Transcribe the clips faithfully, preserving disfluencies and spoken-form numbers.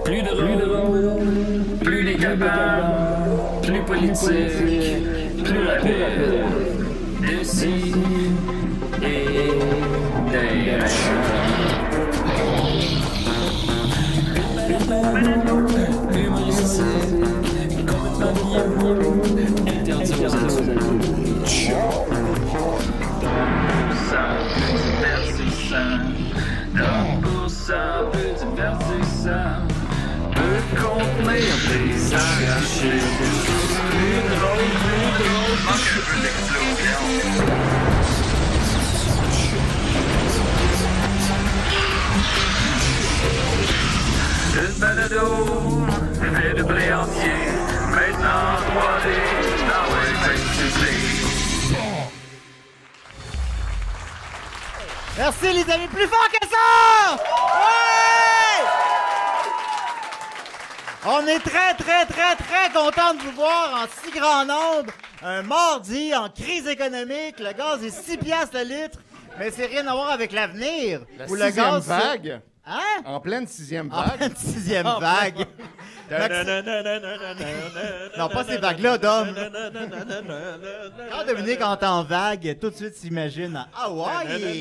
Plus drôle, plus décapable, plus politique, plus rapide. D'ici et d'ailleurs. Humoristique, complètement bien, interdit aux adultes. Ça peut divertissant, donc pour ça peut divertissant, peut contenir des arrachés. Plus drôle, plus drôle, manque un peu d'explosion. Une balado, fait de blé entier, maintenant trois D, dans le festival. Merci les amis, plus fort que ça! Ouais! On est très, très, très, très contents de vous voir en si grand nombre. Un mardi en crise économique, le gaz est six piastres le litre, mais c'est rien à voir avec l'avenir. La où sixième le gaz, vague. Hein? En pleine sixième En vague. pleine sixième vague. Non, pas ces vagues-là, Dom. Quand Dominique entend vague, tout de suite s'imagine à Hawaï.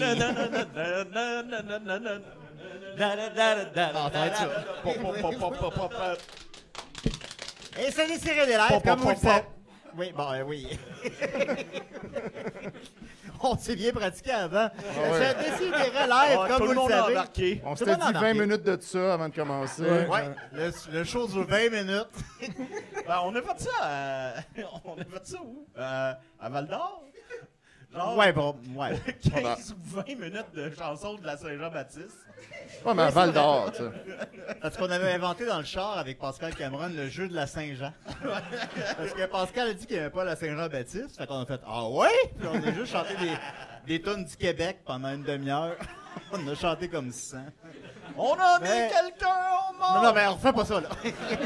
Ah, ça va être ça. Et c'est les séries des lives, comme vous le savez. Oui, bon, euh, oui. On s'est bien pratiqué avant. ouais. J'ai décidé des live, Ouais, comme tout vous le le monde a savez. embarqué. On Tout s'était le monde dit a vingt embarqué. minutes de ça avant de commencer. Ouais, le, le show dure vingt minutes. Ben, on a fait ça à... On a fait ça où? Euh, à Val-d'Or? Genre Ouais, bon, ouais. quinze ou vingt minutes de chansons de la Saint-Jean-Baptiste. Ouais, mais à Val d'Or, tu sais. Parce qu'on avait inventé dans le char avec Pascal Cameron le jeu de la Saint-Jean. Parce que Pascal a dit qu'il n'y avait pas la Saint-Jean-Baptiste. Fait qu'on a fait « Ah ouais? » Puis on a juste chanté des, des tunes du Québec pendant une demi-heure. On a chanté comme ça. On a mis Mais- quelqu'un au mort! Non, non, mais on refait pas ça, là.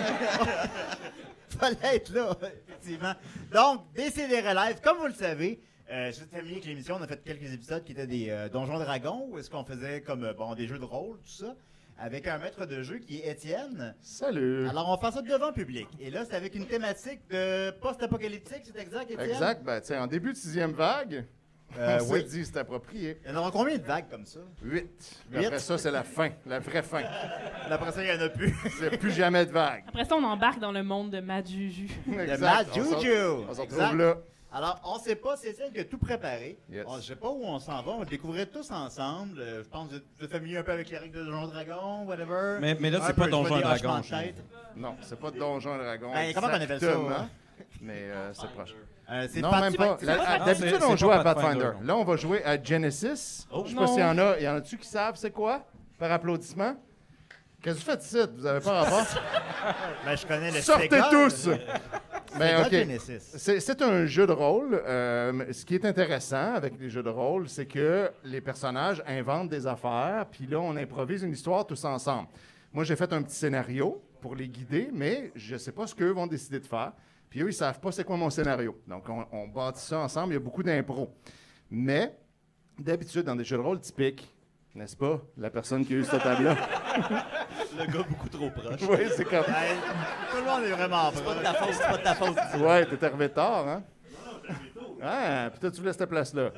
Fallait être là, effectivement. Donc, Décidérez live, comme vous le savez, euh, juste terminé avec l'émission, on a fait quelques épisodes qui étaient des euh, Donjons Dragons, où est-ce qu'on faisait comme, euh, bon, des jeux de rôle, tout ça, avec un maître de jeu qui est Étienne. Salut. Alors, on fait ça devant le public. Et là, c'est avec une thématique de post-apocalyptique, c'est exact, Étienne? Exact. Ben, tu sais, en début de sixième vague, Euh, on s'est oui. dit c'est approprié. Il y en aura combien de vagues comme ça? Huit. Puis Huit. après ça, c'est la fin, la vraie fin. Après ça, il n'y en a plus. Il n'y a plus jamais de vague. Après ça, on embarque dans le monde de Mad Juju. De Exact. Mad On s'en- Juju. On se Exact. retrouve là. Alors, on sait pas, c'est celle qui a tout préparé. Yes. On, je sais pas où on s'en va, on le découvrait tous ensemble. Euh, je pense que vous êtes familier un peu avec les règles de Donjons Dragons, whatever. Mais, mais là, Un c'est peu, pas je vois Donjon des Dragon. hochements de je- tête. Non, c'est pas Donjon et Dragon. Ben, comment on appelle ça, exactement. hein? Mais euh, c'est proche. Euh, c'est Non, pas- même pas. c'est La- pas- à- non, D'habitude, c'est- on c'est joue pas à Pathfinder, Pathfinder. non. Là, on va jouer à Genesis. Oh, Je sais pas non. s'il y en a. Il y en a-tu qui savent c'est quoi? Par applaudissement. Qu'est-ce que vous faites ici? Vous avez pas rapport? Ben, je connais le Sortez Sega, tous! le- Ben, Sega OK. Genesis. C'est c'est un jeu de rôle. Euh, ce qui est intéressant avec les jeux de rôle, c'est que les personnages inventent des affaires, puis là, on improvise une histoire tous ensemble. Moi, j'ai fait un petit scénario pour les guider, mais je sais pas ce qu'eux vont décider de faire. Puis eux, ils savent pas c'est quoi mon scénario. Donc, on, on bâtit ça ensemble. Il y a beaucoup d'impro. Mais, d'habitude, dans des jeux de rôle typiques, n'est-ce pas, la personne qui a eu cette table-là? Le gars beaucoup trop proche. Oui, c'est comme... Ben, tout le monde est vraiment C'est pas de proche. ta faute, c'est pas de ta faute. Ouais, t'es arrivé tard, hein? Ah, puis toi, tu voulais cette place-là.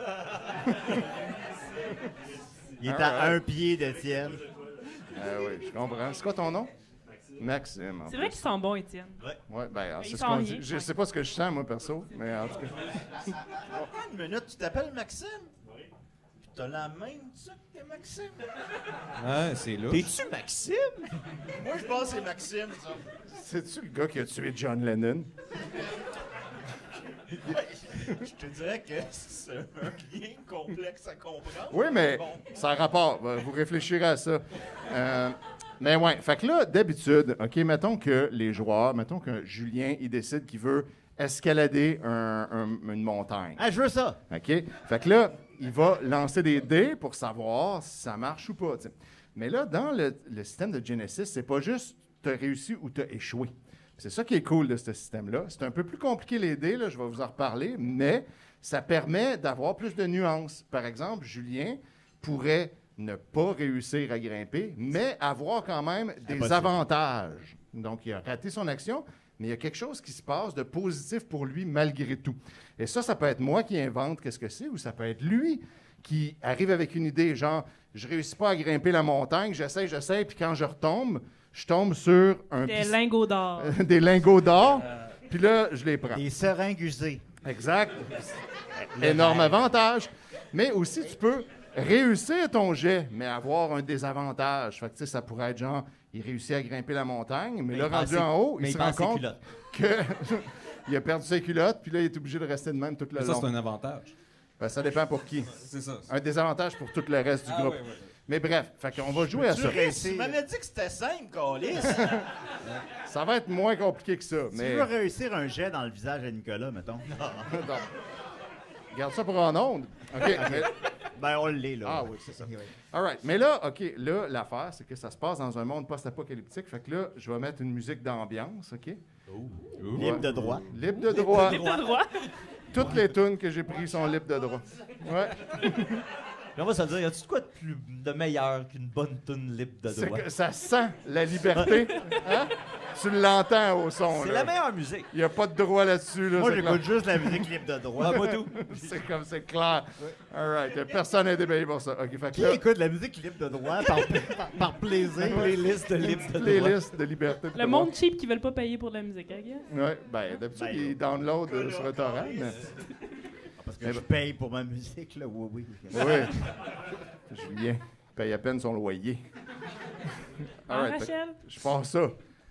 Il est à un pied d'Étienne. Ah oui, je comprends. C'est quoi ton nom? Maxime. en C'est vrai plus. qu'ils sont bons, Étienne. Ouais, ben, alors, Ils c'est ce sont qu'on rien. dit. Je sais pas ce que je sens, moi, perso, mais en tout cas. Attends une minute, tu t'appelles Maxime? Oui. Puis t'as la même, ça, que t'es Maxime? Ouais, c'est là. T'es-tu Maxime? Moi, je pense que c'est Maxime, ça. C'est-tu le gars qui a tué John Lennon? Je te dirais que c'est un lien complexe à comprendre. Oui, mais Bon. ça a rapport. Ben, Vous réfléchirez à ça. Euh, mais ouais, fait que là, d'habitude, OK, mettons que les joueurs, mettons que Julien, il décide qu'il veut escalader un- un- une montagne. Ah, je veux ça. OK? Fait que là, il va lancer des dés pour savoir si ça marche ou pas. t'sais. Mais là, dans le, le système de Genesis, c'est pas juste tu as réussi ou tu as échoué. C'est ça qui est cool de ce système-là. C'est un peu plus compliqué les dés, là, je vais vous en reparler, mais ça permet d'avoir plus de nuances. Par exemple, Julien pourrait ne pas réussir à grimper, mais avoir quand même des Impossible. avantages. Donc, il a raté son action, mais il y a quelque chose qui se passe de positif pour lui malgré tout. Et ça, ça peut être moi qui invente qu'est-ce que c'est, ou ça peut être lui qui arrive avec une idée, genre, je réussis pas à grimper la montagne, j'essaie, j'essaie, puis quand je retombe, je tombe sur un Des pis- lingots d'or. des lingots d'or, puis là, je les prends. Des seringues usées. Exact. Énorme avantage. Mais aussi, tu peux réussir ton jet, mais avoir un désavantage. Fait que, tu sais, ça pourrait être genre, il réussit à grimper la montagne, mais, Mais là, il rendu pense en haut, mais il il se pense rend ses compte culottes. que il a perdu ses culottes, puis là, il est obligé de rester de même tout le Mais ça, long. c'est un avantage. Ben, ça dépend pour qui. C'est ça. Un désavantage pour tout le reste du Ah, groupe. ouais, ouais, ouais. Mais bref, fait qu'on va jouer à Tu ça. restes, tu m'avais dit que c'était simple, Calis. Ça va être moins compliqué que ça. Tu Mais veux réussir un jet dans le visage à Nicolas, mettons? Non. Garde ça pour en onde. OK. mais- Ben, on l'est, là. Ah oui, c'est ça. All right. Mais là, OK, là, l'affaire, c'est que ça se passe dans un monde post-apocalyptique. Fait que là, je vais mettre une musique d'ambiance, OK? Libre de droit. Libre de droit. T'as le droit. Toutes les tunes que j'ai prises sont libres de droit. Ouais. Puis on va se le dire, y a-tu de quoi de, plus, de meilleur qu'une bonne tune libre de C'est droit? que ça sent la liberté. Hein? Tu l'entends au son, C'est là. la meilleure musique. Il n'y a pas de droit là-dessus, là. Moi, c'est j'écoute clair. juste la musique libre de droit. Ah, moi tout. C'est comme, c'est clair. All right. Personne n'est débaillé pour ça. OK, fait que Qui là, écoute la musique libre de droit par, par, par plaisir? Playlist de libre de droit. playlist de liberté de Le droit. monde cheap qui veulent pas payer pour de la musique, hein, gars? Ouais, ben, d'habitude, Ben, ils download euh, sur un torrent. mais- Parce que je paye pour ma musique, là. Oui, oui. Oui. Julien paye à peine son loyer. Ah, All right, fait que Rachel? je pars ça.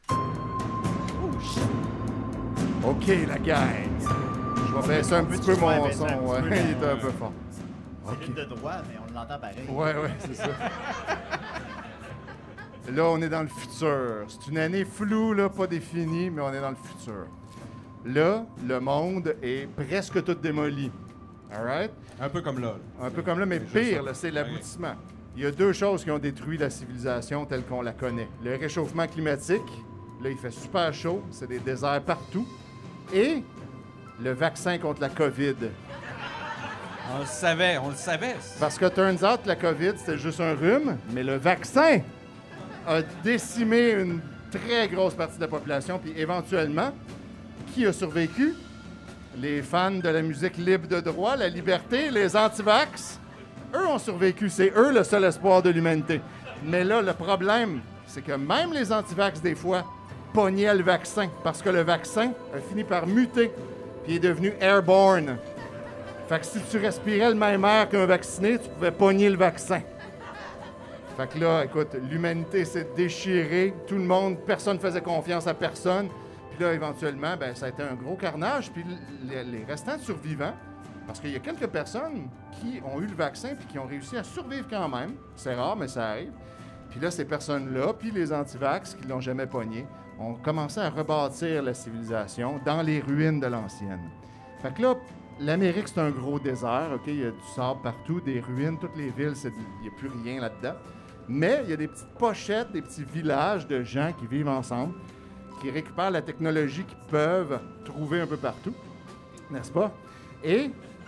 OK, la gang. Je vais baisser un Peux-tu petit peu faire mon baisser son. un petit Ouais, peu il le- est un peu fort. C'est libre de droit, mais on l'entend pareil. Ouais, ouais, c'est ça. Là, on est dans le futur. C'est une année floue, là, pas définie, mais on est dans le futur. Là, le monde est presque tout démoli. All right? Un peu comme là. là. Un peu comme là, mais C'est juste pire, ça. là, c'est l'aboutissement. Il y a deux choses qui ont détruit la civilisation telle qu'on la connaît. Le réchauffement climatique, là, il fait super chaud, c'est des déserts partout. Et le vaccin contre la COVID. On le savait, on le savait. Parce que, turns out, la COVID, c'était juste un rhume, mais le vaccin a décimé une très grosse partie de la population, puis éventuellement, qui a survécu? Les fans de la musique libre de droit, la liberté, les anti-vax. Eux ont survécu, c'est eux le seul espoir de l'humanité. Mais là, le problème, c'est que même les anti-vax, des fois, pognaient le vaccin, parce que le vaccin a fini par muter, puis est devenu airborne. Fait que si tu respirais le même air qu'un vacciné, tu pouvais pogner le vaccin. Fait que là, écoute, l'humanité s'est déchirée, tout le monde, personne faisait confiance à personne. Puis là, éventuellement, ben, ça a été un gros carnage. Puis les, les restants de survivants, parce qu'il y a quelques personnes qui ont eu le vaccin puis qui ont réussi à survivre quand même. C'est rare, mais ça arrive. Puis là, ces personnes-là, puis les antivax qui l'ont jamais pogné, ont commencé à rebâtir la civilisation dans les ruines de l'ancienne. Fait que là, l'Amérique, c'est un gros désert, OK? Il y a du sable partout, des ruines, toutes les villes, c'est du- il n'y a plus rien là-dedans. Mais il y a des petites pochettes, des petits villages de gens qui vivent ensemble, qui récupèrent la technologie qu'ils peuvent trouver un peu partout, n'est-ce pas? Et,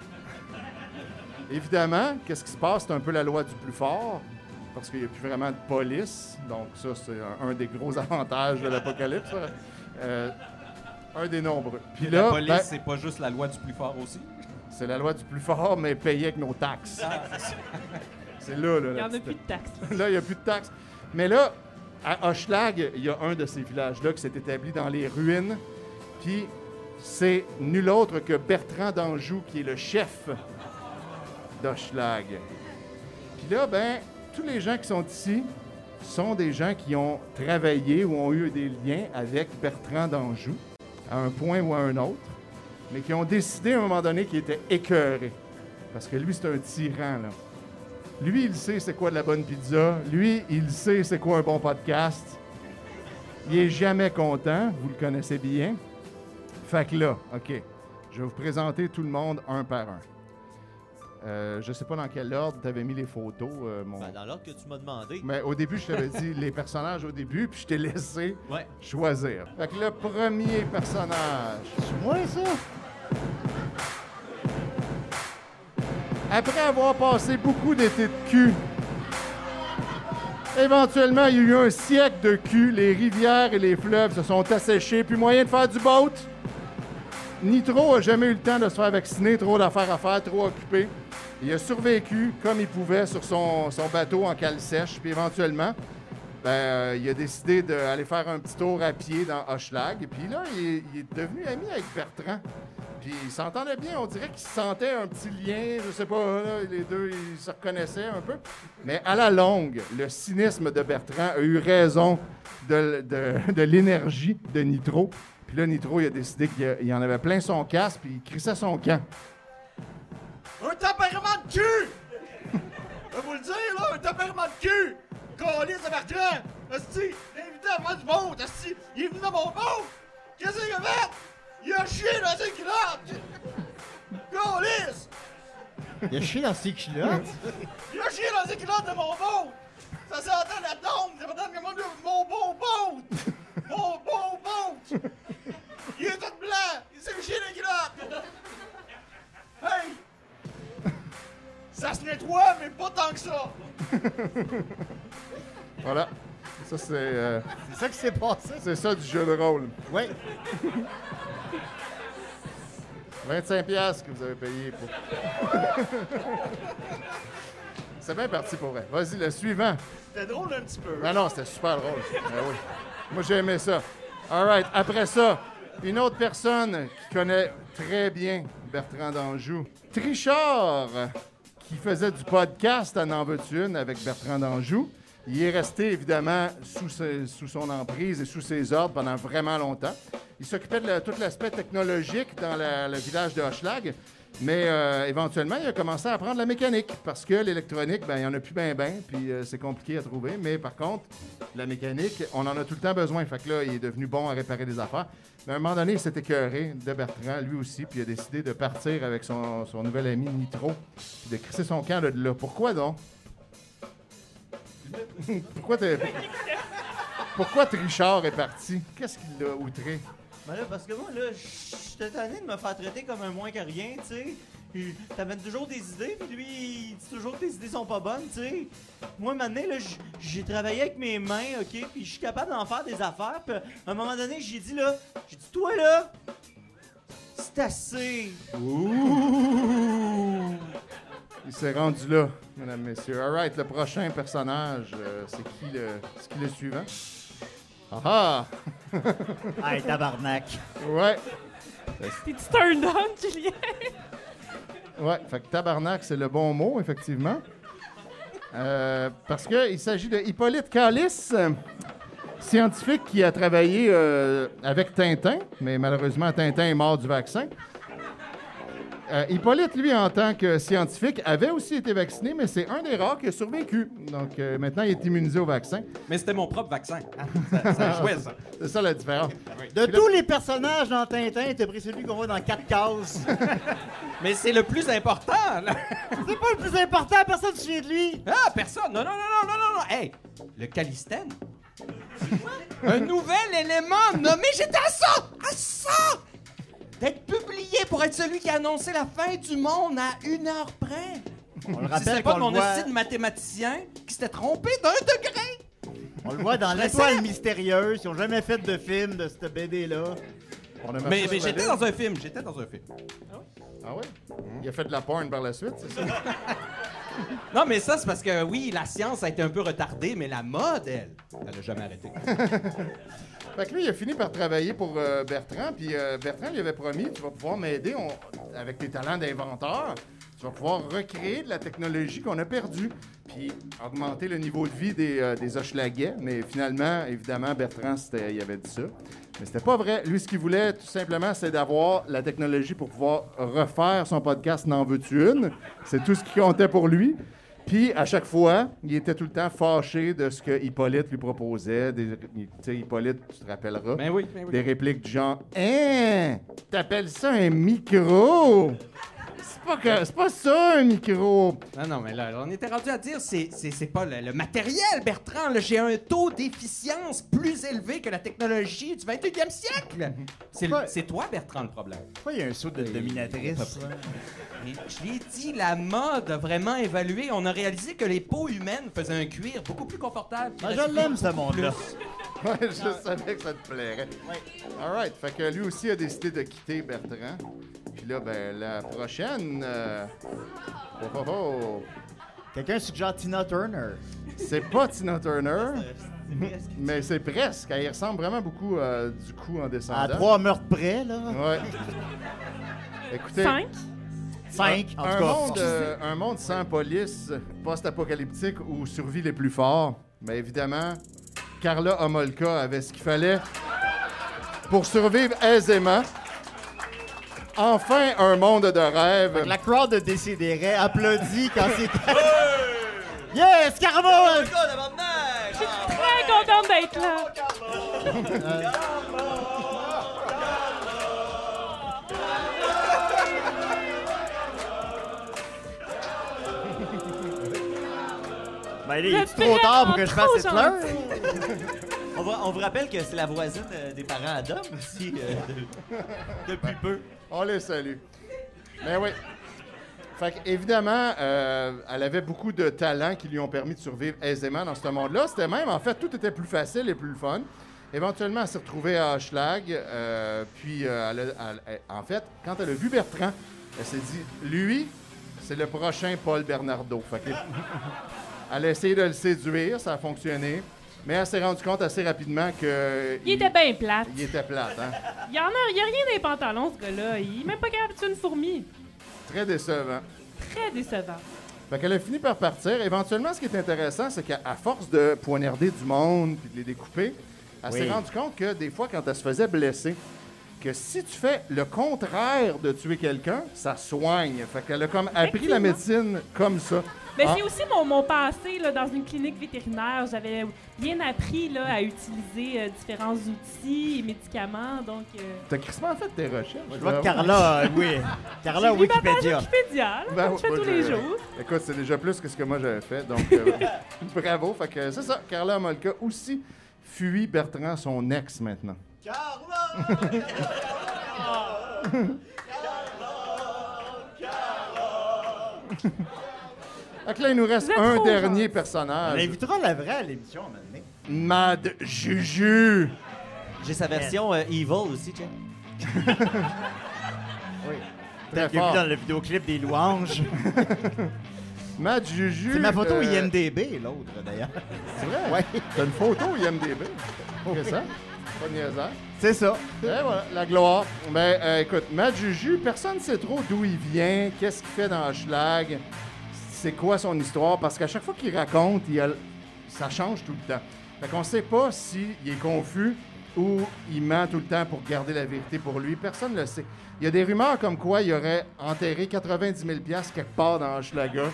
évidemment, qu'est-ce qui se passe? C'est un peu la loi du plus fort, parce qu'il n'y a plus vraiment de police. Donc ça, c'est un, un des gros avantages de l'apocalypse. Euh, un des nombreux. Puis La là, police, ben, c'est pas juste la loi du plus fort aussi. c'est la loi du plus fort, mais payée avec nos taxes. C'est là, là. Il n'y la en a petite- plus de taxes. Là, il n'y a plus de taxes. Mais là, à Hochelag, il y a un de ces villages-là qui s'est établi dans les ruines. Puis c'est nul autre que Bertrand d'Anjou qui est le chef d'Hochelag. Puis là, ben, tous les gens qui sont ici sont des gens qui ont travaillé ou ont eu des liens avec Bertrand d'Anjou, à un point ou à un autre, mais qui ont décidé à un moment donné qu'il était écœuré. Parce que lui, c'est un tyran, là. Lui, il sait c'est quoi de la bonne pizza. Lui, il sait c'est quoi un bon podcast. Il est jamais content, vous le connaissez bien. Fait que là, OK, je vais vous présenter tout le monde un par un. Euh, je sais pas dans quel ordre tu avais mis les photos, euh, mon... Ben, dans l'ordre que tu m'as demandé. Mais au début, je t'avais dit les personnages au début, puis je t'ai laissé Ouais. choisir. Fait que le premier personnage... C'est moi, ça? Après avoir passé beaucoup d'étés de cul Éventuellement, il y a eu un siècle de cul. Les rivières et les fleuves se sont asséchés. Plus moyen de faire du boat. Nitro a jamais eu le temps de se faire vacciner. Trop d'affaires à faire, trop occupé. Il a survécu comme il pouvait sur son, son bateau en cale sèche. Puis éventuellement, ben, euh, il a décidé d'aller faire un petit tour à pied dans Hochelag. Et puis là, il est, il est devenu ami avec Bertrand. Puis ils s'entendaient bien. On dirait qu'ils se sentaient un petit lien. Je sais pas, là, les deux, ils se reconnaissaient un peu. Mais à la longue, le cynisme de Bertrand a eu raison de, de, de l'énergie de Nitro. Puis là, Nitro, il a décidé qu'il en avait plein son casque, puis il crissait son camp. Un tempérament de cul! Je vais vous le dire, là, un tempérament de cul! Calice de Bertrand! Asti, invité à faire du monde! Asti, il est venu dans mon boat! Qu'est-ce qu'il a fait? Il a chié dans ses culottes! Calice! Il a chié dans ses culottes. Il a chié dans ses culottes de mon boat! Ça s'entend la tombe! Ça s'entend comme mon, mon beau boat! Mon beau boat! Il est tout blanc! Il s'est chié dans les culottes! Hey! Ça se nettoie, mais pas tant que ça! Voilà. Ça, c'est... euh, C'est ça qui s'est passé. c'est ça du jeu de rôle. Oui. vingt-cinq piastres que vous avez payé pour... C'est bien parti pour vrai. Vas-y, le suivant. C'était drôle un petit peu. Ah non, c'était super drôle. Ben oui. Moi, j'ai aimé ça. All right. Après ça, une autre personne qui connaît très bien Bertrand d'Anjou. Trichard, qui faisait du podcast à N'en veux-tu une avec Bertrand d'Anjou. Il est resté, évidemment, sous, ses- sous son emprise et sous ses ordres pendant vraiment longtemps. Il s'occupait de la- tout l'aspect technologique dans la- le village de Hochelag, mais euh, éventuellement, il a commencé à apprendre la mécanique parce que l'électronique, ben, il n'y en a plus bien, bien, puis euh, c'est compliqué à trouver. Mais par contre, la mécanique, on en a tout le temps besoin. Fait que là, il est devenu bon à réparer des affaires. Mais à un moment donné, il s'est écœuré de Bertrand, lui aussi, puis il a décidé de partir avec son, son nouvel ami Nitro, puis de crisser son camp de là. Pourquoi donc? Pourquoi t'es... Pourquoi Trichard est parti? Qu'est-ce qui l'a outré? Ben là, parce que moi, là, j'étais tanné de me faire traiter comme un moins que rien, tu sais. Puis t'amènes toujours des idées, puis lui, il dit toujours que tes idées sont pas bonnes, tu sais. Moi, maintenant, là, j- j'ai travaillé avec mes mains, OK, puis je suis capable d'en faire des affaires. Puis à un moment donné, j'ai dit, là, j'ai dit, toi, là, c'est assez. Ouh! Il s'est rendu là, mesdames, messieurs. All right, le prochain personnage, euh, c'est qui le, c'est qui le suivant? Ah Hey, tabarnak. ah! Ouais, T'es-tu turned on, Julien? ouais. Fait que tabarnak, c'est le bon mot, effectivement. Euh, parce qu'il s'agit de Hippolyte Calice, euh, scientifique qui a travaillé euh, avec Tintin, mais malheureusement, Tintin est mort du vaccin. Euh, Hippolyte, lui, en tant que scientifique, avait aussi été vacciné, mais c'est un des rares qui a survécu. Donc, euh, maintenant, il est immunisé au vaccin. Mais c'était mon propre vaccin. hein. Ça, ça jouait, ça. C'est ça la différence. De tous les personnages dans Tintin, t'as pris celui qu'on voit dans quatre cases. Mais c'est le plus important, là. C'est pas le plus important, personne ne se souvient de lui. Ah, personne! Non, non, non, non, non, non, non! Hey! Le calistène! Un nouvel élément nommé, j'étais à ça! À ça! D'être publié pour être celui qui a annoncé la fin du monde à une heure près! On le Si rappelle c'était pas qu'on mon le voit, hostie de mathématicien qui s'était trompé d'un degré! on le voit dans Je L'Étoile sais. mystérieuse. Ils ont jamais fait de film de cette B D-là. On a marché Mais, sur mais la j'étais liste. dans un film, j'étais dans un film. Ah ouais? Il a fait de la porn par la suite, c'est ça? Non, mais ça, c'est parce que, oui, la science a été un peu retardée, mais la mode, elle, elle a jamais arrêté. Fait que lui, il a fini par travailler pour euh, Bertrand, puis euh, Bertrand lui avait promis, tu vas pouvoir m'aider on- avec tes talents d'inventeur, tu vas pouvoir recréer de la technologie qu'on a perdue, puis augmenter le niveau de vie des, euh, des Hochelagais. Mais finalement, évidemment, Bertrand, c'était, il avait dit ça. Mais c'était pas vrai. Lui, ce qu'il voulait, tout simplement, c'est d'avoir la technologie pour pouvoir refaire son podcast N'en veux-tu une? C'est tout ce qui comptait pour lui. Puis, à chaque fois, il était tout le temps fâché de ce que Hippolyte lui proposait. Des- Tu sais, Hippolyte, tu te rappelleras, Ben oui, ben oui. des répliques du genre « Hein? T'appelles ça un micro? C'est pas, que- c'est pas ça, un micro. Non, non, mais là, on était rendu à dire c'est c'est c'est pas le, le matériel, Bertrand. Là, j'ai un taux d'efficience plus élevé que la technologie du vingt et unième siècle. C'est le- Ouais. c'est toi, Bertrand, le problème. Pourquoi il y a un saut de dominatrice? Mais je l'ai dit, la mode a vraiment évalué. On a réalisé que les peaux humaines faisaient un cuir beaucoup plus confortable. Ah, je l'aime, ce monde-là. Ouais, je savais que ça te plairait. All right. Fait que lui aussi a décidé de quitter Bertrand. Puis là, ben, la prochaine... euh, Oh, oh, oh. Quelqu'un suggère Tina Turner. C'est pas Tina Turner, mais c'est presque. Elle y ressemble vraiment beaucoup euh, du coup en descendant. À trois meurtres près, là. Ouais. Écoutez, Cinq? Cinq, en un, tout cas. monde, euh, un monde sans police, post-apocalyptique où survit les plus forts. Mais évidemment, Karla Homolka avait ce qu'il fallait pour survivre aisément. Enfin, un monde de rêve. La crowd de Décideret applaudit quand c'est... Yes, Carmo! Très contente d'être là. Ben, il Vous est êtes trop tard pour que je fasse trop Hitler? gentil. On, va- on vous rappelle que c'est la voisine euh, des parents à Dom aussi, euh, de- depuis peu. On les salue. Mais oui. Fait que, évidemment, euh, elle avait beaucoup de talents qui lui ont permis de survivre aisément dans ce monde-là. C'était même, en fait, tout était plus facile et plus le fun. Éventuellement, elle s'est retrouvée à Hochelag. euh, puis, euh, elle a- elle- elle- en fait, quand elle a vu Bertrand, elle s'est dit, lui, c'est le prochain Paul Bernardo. Fait que, elle a essayé de le séduire, ça a fonctionné. Mais elle s'est rendue compte assez rapidement que... Il était bien plate. Il était plate, hein? Il y en a, il y a rien dans les pantalons, ce gars-là. Il est même pas capable de tuer une fourmi. Très décevant. Très décevant. Fait qu'elle a fini par partir. Éventuellement, ce qui est intéressant, c'est qu'à à force de poignarder du monde puis de les découper, elle Oui. s'est rendue compte que des fois, quand elle se faisait blesser, que si tu fais le contraire de tuer quelqu'un, ça soigne. Fait qu'elle a comme appris la médecine comme ça. Mais Ah. c'est aussi mon, mon passé là, dans une clinique vétérinaire. J'avais bien appris là, à utiliser euh, différents outils et médicaments. Donc, euh, T'as crissement fait tes recherches. Je vois là. que Carla, euh, oui. Carla, j'ai lu ma page Wikipédia. Wikipédia, là, Ben, comme je fais moi, tous je- les jours. Écoute, c'est déjà plus que ce que moi j'avais fait. Donc, euh, bravo. Fait que c'est ça. Carla Homolka aussi fuit Bertrand, son ex maintenant. Fait que là, il nous reste Vous êtes un trop dernier gentil. On personnage. invitera la vraie à l'émission, maintenant. Mad Juju. J'ai sa version euh, Evil aussi, tiens. Oui. Très J'ai vu fort. dans le vidéoclip des louanges. Mad Juju. C'est ma photo euh, I M D B, l'autre, d'ailleurs. C'est vrai? Ouais. T'as une photo I M D B. Qu'est-ce que ça? Pas de niaisage. C'est ça. Et voilà, la gloire. Ben, euh, écoute, Mad Juju, personne ne sait trop d'où il vient, qu'est-ce qu'il fait dans Schlag, c'est quoi son histoire, parce qu'à chaque fois qu'il raconte, il a- ça change tout le temps. Fait qu'on sait pas s'il est confus ou il ment tout le temps pour garder la vérité pour lui. Personne ne le sait. Il y a des rumeurs comme quoi il aurait enterré quatre-vingt-dix mille piastres quelque part dans Hochelaga.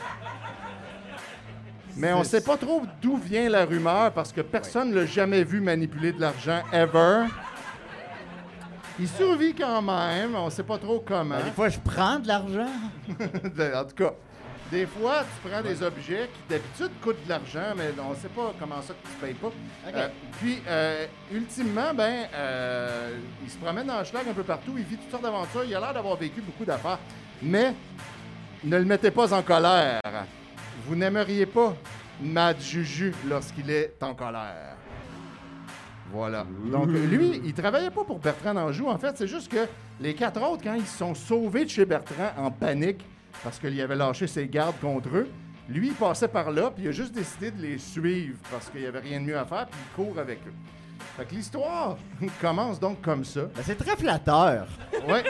Mais on sait pas trop d'où vient la rumeur parce que personne ne l'a jamais vu manipuler de l'argent, ever. Il survit quand même, on sait pas trop comment. Ben, des fois, je prends de l'argent. en tout cas, des fois, tu prends des objets qui d'habitude coûtent de l'argent, mais on sait pas comment ça que tu payes pas. Euh, puis, euh, ultimement, ben, euh, il se promène dans le schlag un peu partout, il vit toutes sortes d'aventures, il a l'air d'avoir vécu beaucoup d'affaires. Mais ne le mettez pas en colère. Vous n'aimeriez pas Mad Juju lorsqu'il est en colère. Voilà. Donc, lui, il travaillait pas pour Bertrand d'Anjou. En fait, c'est juste que les quatre autres, quand ils se sont sauvés de chez Bertrand en panique, parce qu'il avait lâché ses gardes contre eux, lui, il passait par là, puis il a juste décidé de les suivre parce qu'il n'y avait rien de mieux à faire, puis il court avec eux. Fait que l'histoire commence donc comme ça. Ben, c'est très flatteur. Ouais.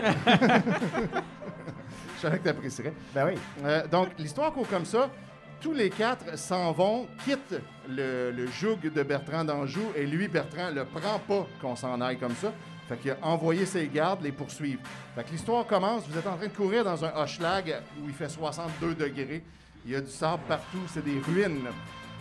Je savais que tu apprécierais. Ben oui. Euh, donc, l'histoire court comme ça. Tous les quatre s'en vont, quittent le, le joug de Bertrand d'Anjou, et lui, Bertrand, le prend pas qu'on s'en aille comme ça. Fait qu'il a envoyé ses gardes les poursuivre. Fait que l'histoire commence, vous êtes en train de courir dans un Hochelag où il fait soixante-deux degrés. Il y a du sable partout, c'est des ruines.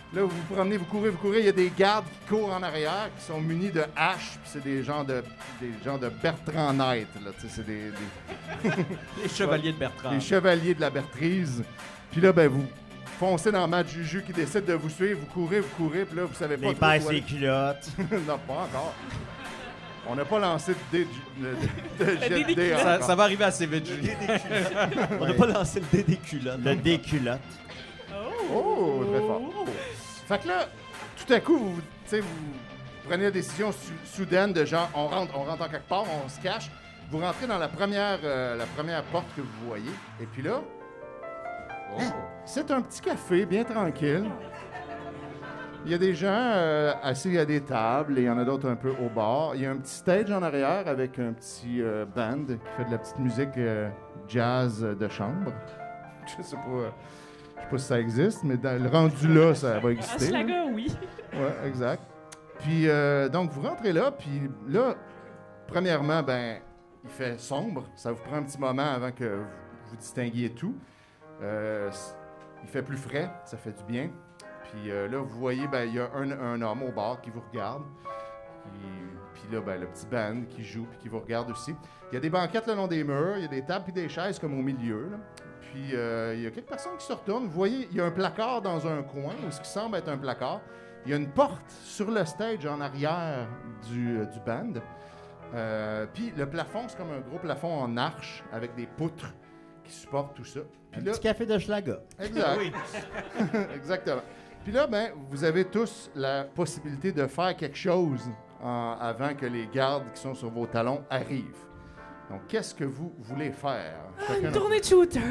Là, vous vous promenez, vous courez, vous courez. Il y a des gardes qui courent en arrière, qui sont munis de haches. Puis c'est des gens de, des gens de Bertrand Knight. Là, tu sais, c'est des, des, Les chevaliers de Bertrand. des chevaliers de la Bertrise. Puis là, ben vous foncez dans Matt Juju qui décide de vous suivre. Vous courez, vous courez. Puis là, vous savez pas Les trop pailles, quoi- ses culottes. Non, pas encore. On n'a pas lancé de dé de, de, de jet dé de des dé Ça, encore. ça va arriver assez vite, Julie. On n'a pas lancé le dé des culottes. Le déculotte. Oh, très fort. Fait que là, tout à coup, vous, tu sais, vous prenez la décision sou- soudaine de genre, on rentre, on rentre en quelque part, on se cache. Vous rentrez dans la première, euh, la première porte que vous voyez. Et puis là, c'est un petit café bien tranquille. Il y a des gens euh, assis à des tables et il y en a d'autres un peu au bar. Il y a un petit stage en arrière avec un petit euh, band qui fait de la petite musique euh, jazz de chambre. Je sais pas, euh, je sais pas si ça existe, mais dans, le rendu là, ça va À exister. là. Schlager, oui. Ouais, exact. Puis euh, donc vous rentrez là, puis là, premièrement, ben, il fait sombre. Ça vous prend un petit moment avant que vous, vous distinguiez tout. Euh, c- il fait plus frais, ça fait du bien. Puis euh, là, vous voyez, ben, il y a un, un homme au bar qui vous regarde. Puis, puis là, ben, le petit band qui joue puis qui vous regarde aussi. Il y a des banquettes le long des murs, il y a des tables puis des chaises comme au milieu. Là. Puis euh, il y a quelques personnes qui se retournent. Vous voyez, il y a un placard dans un coin, ou ce qui semble être un placard. Il y a une porte sur le stage en arrière du, euh, du band. Euh, puis le plafond, c'est comme un gros plafond en arche avec des poutres qui supportent tout ça. Puis Un là, petit café de Schlager. exact. Exactement. Puis là, ben, vous avez tous la possibilité de faire quelque chose en- avant que les gardes qui sont sur vos talons arrivent. Donc, qu'est-ce que vous voulez faire? Chacun Une notre- tournée de shooter.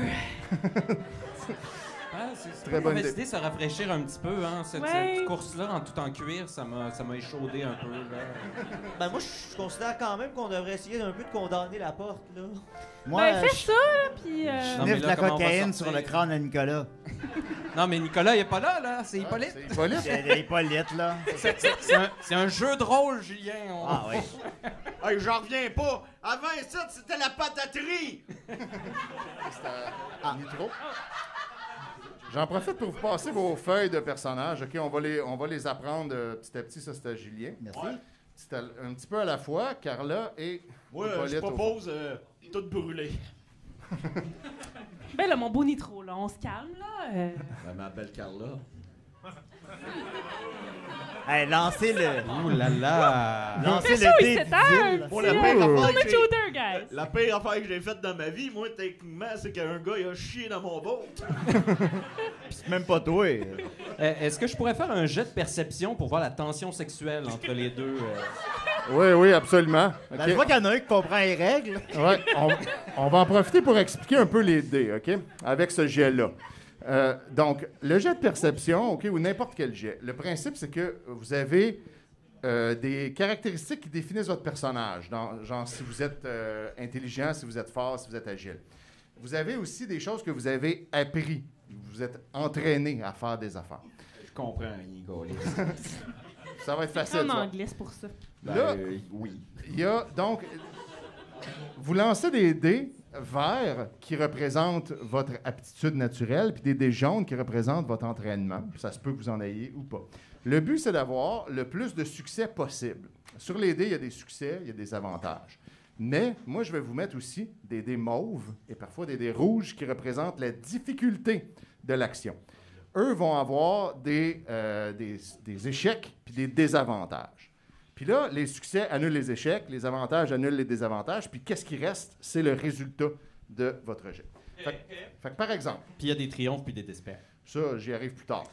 Ah, c'est c'est Très pas une bonne mauvaise idée. idée, se rafraîchir un petit peu, hein. Cette, Ouais. cette course-là, en tout en cuir, ça m'a ça m'a échaudé un peu. Là. Ben moi, je considère quand même qu'on devrait essayer un peu de condamner la porte, là. Moi, Ben, fais je ça, là, puis... euh, Non, mais sniffe là, la comment on va cocaïne sortir? sur le crâne à Nicolas. Non, mais Nicolas, il est pas là, là. C'est Hippolyte. C'est Hippolyte? Il y a Hippolyte, là. C'est c'est un, c'est un jeu de rôle, Julien. On- Ah oui. Hey, j'en reviens pas. Avant ça, c'était la pataterie. Ah. Nitro. J'en profite pour vous passer vos feuilles de personnages. OK, on va les, on va les apprendre euh, petit à petit. Ça, c'était Julien. Merci. Petit à- un petit peu à la fois, Carla et Moi, euh, Hippolyte je au fond. propose euh, tout brûler. Ben là, mon beau nitro, là, on se calme, là. euh. Ben, ma belle Carla. Hey, lancez le. Ouh là là. Lancez Fais ça, le il dé s'éteint, du deal. Pour petit, la euh, pire affaire tournée que de j'ai- shooter, guys. La pire affaire que j'ai faite dans ma vie, moi, techniquement, c'est qu'un gars, il a chié dans mon boat. C'est même pas toi. Euh, Est-ce que je pourrais faire un jet de perception pour voir la tension sexuelle entre les deux? euh? Oui, oui, absolument. Ben, OK. je vois qu'il y en a un qui comprend les règles. Ouais, on, on va en profiter pour expliquer un peu les dés, OK? Avec ce jet-là. Euh, donc, le jet de perception, OK, ou n'importe quel jet, le principe, c'est que vous avez euh, des caractéristiques qui définissent votre personnage. Dans- genre, si vous êtes euh, intelligent, si vous êtes fort, si vous êtes agile. Vous avez aussi des choses que vous avez appris. Vous êtes entraîné à faire des affaires. Je comprends, Igor. Ça va être C'est facile, en ça. anglais, c'est pour ça. Là, oui. il y a donc. Vous lancez des dés verts qui représentent votre aptitude naturelle, puis des dés jaunes qui représentent votre entraînement. Puis ça se peut que vous en ayez ou pas. Le but, c'est d'avoir le plus de succès possible. Sur les dés, il y a des succès, il y a des avantages. Mais moi, je vais vous mettre aussi des dés mauves et parfois des dés rouges qui représentent la difficulté de l'action. Eux vont avoir des, euh, des, des échecs puis des désavantages. Puis là, les succès annulent les échecs, les avantages annulent les désavantages, puis qu'est-ce qui reste? C'est le résultat de votre jet. Fait, que- fait que par exemple, Puis il y a des triomphes puis des désespères. ça, j'y arrive plus tard.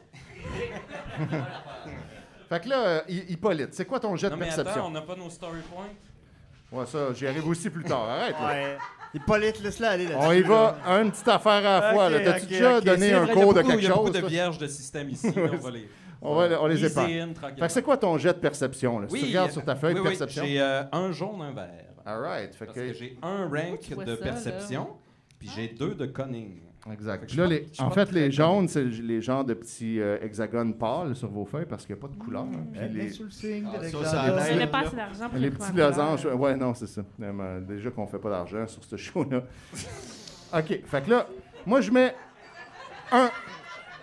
Fait que là, euh, Hi- Hippolyte, c'est quoi ton jet Non, de mais attends, perception? on n'a pas nos story points. Ouais, ça, j'y arrive aussi plus tard. Arrête, là. Ouais. Hippolyte, laisse-la aller là-dessus. On y va là. une petite affaire à la fois. là. Ok, T'as-tu ok, déjà ok, donné C'est un vrai, cours de il y a beaucoup- quelque Il y a beaucoup chose? de toi? vierges de système ici. on va les, On va, on les easy épargne. in, Fait tranquillement. que c'est quoi ton jet de perception? Là? Si Oui, tu regardes sur ta feuille oui, de oui, perception. j'ai euh, un jaune, un vert. All right. Fait Parce que- que j'ai un rank tu vois de ça, là? perception, puis j'ai deux de cunning. Exact. Fait que Puis je là, suis les- pas- je suis en pas fait, très les connu. jaunes, c'est les genres de petits euh, hexagones pâles sur vos feuilles parce qu'il n'y a pas de couleur. hein. Puis Elle les, est sous le signe Ah, de ça, l'examen. ça On aide. n'avait là. pas assez d'argent pour les les petits premières losanges. couleurs. Ouais, non, c'est ça. Même, euh, déjà qu'on fait pas d'argent sur ce show-là. OK. Fait que là, moi, je mets un,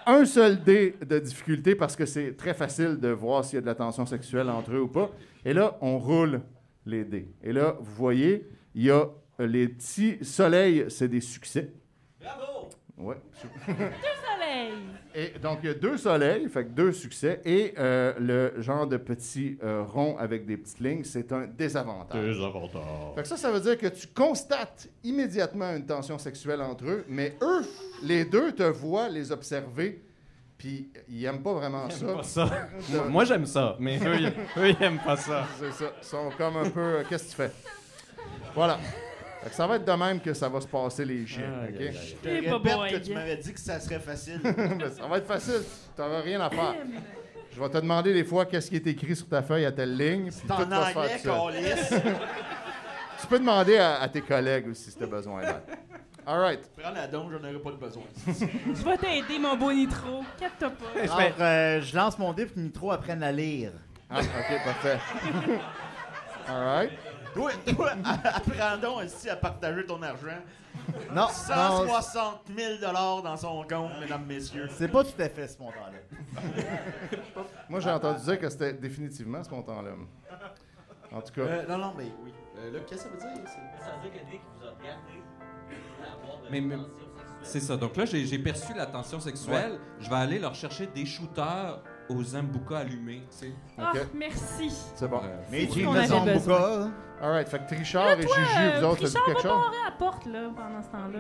un seul dé de difficulté parce que c'est très facile de voir s'il y a de la tension sexuelle entre eux ou pas. Et là, on roule les dés. Et là, vous voyez, il y a euh, les petits soleils, c'est des succès. Bravo! Ouais. Deux soleils! Et donc, il y a deux soleils, fait que deux succès. Et euh, le genre de petit euh, rond avec des petites lignes, c'est un désavantage. Désavantage. Fait que ça, ça veut dire que tu constates immédiatement une tension sexuelle entre eux, mais eux, les deux, te voient les observer, puis ils aiment pas vraiment ça. J'aime pas ça. Moi, moi, j'aime ça, mais eux, ils, eux, ils aiment pas ça. C'est ça. Ils sont comme un peu... euh, Qu'est-ce que tu fais? Voilà. Fait que ça va être de même que ça va se passer, les chiens, Aïe, OK? aïe, aïe. Je te Eh, pas répète boy. que tu m'avais dit que ça serait facile. Ben, ça va être facile. T'auras rien à faire. Je vais te demander des fois qu'est-ce qui est écrit sur ta feuille à telle ligne, puis tout C'est en va se faire anglais, tout seul. câlisse. Tu peux demander à, à tes collègues aussi si tu as besoin d'aide. All right. Prends la donne, j'en aurais pas de besoin. Je vais t'aider, mon beau Nitro. Inquiète-toi pas. Alors, euh, je lance mon dé pour que Nitro apprenne à lire. Ah, OK, parfait. All right. Toi, toi, apprends donc aussi à partager ton argent. Non, cent non, soixante mille dollars dans son compte, mesdames, messieurs. c'est pas tout à fait ce montant-là. Moi, j'ai entendu dire que c'était définitivement ce montant-là. En tout cas, Euh, non, non, mais oui. Euh, là, qu'est-ce que ça veut dire? c'est- Ça veut dire que dès qu'il vous a regardé, vous allez avoir de Mais- mais- l'attention sexuelle. C'est ça. Donc là, j'ai j'ai perçu la tension sexuelle. Je vais aller leur chercher des shooters aux Zambuca allumés, tu sais. Ah, OK. merci. c'est bon. Euh, Mais ce Jim qu'on de avait son besoin. bouca. All right. Fait que Trichard et Juju, Euh, vous autres, ça dit Richard quelque va chose? barrer à la porte, là, pendant ce temps-là.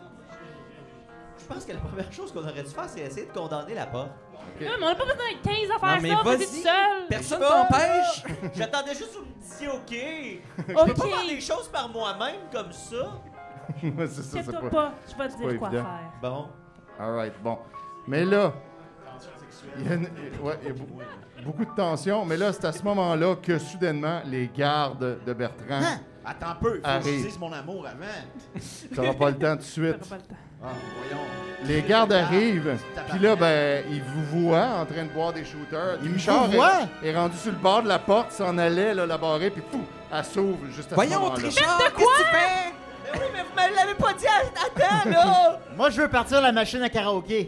Je pense que la première chose qu'on aurait dû faire, c'est essayer de condamner la porte. Non, mais on n'a pas besoin d'être quinze à faire Non, mais ça, vas-y vas-y. tout seul. Personne Je sais pas. t'empêche. J'attendais juste que vous me disiez OK. Je Ok. peux pas faire des choses par moi-même comme ça. Ouais, c'est ça, c'est Inquiète-toi pas... pas, je vais te pas dire quoi évident. faire. Bon. All right, bon. Mais là, il y a, une- ouais, il y a beaucoup, beaucoup de tension, mais là, c'est à ce moment-là que soudainement, les gardes de Bertrand, Hein? Attends un peu, faut que je Arrive. dise mon amour avant. tu n'auras pas le temps tout de T'auras suite. pas le temps. Ah, voyons. Les gardes arrivent, puis là, ben, ils vous voient en train de boire des shooters. Ils me Trichard est- voient? est, rendu sur le bord de la porte, s'en allait, là, la barrer, puis pouf, elle s'ouvre juste à ce Voyons, moment-là. Trichard, qu'est-ce que tu fais? Mais oui, mais vous me l'avez pas dit à temps, là! Moi, je veux partir la machine à karaoké.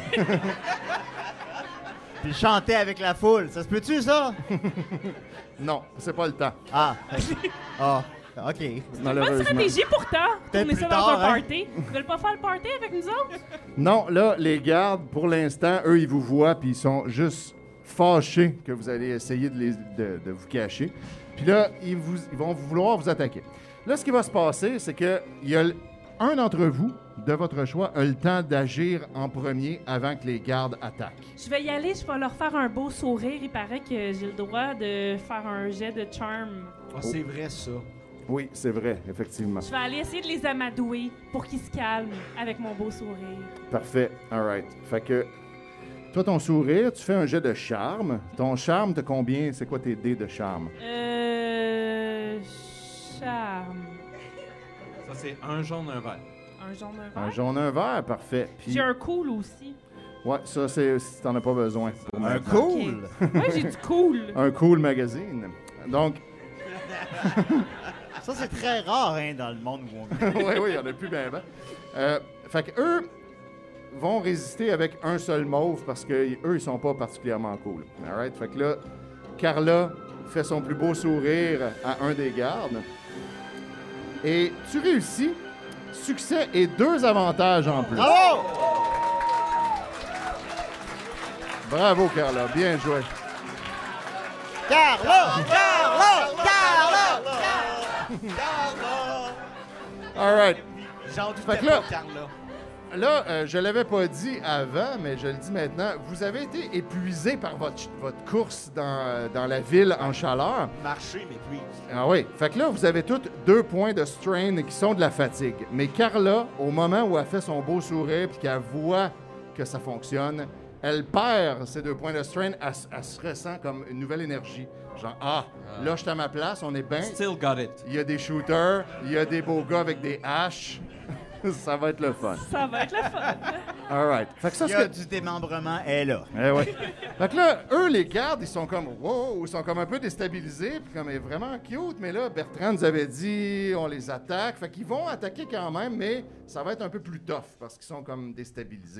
Puis chanter avec la foule. Ça se peut-tu, ça? Non, c'est pas le temps, Ah. Ah. OK. Bonne malheureusement. stratégie pourtant. Peut-être Tourner plus ça tard, dans un hein. party. Ils veulent pas faire le party avec nous autres? Non, là, les gardes, pour l'instant, eux, ils vous voient, puis ils sont juste fâchés que vous allez essayer de, les, de, de vous cacher. Puis là, ils, vous, ils vont vouloir vous attaquer. Là, ce qui va se passer, c'est que il y a l- un d'entre vous, de votre choix, a le temps d'agir en premier avant que les gardes attaquent. Je vais y aller, je vais leur faire un beau sourire. Il paraît que j'ai le droit de faire un jet de charm. Ah, c'est vrai, ça. Oui, c'est vrai, effectivement. Je vais aller essayer de les amadouer pour qu'ils se calment avec mon beau sourire. Parfait, all right. Fait que, toi, ton sourire, tu fais un jet de charme. Ton charme, t'as combien? C'est quoi tes dés de charme? Euh. Charme. Ça, c'est un jaune, un vert. Un jaune, un Un vert. jaune, un vert, parfait. Puis, J'ai un cool aussi. ouais, ça, c'est si t'en as pas besoin. Pour Un maintenant. cool. Ouais, j'ai du cool. Un cool magazine. Donc, Ça, c'est très rare, hein, dans le monde où on vit. oui, oui, il y en a plus bien, ben. Euh, fait que eux vont résister avec un seul mauve parce que y- eux, ils sont pas particulièrement cool. All right? Fait que là, Carla fait son plus beau sourire à un des gardes. Et tu réussis. Succès et deux avantages en plus. Bravo! Bravo, Carla. Bien joué. Carla! Carla! Carla! All right. J'en doutais Fait que là- pas, Carla. Là, euh, je l'avais pas dit avant, mais je le dis maintenant. Vous avez été épuisé par votre, ch- votre course dans, euh, dans la ville en chaleur. Marcher, mais puis. Ah oui. Fait que là, vous avez toutes deux points de strain qui sont de la fatigue. Mais Carla, au moment où elle fait son beau sourire puis qu'elle voit que ça fonctionne, elle perd ces deux points de strain. Elle, s- elle se ressent comme une nouvelle énergie. Genre, ah, là, je suis à ma place, on est bien. Still got it. Il y a des shooters, il y a des beaux gars avec des haches. Ça va être le fun. Ça va être le fun. All right. Fait que ça, Il y c'est a du démembrement, est là. Eh ouais. Fait que là, eux, les gardes, ils sont comme, wow, ils sont comme un peu déstabilisés, puis comme, est vraiment cute, mais là, Bertrand nous avait dit, on les attaque. Fait qu'ils vont attaquer quand même, mais ça va être un peu plus tough, parce qu'ils sont comme déstabilisés, tu sais.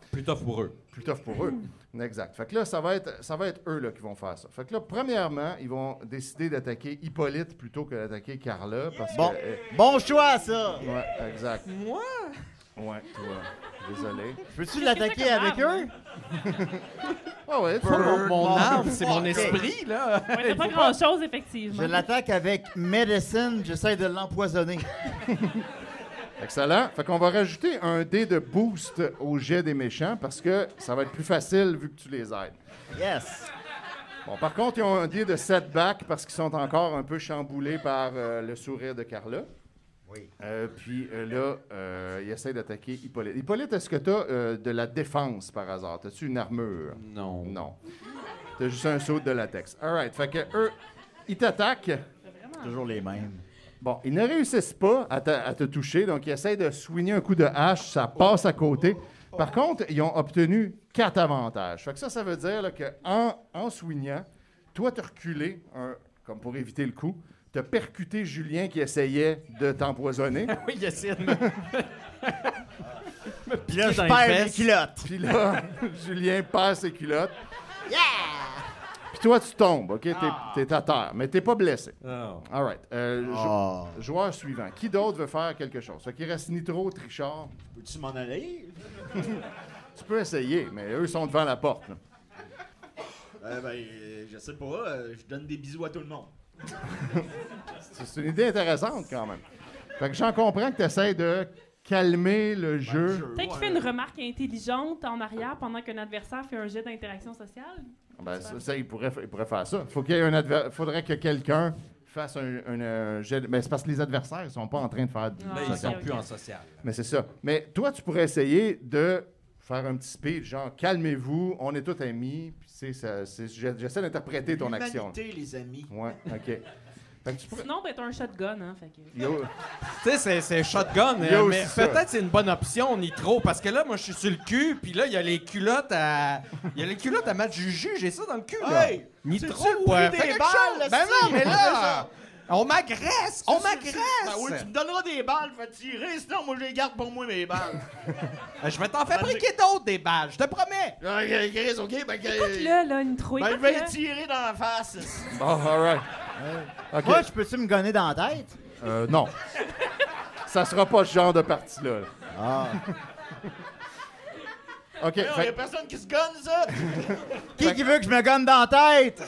Plus tough pour eux. Plus tough pour eux. Exact. Fait que là, ça va être, ça va être eux là, qui vont faire ça. Fait que là, premièrement, ils vont décider d'attaquer Hippolyte plutôt que d'attaquer Carla. Parce Bon. que, euh, Bon choix, ça! ouais, exact. Moi? Ouais, toi. Désolé. Peux-tu l'attaquer avec eux? Ah ouais, tu Mon, peux. mon âme, c'est mon Ok. esprit, là. Ouais, c'est pas grand-chose, effectivement. Je l'attaque avec Medicine, j'essaie de l'empoisonner. Excellent. Fait qu'on va rajouter un dé de boost au jet des méchants parce que ça va être plus facile vu que tu les aides. Yes! Bon, par contre, ils ont un dé de setback parce qu'ils sont encore un peu chamboulés par euh, le sourire de Carla. Oui. Euh, puis euh, là, euh, ils essayent d'attaquer Hippolyte. Hippolyte, est-ce que tu as de la défense par hasard? As-tu une armure? Non. Non. Tu as juste un saut de latex. All right. Fait que eux, ils t'attaquent. Toujours les mêmes. Bon, ils ne réussissent pas à te, à te toucher, donc ils essayent de soigner un coup de hache, ça passe à côté. Par contre, ils ont obtenu quatre avantages. Fait que ça, ça veut dire là, que en, en soignant, toi, tu as reculé, un- comme pour éviter le coup, tu as percuté Julien qui essayait de t'empoisonner. Oui, il essaie de me... Puis là, je dans les perds mes fesses. culottes. Puis là, Julien perd ses culottes. Puis toi, tu tombes, OK? T'es, t'es à terre, mais t'es pas blessé. Oh. All right. Euh, jou- Oh. Joueur suivant. Qui d'autre veut faire quelque chose? Fait qu'il reste Nitro, Trichard. Peux-tu m'en aller? Tu peux essayer, mais eux sont devant la porte. là. Euh, ben, euh, je sais pas. euh, je donne des bisous à tout le monde. C'est c'est une idée intéressante quand même. Fait que j'en comprends que tu essaies de calmer le jeu. Peut-être qu'il fait une remarque intelligente en arrière pendant qu'un adversaire fait un jet d'interaction sociale. Ben, ça, ça, il, pourrait, fa- il pourrait faire ça. Faut qu'il y ait un adver- faudrait que quelqu'un fasse un, un, euh, jet. de- Ben, c'est parce que les adversaires ils sont pas en train de faire du Ah, Ben, ils social. sont ok, plus ok. en social. Mais c'est ça. Mais toi, tu pourrais essayer de faire un petit speech, genre calmez-vous, on est tous amis. Puis c'est ça. c'est- j'ai- J'essaie d'interpréter ton action. L'humanité, les amis. Ouais, ok. Fait que tu pourrais. Sinon, d'être un shotgun, hein. Fait que... Yo, Tu sais, c'est- c'est shotgun, Il y a euh, aussi mais ça. peut-être c'est une bonne option, Nitro, parce que là, moi, je suis sur le cul, puis là, il y a les culottes à... Il y a les culottes à Matt Juju, j'ai ça dans le cul, là. Hey! Nitro, c'est-tu le ouais, prix fais des quelque balles, chose. Ben là, non, si? mais C'est là, ça. on m'agresse, on Ben oui, m'agresse. tu me donneras des balles, fais tirer, sinon moi je les garde pour moi, mes balles. Euh, Je vais t'en fabriquer d'autres, des balles, je te promets. Ok, Chris, ok, ben, Écoute-le, là, une trouille. ben je vais les tirer dans la face. bon, all right. OK. Moi, je peux-tu me gonner dans la tête? Euh, non. Ça sera pas ce genre de partie-là. là. Ah. OK. Il y a fait- personne qui se gonne, ça. Qui qui veut que je me gonne dans la tête?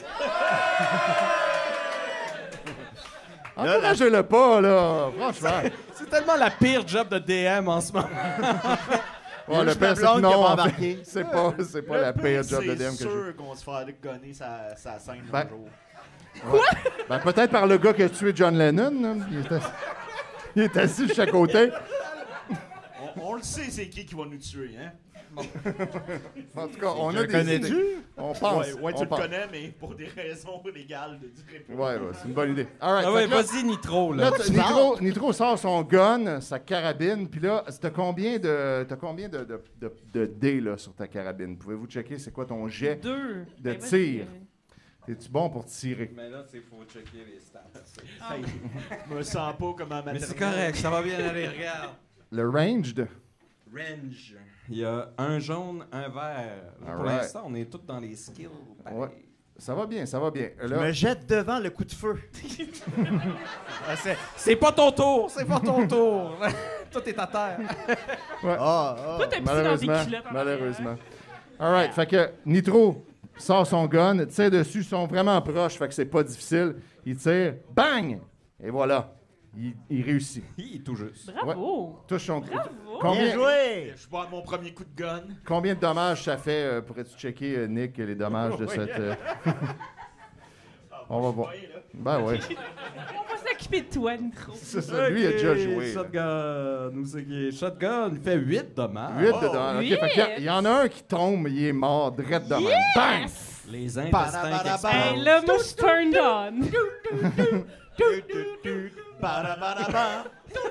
encouragez-le pas, là. Franchement. C'est tellement la pire job de D M en ce moment. Ouais, le juste ma pire, c'est que blonde qui a non, pas en fait, embarqué. c'est pas, c'est pas la pire job de D M que C'est je sûr qu'on se fera gonner sa, sa scène Ben- un jour. Ben, peut-être par le gars qui a tué John Lennon. là. Il, est assis... Il est assis de chaque côté. On, on le sait, c'est qui qui va nous tuer, hein? En tout cas, on Je a le des connais-tu? idées. On pense. ouais, ouais, tu on le pense. connais, mais pour des raisons légales de dire pas. Ouais, ouais, c'est une bonne idée. All right, Ah fait ouais, que là- vas-y, Nitro, là. Là, t- Nitro, Nitro sort son gun, sa carabine, puis là, t'as combien de t'as combien de, de, de, de dés là, sur ta carabine? Pouvez-vous checker c'est quoi ton jet? Deux. De Ben, vas-y, tir. euh, Es-tu bon pour tirer? Mais là, il faut checker les stats. ah. Hey, je me sens pas comme un Mais c'est maternelle. correct, ça va bien aller, regarde. Le ranged? Range. Il y a un jaune, un vert. Là, pour Alright. l'instant, on est tous dans les skills. pareil. Ouais. Ça va bien, ça va bien. Je Là, me jette devant le coup de feu. Ah, c'est- C'est pas ton tour, c'est pas ton tour. Tout est à terre. Ah, ah. Toi, t'as pissé dans tes malheureusement, culottes. en malheureusement. arrière. All right, fait que Nitro sort son gun, tire dessus, ils sont vraiment proches, fait que c'est pas difficile. Il tire, bang! Et voilà, il, il réussit. Hi, tout juste. Bravo. Touche son... Bravo. Combien, Bien joué! Je bois mon premier coup de gun. combien de dommages ça fait? euh, pourrais-tu checker, euh, Nick, les dommages de cette... euh, On va voir. Ben oui, On va s'occuper de toi, Nitro. c'est ça. Lui, il a déjà Ok, joué. là. Shotgun, où c'est qui est? Shotgun, il fait huit dommages. Huit de dommages. Ok, huit. fait qu'il y a- il y en a un qui tombe, il est mort, direct de même. Bang! Les intestins qui Ba-da-ba-da-ba. explosent. Hey, là, moi, je suis turned on. Ba-da-ba-da-ba.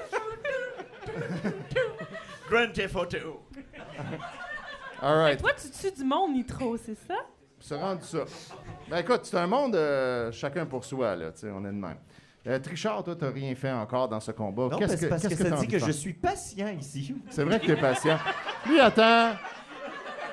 Grand Theft Auto. All right. Toi, tu tues du monde, Nitro, c'est ça? C'est rendu ça. Ben écoute, c'est un monde euh, chacun pour soi, là, tu sais, on est de même. Euh, Trichard, toi, t'as rien fait encore dans ce combat. Non, Qu'est-ce parce, parce que, qu'est-ce ça t'as dit envie que de je faire? suis patient ici. C'est vrai que t'es patient. Lui, attends.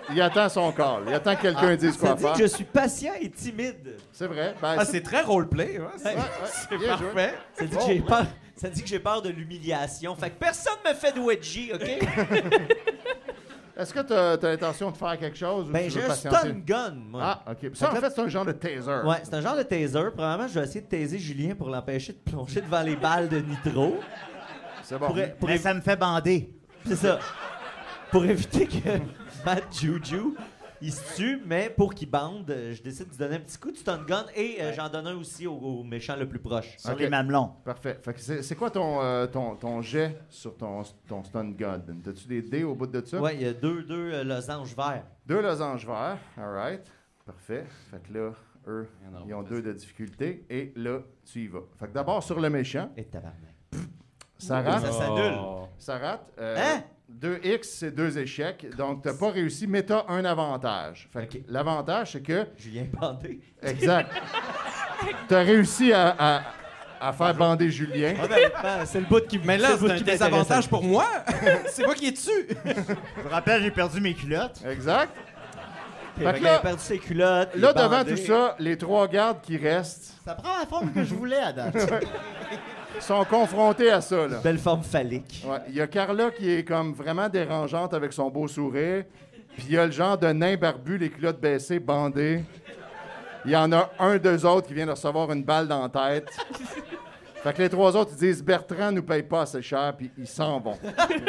Il attend son call. Il attend que quelqu'un dise Ça quoi dit faire. que je suis patient et timide. C'est vrai. Ben, Ah, c'est très roleplay. Hein? C'est ouais, ouais, c'est bien joué. parfait. Ça dit que j'ai peur. Ça dit que j'ai peur de l'humiliation. Fait que personne me fait de wedgie, OK? Est-ce que tu as l'intention de faire quelque chose ou Ben, tu j'ai veux un patienter? stun gun, moi. Ah, OK. Ça, en Fait que fait, c'est un genre de taser. Ouais, c'est un genre de taser. Probablement, je vais essayer de taiser Julien pour l'empêcher de plonger devant les balles de nitro. C'est bon. Pour, é- pour Mais é- ça me fait bander. C'est ça. Pour éviter que Matt Juju, il se tue, mais pour qu'il bande, euh, je décide de lui donner un petit coup de stun gun et euh, j'en donne un aussi au, au méchant le plus proche. Sur Ok. les mamelons. Parfait. Fait que c'est c'est quoi ton, euh, ton, ton jet sur ton, ton stun gun? T'as-tu des dés au bout de ça? Ouais, il y a deux, deux euh, losanges verts. Deux losanges verts. All right. Parfait. Fait que là, eux, Il y en a ils ont pas deux de difficulté. Et là, tu y vas. Fait que d'abord, sur le méchant, Et tabarnak. ça rate. Ça s'annule. Ça rate. Euh, Hein? deux X, c'est deux échecs. Donc, t'as pas réussi, mais t'as un avantage. Fait que Ok. l'avantage, c'est que... Julien bandé. Exact. T'as réussi à, à, à faire bander Julien. Honnêtement, c'est le bout qui Mais là, le bout c'est un qui désavantage m'intéresse. pour moi. C'est moi qui est dessus. Je me rappelle, j'ai perdu mes culottes. Exact. Fait Fait que qu'il là- a perdu ses culottes. il Là, est devant bandé. tout ça, les trois gardes qui restent Ça prend la forme que je voulais à date. sont confrontés à ça, là. Belle forme phallique. Ouais, il y a Carla qui est comme vraiment dérangeante avec son beau sourire. Puis il y a le genre de nain barbu, les culottes baissées, bandées. Il y en a un d'eux autres qui vient de recevoir une balle dans la tête. Fait que les trois autres, ils disent « Bertrand nous paye pas assez cher », puis ils s'en vont.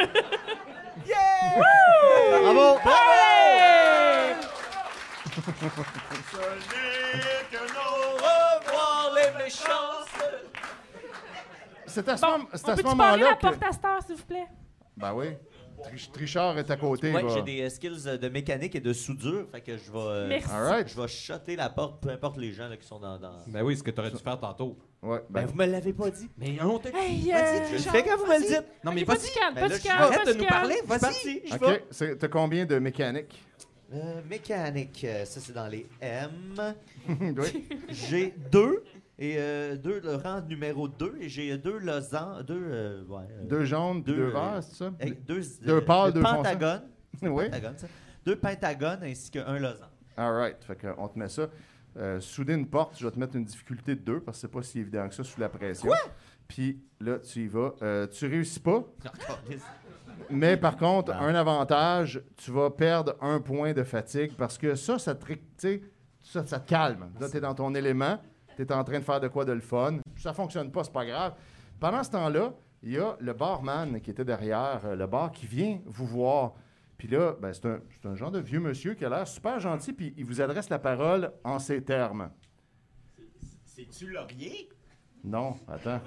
Bravo! Au revoir les méchants. C'est à ce, Bon, mom- c'est on à ce peut-tu parler moment-là la que... porte à cette heure, s'il vous plaît? Ben oui. Trich- Trichard est à côté. Ouais, il va- j'ai des euh, skills euh, de mécanique et de soudure. Fait que je vais. euh, Merci. All right. Je vais shotter la porte, peu importe les gens là, qui sont dans. dans... Ben oui, ce que t'aurais dû faire tantôt. Ouais, Ben, ben, vous me l'avez pas dit. Mais on t'a Hey, euh, Je le fais quand vous me le dites. Non, mais pas vas-y. du calme, Ben pas là, du je calme, Arrête pas de du nous calme. parler, Je suis vas-y. parti, je OK. vais. C'est- T'as combien de mécanique? Euh, mécanique, euh, ça c'est dans les M. Oui. J'ai deux. Et euh, deux, le rang numéro deux. Et j'ai deux losanges. Deux. euh, ouais, euh, Deux jaunes, puis Deux, deux euh, verts, c'est ça? hey, deux, Deux pâles, deux deux foncés. pentagones. Oui. Pentagone, ça. Deux pentagones ainsi qu'un losange. All right. Fait qu'on te met ça. Euh, souder une porte, je vais te mettre une difficulté de deux parce que c'est pas si évident que ça sous la pression. Quoi? Puis là, tu y vas. Euh, tu réussis pas, mais par contre, un avantage, tu vas perdre un point de fatigue parce que ça, ça te, ré- tu sais, ça, ça te calme. Là, tu es dans ton élément, tu es en train de faire de quoi de le fun. Ça fonctionne pas, c'est pas grave. Pendant ce temps-là, il y a le barman qui était derrière euh, le bar qui vient vous voir. Puis là, ben, c'est un, c'est un genre de vieux monsieur qui a l'air super gentil, puis il vous adresse la parole en ces termes. C'est-tu Laurier? Non, attends.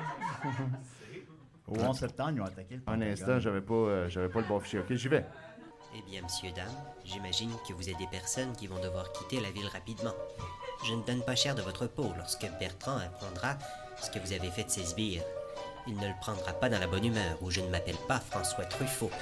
Au onze septembre, ils ont attaqué le Un Pentagone. instant, j'avais pas, euh, j'avais pas le bon fichier. OK, j'y vais. Eh bien, monsieur, dame, j'imagine que vous êtes des personnes qui vont devoir quitter la ville rapidement. Je ne donne pas cher de votre peau lorsque Bertrand apprendra ce que vous avez fait de ses sbires. Il ne le prendra pas dans la bonne humeur, ou je ne m'appelle pas François Truffaut.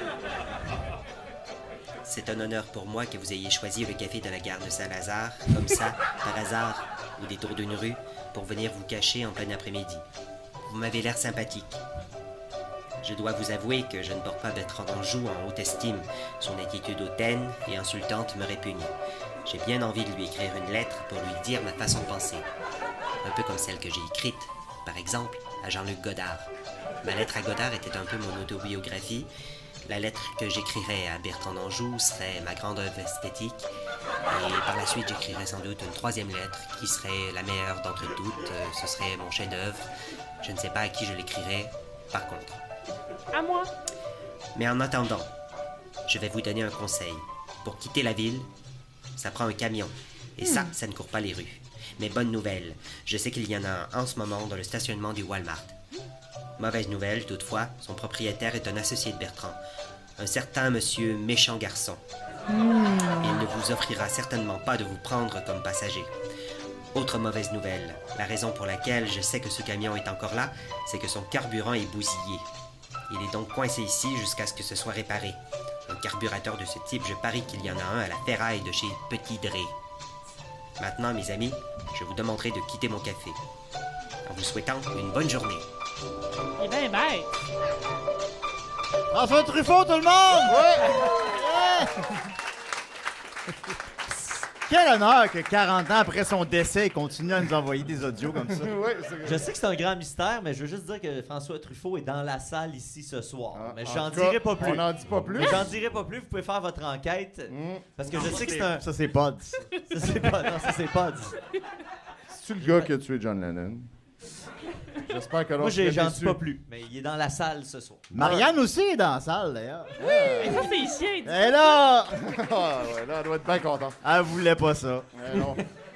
C'est un honneur pour moi que vous ayez choisi le café de la gare de Saint-Lazare, comme ça, par hasard, au détour d'une rue, pour venir vous cacher en plein après-midi. Vous m'avez l'air sympathique. Je dois vous avouer que je ne porte pas Bertrand d'Anjou en haute estime. Son attitude hautaine et insultante me répugne. J'ai bien envie de lui écrire une lettre pour lui dire ma façon de penser. Un peu comme celle que j'ai écrite, par exemple, à Jean-Luc Godard. Ma lettre à Godard était un peu mon autobiographie. La lettre que j'écrirais à Bertrand d'Anjou serait ma grande œuvre esthétique. Et par la suite, j'écrirais sans doute une troisième lettre qui serait la meilleure d'entre toutes. Euh, Ce serait mon chef-d'œuvre. Je ne sais pas à qui je l'écrirais, par contre. À moi. Mais en attendant, je vais vous donner un conseil. Pour quitter la ville, ça prend un camion. Et ça, ça ne court pas les rues. Mais bonne nouvelle, je sais qu'il y en a un en ce moment dans le stationnement du Walmart. Mauvaise nouvelle, toutefois, son propriétaire est un associé de Bertrand. Un certain monsieur méchant garçon. Il ne vous offrira certainement pas de vous prendre comme passager. Autre mauvaise nouvelle, la raison pour laquelle je sais que ce camion est encore là, c'est que son carburant est bousillé. Il est donc coincé ici jusqu'à ce que ce soit réparé. Un carburateur de ce type, je parie qu'il y en a un à la ferraille de chez Petit Dré. Maintenant, mes amis, je vous demanderai de quitter mon café. En vous souhaitant une bonne journée. Il est bien bête. François Truffaut, tout le monde! Ouais! Quel honneur que quarante ans après son décès, il continue à nous envoyer des audios comme ça. Ouais, c'est- Je sais que c'est un grand mystère, mais je veux juste dire que François Truffaut est dans la salle ici ce soir. Ah, mais en j'en tout cas, dirai pas plus. On n'en dit pas plus. Mais J'en dirai pas plus. Vous pouvez faire votre enquête. Mm. Parce que je sais que c'est un. Ça, c'est pas dit. Ça, c'est pas. Non, ça, c'est pas dit. C'est-tu le gars qui a tué John Lennon? J'espère que l'on Moi, j'ai- serait j'en dis déçus. pas plus. Mais il est dans la salle ce soir. Marianne aussi est dans la salle, d'ailleurs. Mais ça, c'est chiant. Et là, Ah ouais, là, elle doit être bien contente. elle voulait pas ça. Eh non.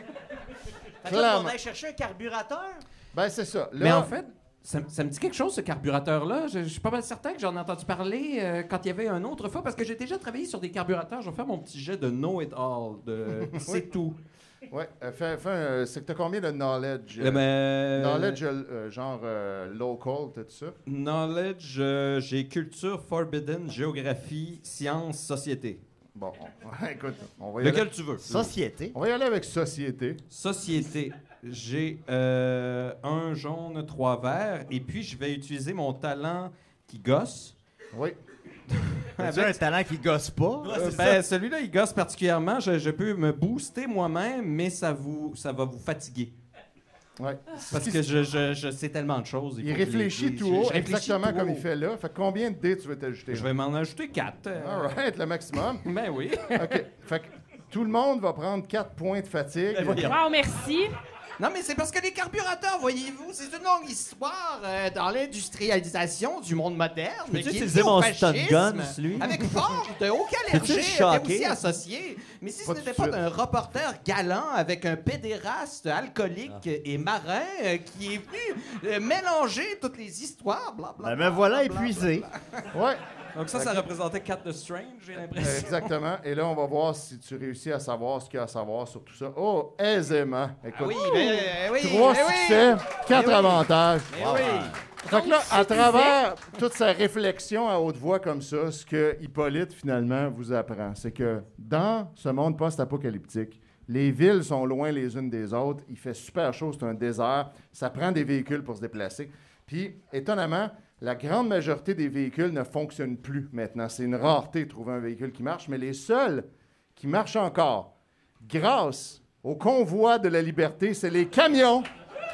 Fait que là, Clairement. on aille chercher un carburateur. Ben, c'est ça. Là, Mais en fait, ça, ça me dit quelque chose, ce carburateur-là. Je, je suis pas mal certain que j'en ai entendu parler euh, quand il y avait un autre fois, parce que j'ai déjà travaillé sur des carburateurs. Je vais faire mon petit jet de know-it-all, de c'est tout. ouais, euh, fais- fais un- c'est que t'as combien de knowledge? Euh, ben, Knowledge, euh, genre euh, local, tout ça? Knowledge, euh, j'ai culture, forbidden, géographie, sciences, société. Bon, on- écoute, on va y Lequel aller. tu veux? Société. On va y aller avec société. Société. J'ai euh, un jaune, trois verts, et puis je vais utiliser mon talent qui gosse. Oui. As-tu un talent qui gosse pas? Euh, ben, celui-là, il gosse particulièrement. Je, je peux me booster moi-même, mais ça, vous, ça va vous fatiguer. Ouais. Parce que je, je, je sais tellement de choses. Il faut que les- réfléchit les- tout je- haut, je réfléchis exactement tout comme haut. il fait là. Fait que combien de dés tu veux t'ajouter? Je vais m'en ajouter quatre. euh. All right, le maximum. Ben oui. OK. Fait que tout le monde va prendre quatre points de fatigue. Ben voyons. Wow, merci. Non, mais c'est parce que les carburateurs, voyez-vous, c'est une longue histoire euh, dans l'industrialisation du monde moderne. Peux-tu qui est utiliser liée au mon fascisme, stun gun, lui? Avec Ford, Haut Peux-tu Allergé le était choquer? aussi associé. Mais si Pas ce tout n'était de pas suite. d'un reporter galant avec un pédéraste alcoolique Ah. et marin euh, qui est venu euh, mélanger toutes les histoires, blablabla. Ben, me voilà blablabla. épuisé. Ouais, Donc ça, ça représentait quatre de Strange, j'ai l'impression. exactement. Et là, on va voir si tu réussis à savoir ce qu'il y a à savoir sur tout ça. Oh, aisément. Écoute, Ah oui, ben, euh, oui, trois ben oui. succès, quatre oui. avantages. Ben oui. Fait que là, à travers toute sa réflexion à haute voix comme ça, ce que Hippolyte, finalement, vous apprend, c'est que dans ce monde post-apocalyptique, les villes sont loin les unes des autres. Il fait super chaud, c'est un désert. Ça prend des véhicules pour se déplacer. Puis, étonnamment, la grande majorité des véhicules ne fonctionnent plus maintenant. C'est une rareté de trouver un véhicule qui marche, mais les seuls qui marchent encore, grâce au convoi de la liberté, c'est les camions.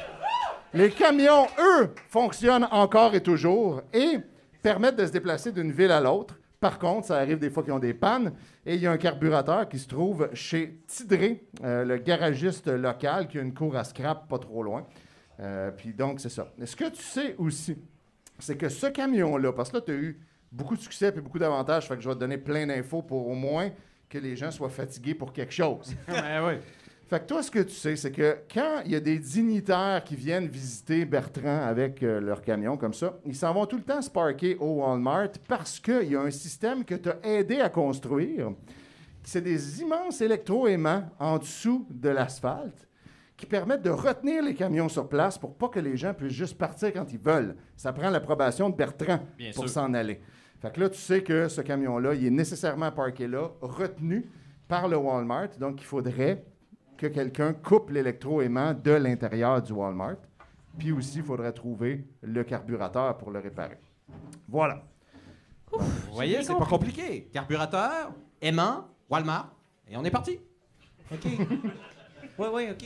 Les camions, eux, fonctionnent encore et toujours et permettent de se déplacer d'une ville à l'autre. Par contre, ça arrive des fois qu'ils ont des pannes et il y a un carburateur qui se trouve chez Tidré, euh, le garagiste local qui a une cour à scrap pas trop loin. Euh, Puis donc, c'est ça. Ce que tu sais aussi, c'est que ce camion-là, parce que là, tu as eu beaucoup de succès et beaucoup d'avantages, fait que je vais te donner plein d'infos pour au moins que les gens soient fatigués pour quelque chose. Ben oui. Fait que toi, ce que tu sais, c'est que quand il y a des dignitaires qui viennent visiter Bertrand avec euh, leur camion comme ça, ils s'en vont tout le temps se parker au Walmart parce qu'il y a un système que tu as aidé à construire. C'est des immenses électroaimants en dessous de l'asphalte qui permettent de retenir les camions sur place pour pas que les gens puissent juste partir quand ils veulent. Ça prend l'approbation de Bertrand Bien pour sûr. s'en aller. Fait que là, tu sais que ce camion-là, il est nécessairement parké là, retenu par le Walmart. Donc, il faudrait que quelqu'un coupe l'électroaimant de l'intérieur du Walmart. Puis aussi, il faudrait trouver le carburateur pour le réparer. Voilà. Vous voyez, c'est pas compliqué. Carburateur, aimant, Walmart, et on est parti. OK. Oui, oui, OK.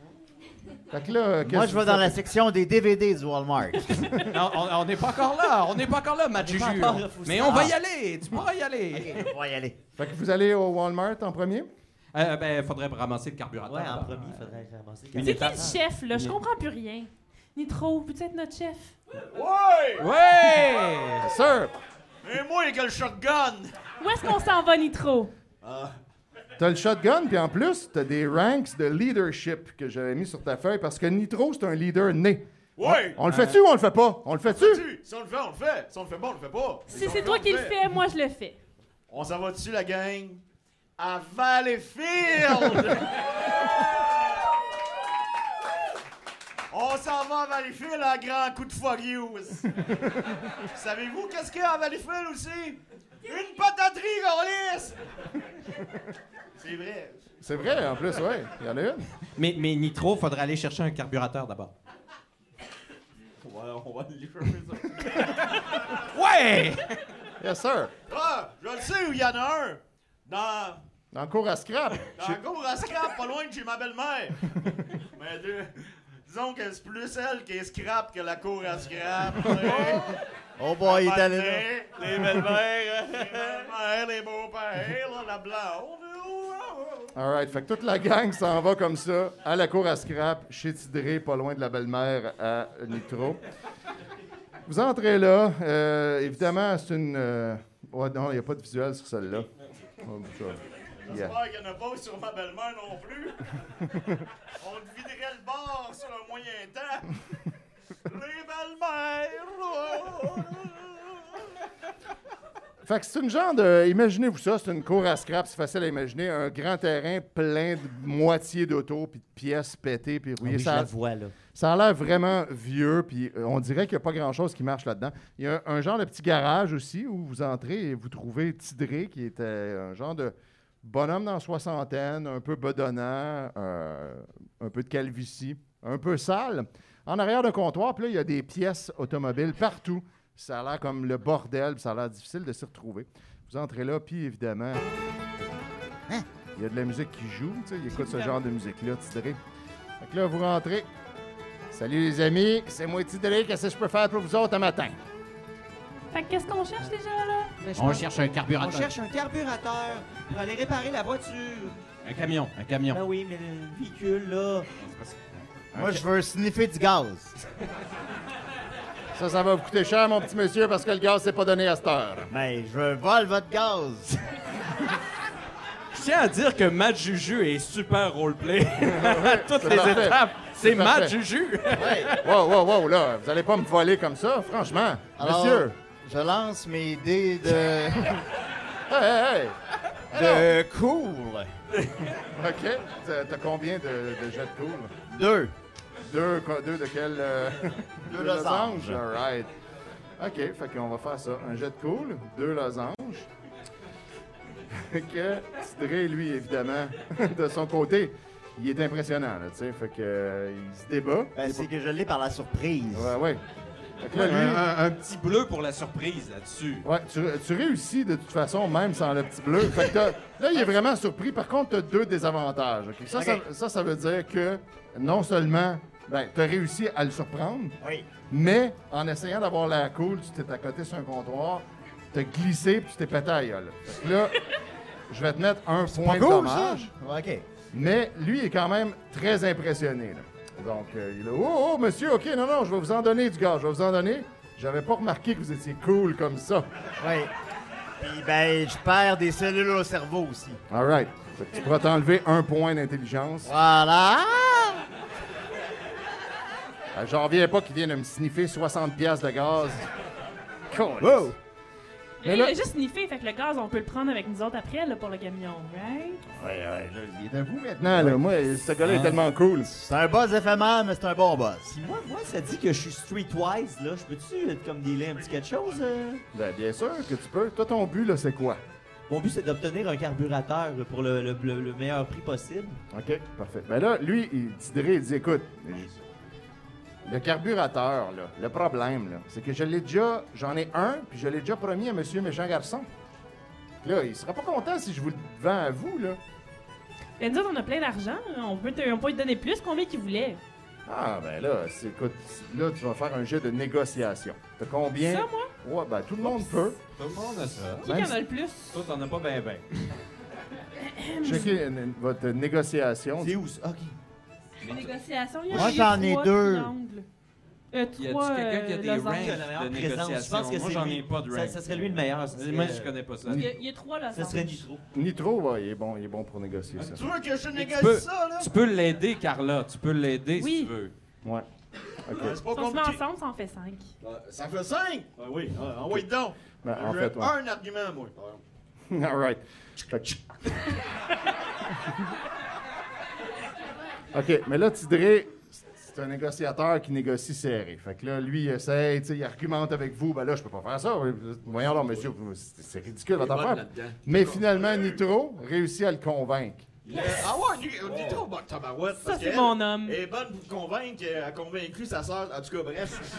Fait que là, qu'est-ce Moi, que je vais vous dans faites? la section des D V D du Walmart. Non, on n'est pas encore là. On n'est pas encore là, Matt On n'est pas Juju. encore là, faut Mais se- on va Ah. y aller. Tu pourras y aller. On va y aller. Fait que vous allez au Walmart en premier? Euh, ben, il faudrait ramasser le carburateur. Ouais, en d'abord. premier, il faudrait ramasser le Une C'est qui étape. le chef, là? Je comprends plus rien. Nitro, peux-tu être notre chef? Ouais! Sir, Et moi, il y a le shotgun! Où est-ce qu'on s'en va, Nitro? t'as le shotgun, puis en plus, t'as des ranks de leadership que j'avais mis sur ta feuille parce que Nitro, c'est un leader né. Ouais! On le fait-tu ou on le fait pas? On le fait-tu? Tu, si on le fait, on le fait. Si on le fait pas, on le fait pas. Si on c'est le toi fait, qui on le fais, moi je le fais. On s'en va dessus, la gang? À Valleyfield! On s'en va à Valleyfield à grand coup de Foggius. Savez-vous qu'est-ce qu'il y a à Valleyfield aussi? Une pataterie, Gorlis! C'est vrai. C'est vrai, en plus, ouais. Il y en a une. Mais, mais Nitro, faudrait aller chercher un carburateur d'abord. Ouais, on va aller chercher ça. Ouais! Yes, sir. Ah, je le sais où il y en a un. Dans, Dans le cours à scrap. Dans le cours à scrap, pas loin de chez ma belle-mère. Mais deux, disons que c'est plus elle qui est scrap que la cour à scrap. Oh boy, il est allé là. Les belles-mères, les belles-mères, les beaux-pères, là, la blonde. All right. Fait que toute la gang s'en va comme ça, à la cour à scrap, chez Tidré, pas loin de la belle-mère à Nitro. Vous entrez là. Euh, évidemment, c'est une... Euh... Ouais, non, il n'y a pas de visuel sur celle-là. Oh, ça. Yeah. J'espère qu'il n'y en a pas sur ma belle-mère non plus. On te viderait le bar sur un moyen temps. Les belles-mères. Fait que c'est une genre de... Imaginez-vous ça, c'est une cour à scrap, c'est facile à imaginer. Un grand terrain plein de moitié d'auto, puis de pièces pétées, puis rouillées. Oui, je ça, la vois, là. ça a l'air vraiment vieux, puis euh, on dirait qu'il n'y a pas grand-chose qui marche là-dedans. Il y a un, un genre de petit garage aussi, où vous entrez et vous trouvez Tidré, qui était un genre de bonhomme dans la soixantaine, un peu bedonnant, euh, un peu de calvitie, un peu sale. En arrière d'un comptoir, puis là, il y a des pièces automobiles partout. Ça a l'air comme le bordel, puis ça a l'air difficile de s'y retrouver. Vous entrez là, puis évidemment, hein? Il y a de la musique qui joue, tu sais, il écoute ce genre de musique-là, Tidré. Fait que là, vous rentrez. Salut les amis, c'est moi Tidré, qu'est-ce que je peux faire pour vous autres un matin? Fait que qu'est-ce qu'on cherche déjà, là? Mais je On pense- cherche un On carburateur. cherche un carburateur pour aller réparer la voiture. Un camion, un camion. Ben oui, mais le véhicule, là... Moi, je veux sniffer du gaz. Ça, ça va vous coûter cher, mon petit monsieur, parce que le gaz, c'est pas donné à cette heure. Mais je veux vol votre gaz. Je tiens à dire que Matt Juju est super roleplay à toutes C'est les parfait. étapes. C'est C'est Matt parfait. Juju. Wow, wow, wow, là, vous allez pas me voler comme ça, franchement. Alors, Monsieur, je lance mes dés de... hey, hey, hey. de cool. OK, t'as t'as combien de, de jets de cool? Deux. Deux, quoi, deux de quel... euh, Deux losanges. All right. OK, fait qu'on va faire ça. Un jet de cool, deux losanges. Fait que Tidré, lui, évidemment, de son côté, il est impressionnant, là, tu sais. Fait que euh, il se débat. Ben, c'est que je l'ai par la surprise. Ouais, ouais. Fait que là, lui... Un, un- un petit bleu pour la surprise là-dessus. Ouais, tu, tu réussis de toute façon, même sans le petit bleu. Fait que t'as- là, il est vraiment surpris. Par contre, tu as deux désavantages. ok? Ça, ça, Ok. ça, ça veut dire que non seulement ben, tu as réussi à le surprendre, Oui. mais en essayant d'avoir l'air cool, tu t'es accoté sur un comptoir, tu as glissé puis tu t'es pété à la gueule. Fait que là, je vais te mettre un point de Cool, dommage. ça? OK. Mais lui est quand même très impressionné. là. Donc, euh, il est là, oh, oh, monsieur, OK, non, non, je vais vous en donner du gars, je vais vous en donner. J'avais pas remarqué que vous étiez cool comme ça. Oui. Puis, ben, je perds des cellules au cerveau aussi. All right. Fait que tu pourras t'enlever un point d'intelligence. Voilà! Euh, J'en reviens pas qu'il vienne de me sniffer soixante piastres de gaz. Cool. Wow! Mais Il là- a juste sniffé, fait que le gaz, on peut le prendre avec nous autres après, là, pour le camion, right? Ouais, ouais, là, il est à vous maintenant, là. Moi, ce gars-là est tellement cool. C'est un buzz éphémère, mais c'est un bon buzz. Si moi, moi, ça dit que je suis streetwise, là, je peux-tu, euh, comme dealer un petit quelque chose? euh? Ben, bien sûr que tu peux. Toi, ton but, là, c'est quoi? Mon but, c'est d'obtenir un carburateur pour le, le- le- le meilleur prix possible. OK, parfait. Ben là, lui, il Tidré, il dit, écoute, le carburateur, là, le problème, là, c'est que je l'ai déjà, j'en ai un, puis je l'ai déjà promis à Monsieur Méchant Garçon. Là, il sera pas content si je vous le vends à vous, là. Et nous autres, on a plein d'argent, là. On peut te, on peut te donner plus, combien qu'il voulait. Ah, ben là, c'est- écoute, là, tu vas faire un jeu de négociation. T'as combien? Ça, moi? Ouais, ben tout le monde peut. Tout le monde a ça. Qui Même en a le plus? Toi, t'en as pas ben ben. Checkez euh, votre négociation. C'est où ça? OK. Négociation, il y a Moi, il y j'en a ai trois deux. triangles. Euh, Y a-tu trois, quelqu'un qui a euh, des losanges. ranks? Qui a la meilleure de présence? Je négociation. pense que Moi, c'est j'en lui. ai pas de Ça, rank. ça serait lui le meilleur. Ça serait, Moi, euh, je connais pas ça. Il y a, il y a trois losanges. Ça serait Nitro. Nitro, ouais, il est bon, il est bon pour négocier ça. Tu veux que je Tu négocie peux, ça, là? tu peux l'aider, Carla. Tu peux l'aider Oui. si tu veux. Ouais. OK. Ouais, c'est pas Si on se met compliqué. ensemble, ça en fait cinq. Euh, Ça fait cinq? Ah oui, ah, envoie donc. Ben, en J'ai fait, ouais. un argument, moi. All right. Fait que- OK, mais là, Tidré, c'est un négociateur qui négocie serré. Fait que là, lui, il essaie, tu sais, il argumente avec vous. Ben là, je peux pas faire ça. Voyons donc, monsieur, c'est c'est ridicule votre affaire. Mais finalement, Nitro réussit à le convaincre. Euh, ah ouais, Ni- Nitro, bah, tabarouette. Ça, parce c'est qu'elle mon homme. Elle est bonne pour convaincre, elle a convaincu sa sœur. En tout cas, bref.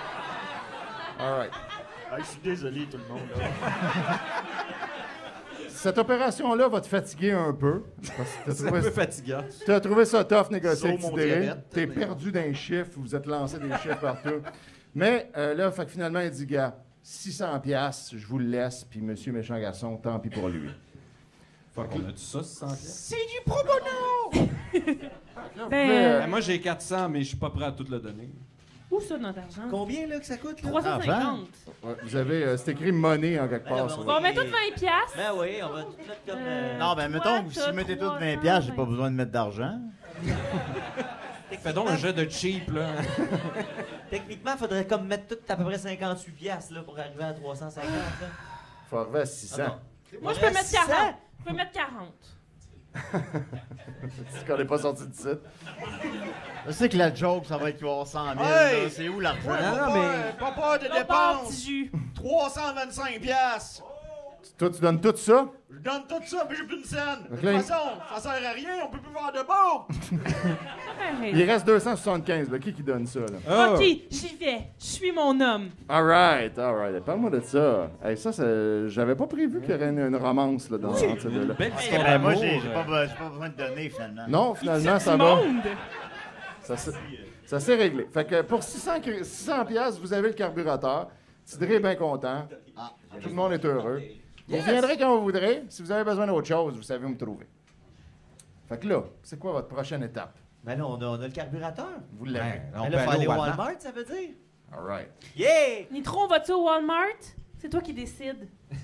All right. Ah, je suis désolé, tout le monde. là. cette opération-là va te fatiguer un peu. Parce que t'as C'est un trouvé, peu fatigant. t'as trouvé ça tough, négocier avec Sur mon Tidéré. diabète. T'es perdu d'un chiffre, vous êtes lancé des chiffres partout. Mais euh, là, fait que finalement, il dit, gars, six cents piastres, je vous le laisse, puis monsieur méchant garçon, tant pis pour lui. Fait qu'on a-tu ça, six cents piastres? C'est du pro bono! Là, vous Ben, pouvez, euh, Ben, moi, j'ai quatre cents, mais je suis pas prêt à tout le donner. Où ça, notre argent? Combien, là, que ça coûte, là? trois cent cinquante. ouais, vous avez, euh, c'est écrit money en quelque Ben non, part. mais sur On le- va mettre tout vingt piastres. Ben oui, on va tout mettre comme... Euh, euh, Non, ben Toi, mettons que si t'as vous mettez trois toutes vingt cent piastres, j'ai pas vingt. besoin de mettre d'argent. Fais donc un jeu de cheap, là. Techniquement, il faudrait comme mettre tout à peu près cinquante-huit piastres, là, pour arriver à trois cent cinquante, là. Faut arriver à six cents. Ah non. Moi, je peux mettre quarante. Je peux mettre quarante. C'est qu'on n'est pas sorti du site. Je sais que la joke, ça va être qu'il va y avoir cent mille. Hey! là. C'est où l'argent? Ouais, Non, pas, non, peur, mais- pas peur de Pas peur, dépenses. petit jus. trois cent vingt-cinq piastres. Toi, tu donnes tout ça? Je donne tout ça, mais j'ai plus une scène. De Donc toute là, il- façon, ça sert à rien, on peut plus faire de bon. Hey. Il reste deux cent soixante-quinze. Là. Qui qui donne ça? Là? Oh. OK, j'y vais. Je suis mon homme. All right, all right. Parle-moi de ça. Hey, ça, c'est- j'avais pas prévu qu'il y aurait une, une romance là, dans entre ces deux-là. Belle Eh histoire ben, moi, d'amour. j'ai j'ai euh. pas, be- j'ai pas besoin de donner, finalement. Non, finalement, Du ça va. monde. Ça, s'est- ça s'est réglé. Fait que pour six cents, cri- six cents piastres, vous avez le carburateur. Tidré est bien content. Ah, Tout le monde est heureux. Vous viendrez quand vous voudrez. Si vous avez besoin d'autre chose, vous savez où me trouver. Fait que là, c'est quoi votre prochaine étape? Ben non, on a, on a le carburateur. Vous l'avez. Ouais, on Ben peut là, faut aller au Walmart. Walmart, ça veut dire? All right. Yeah! Nitro, on va-tu au Walmart? C'est toi qui décides.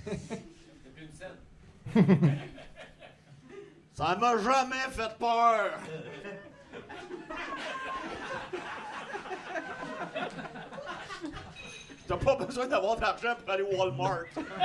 Ça m'a jamais fait peur. T'as pas besoin d'avoir d'argent pour aller au Walmart.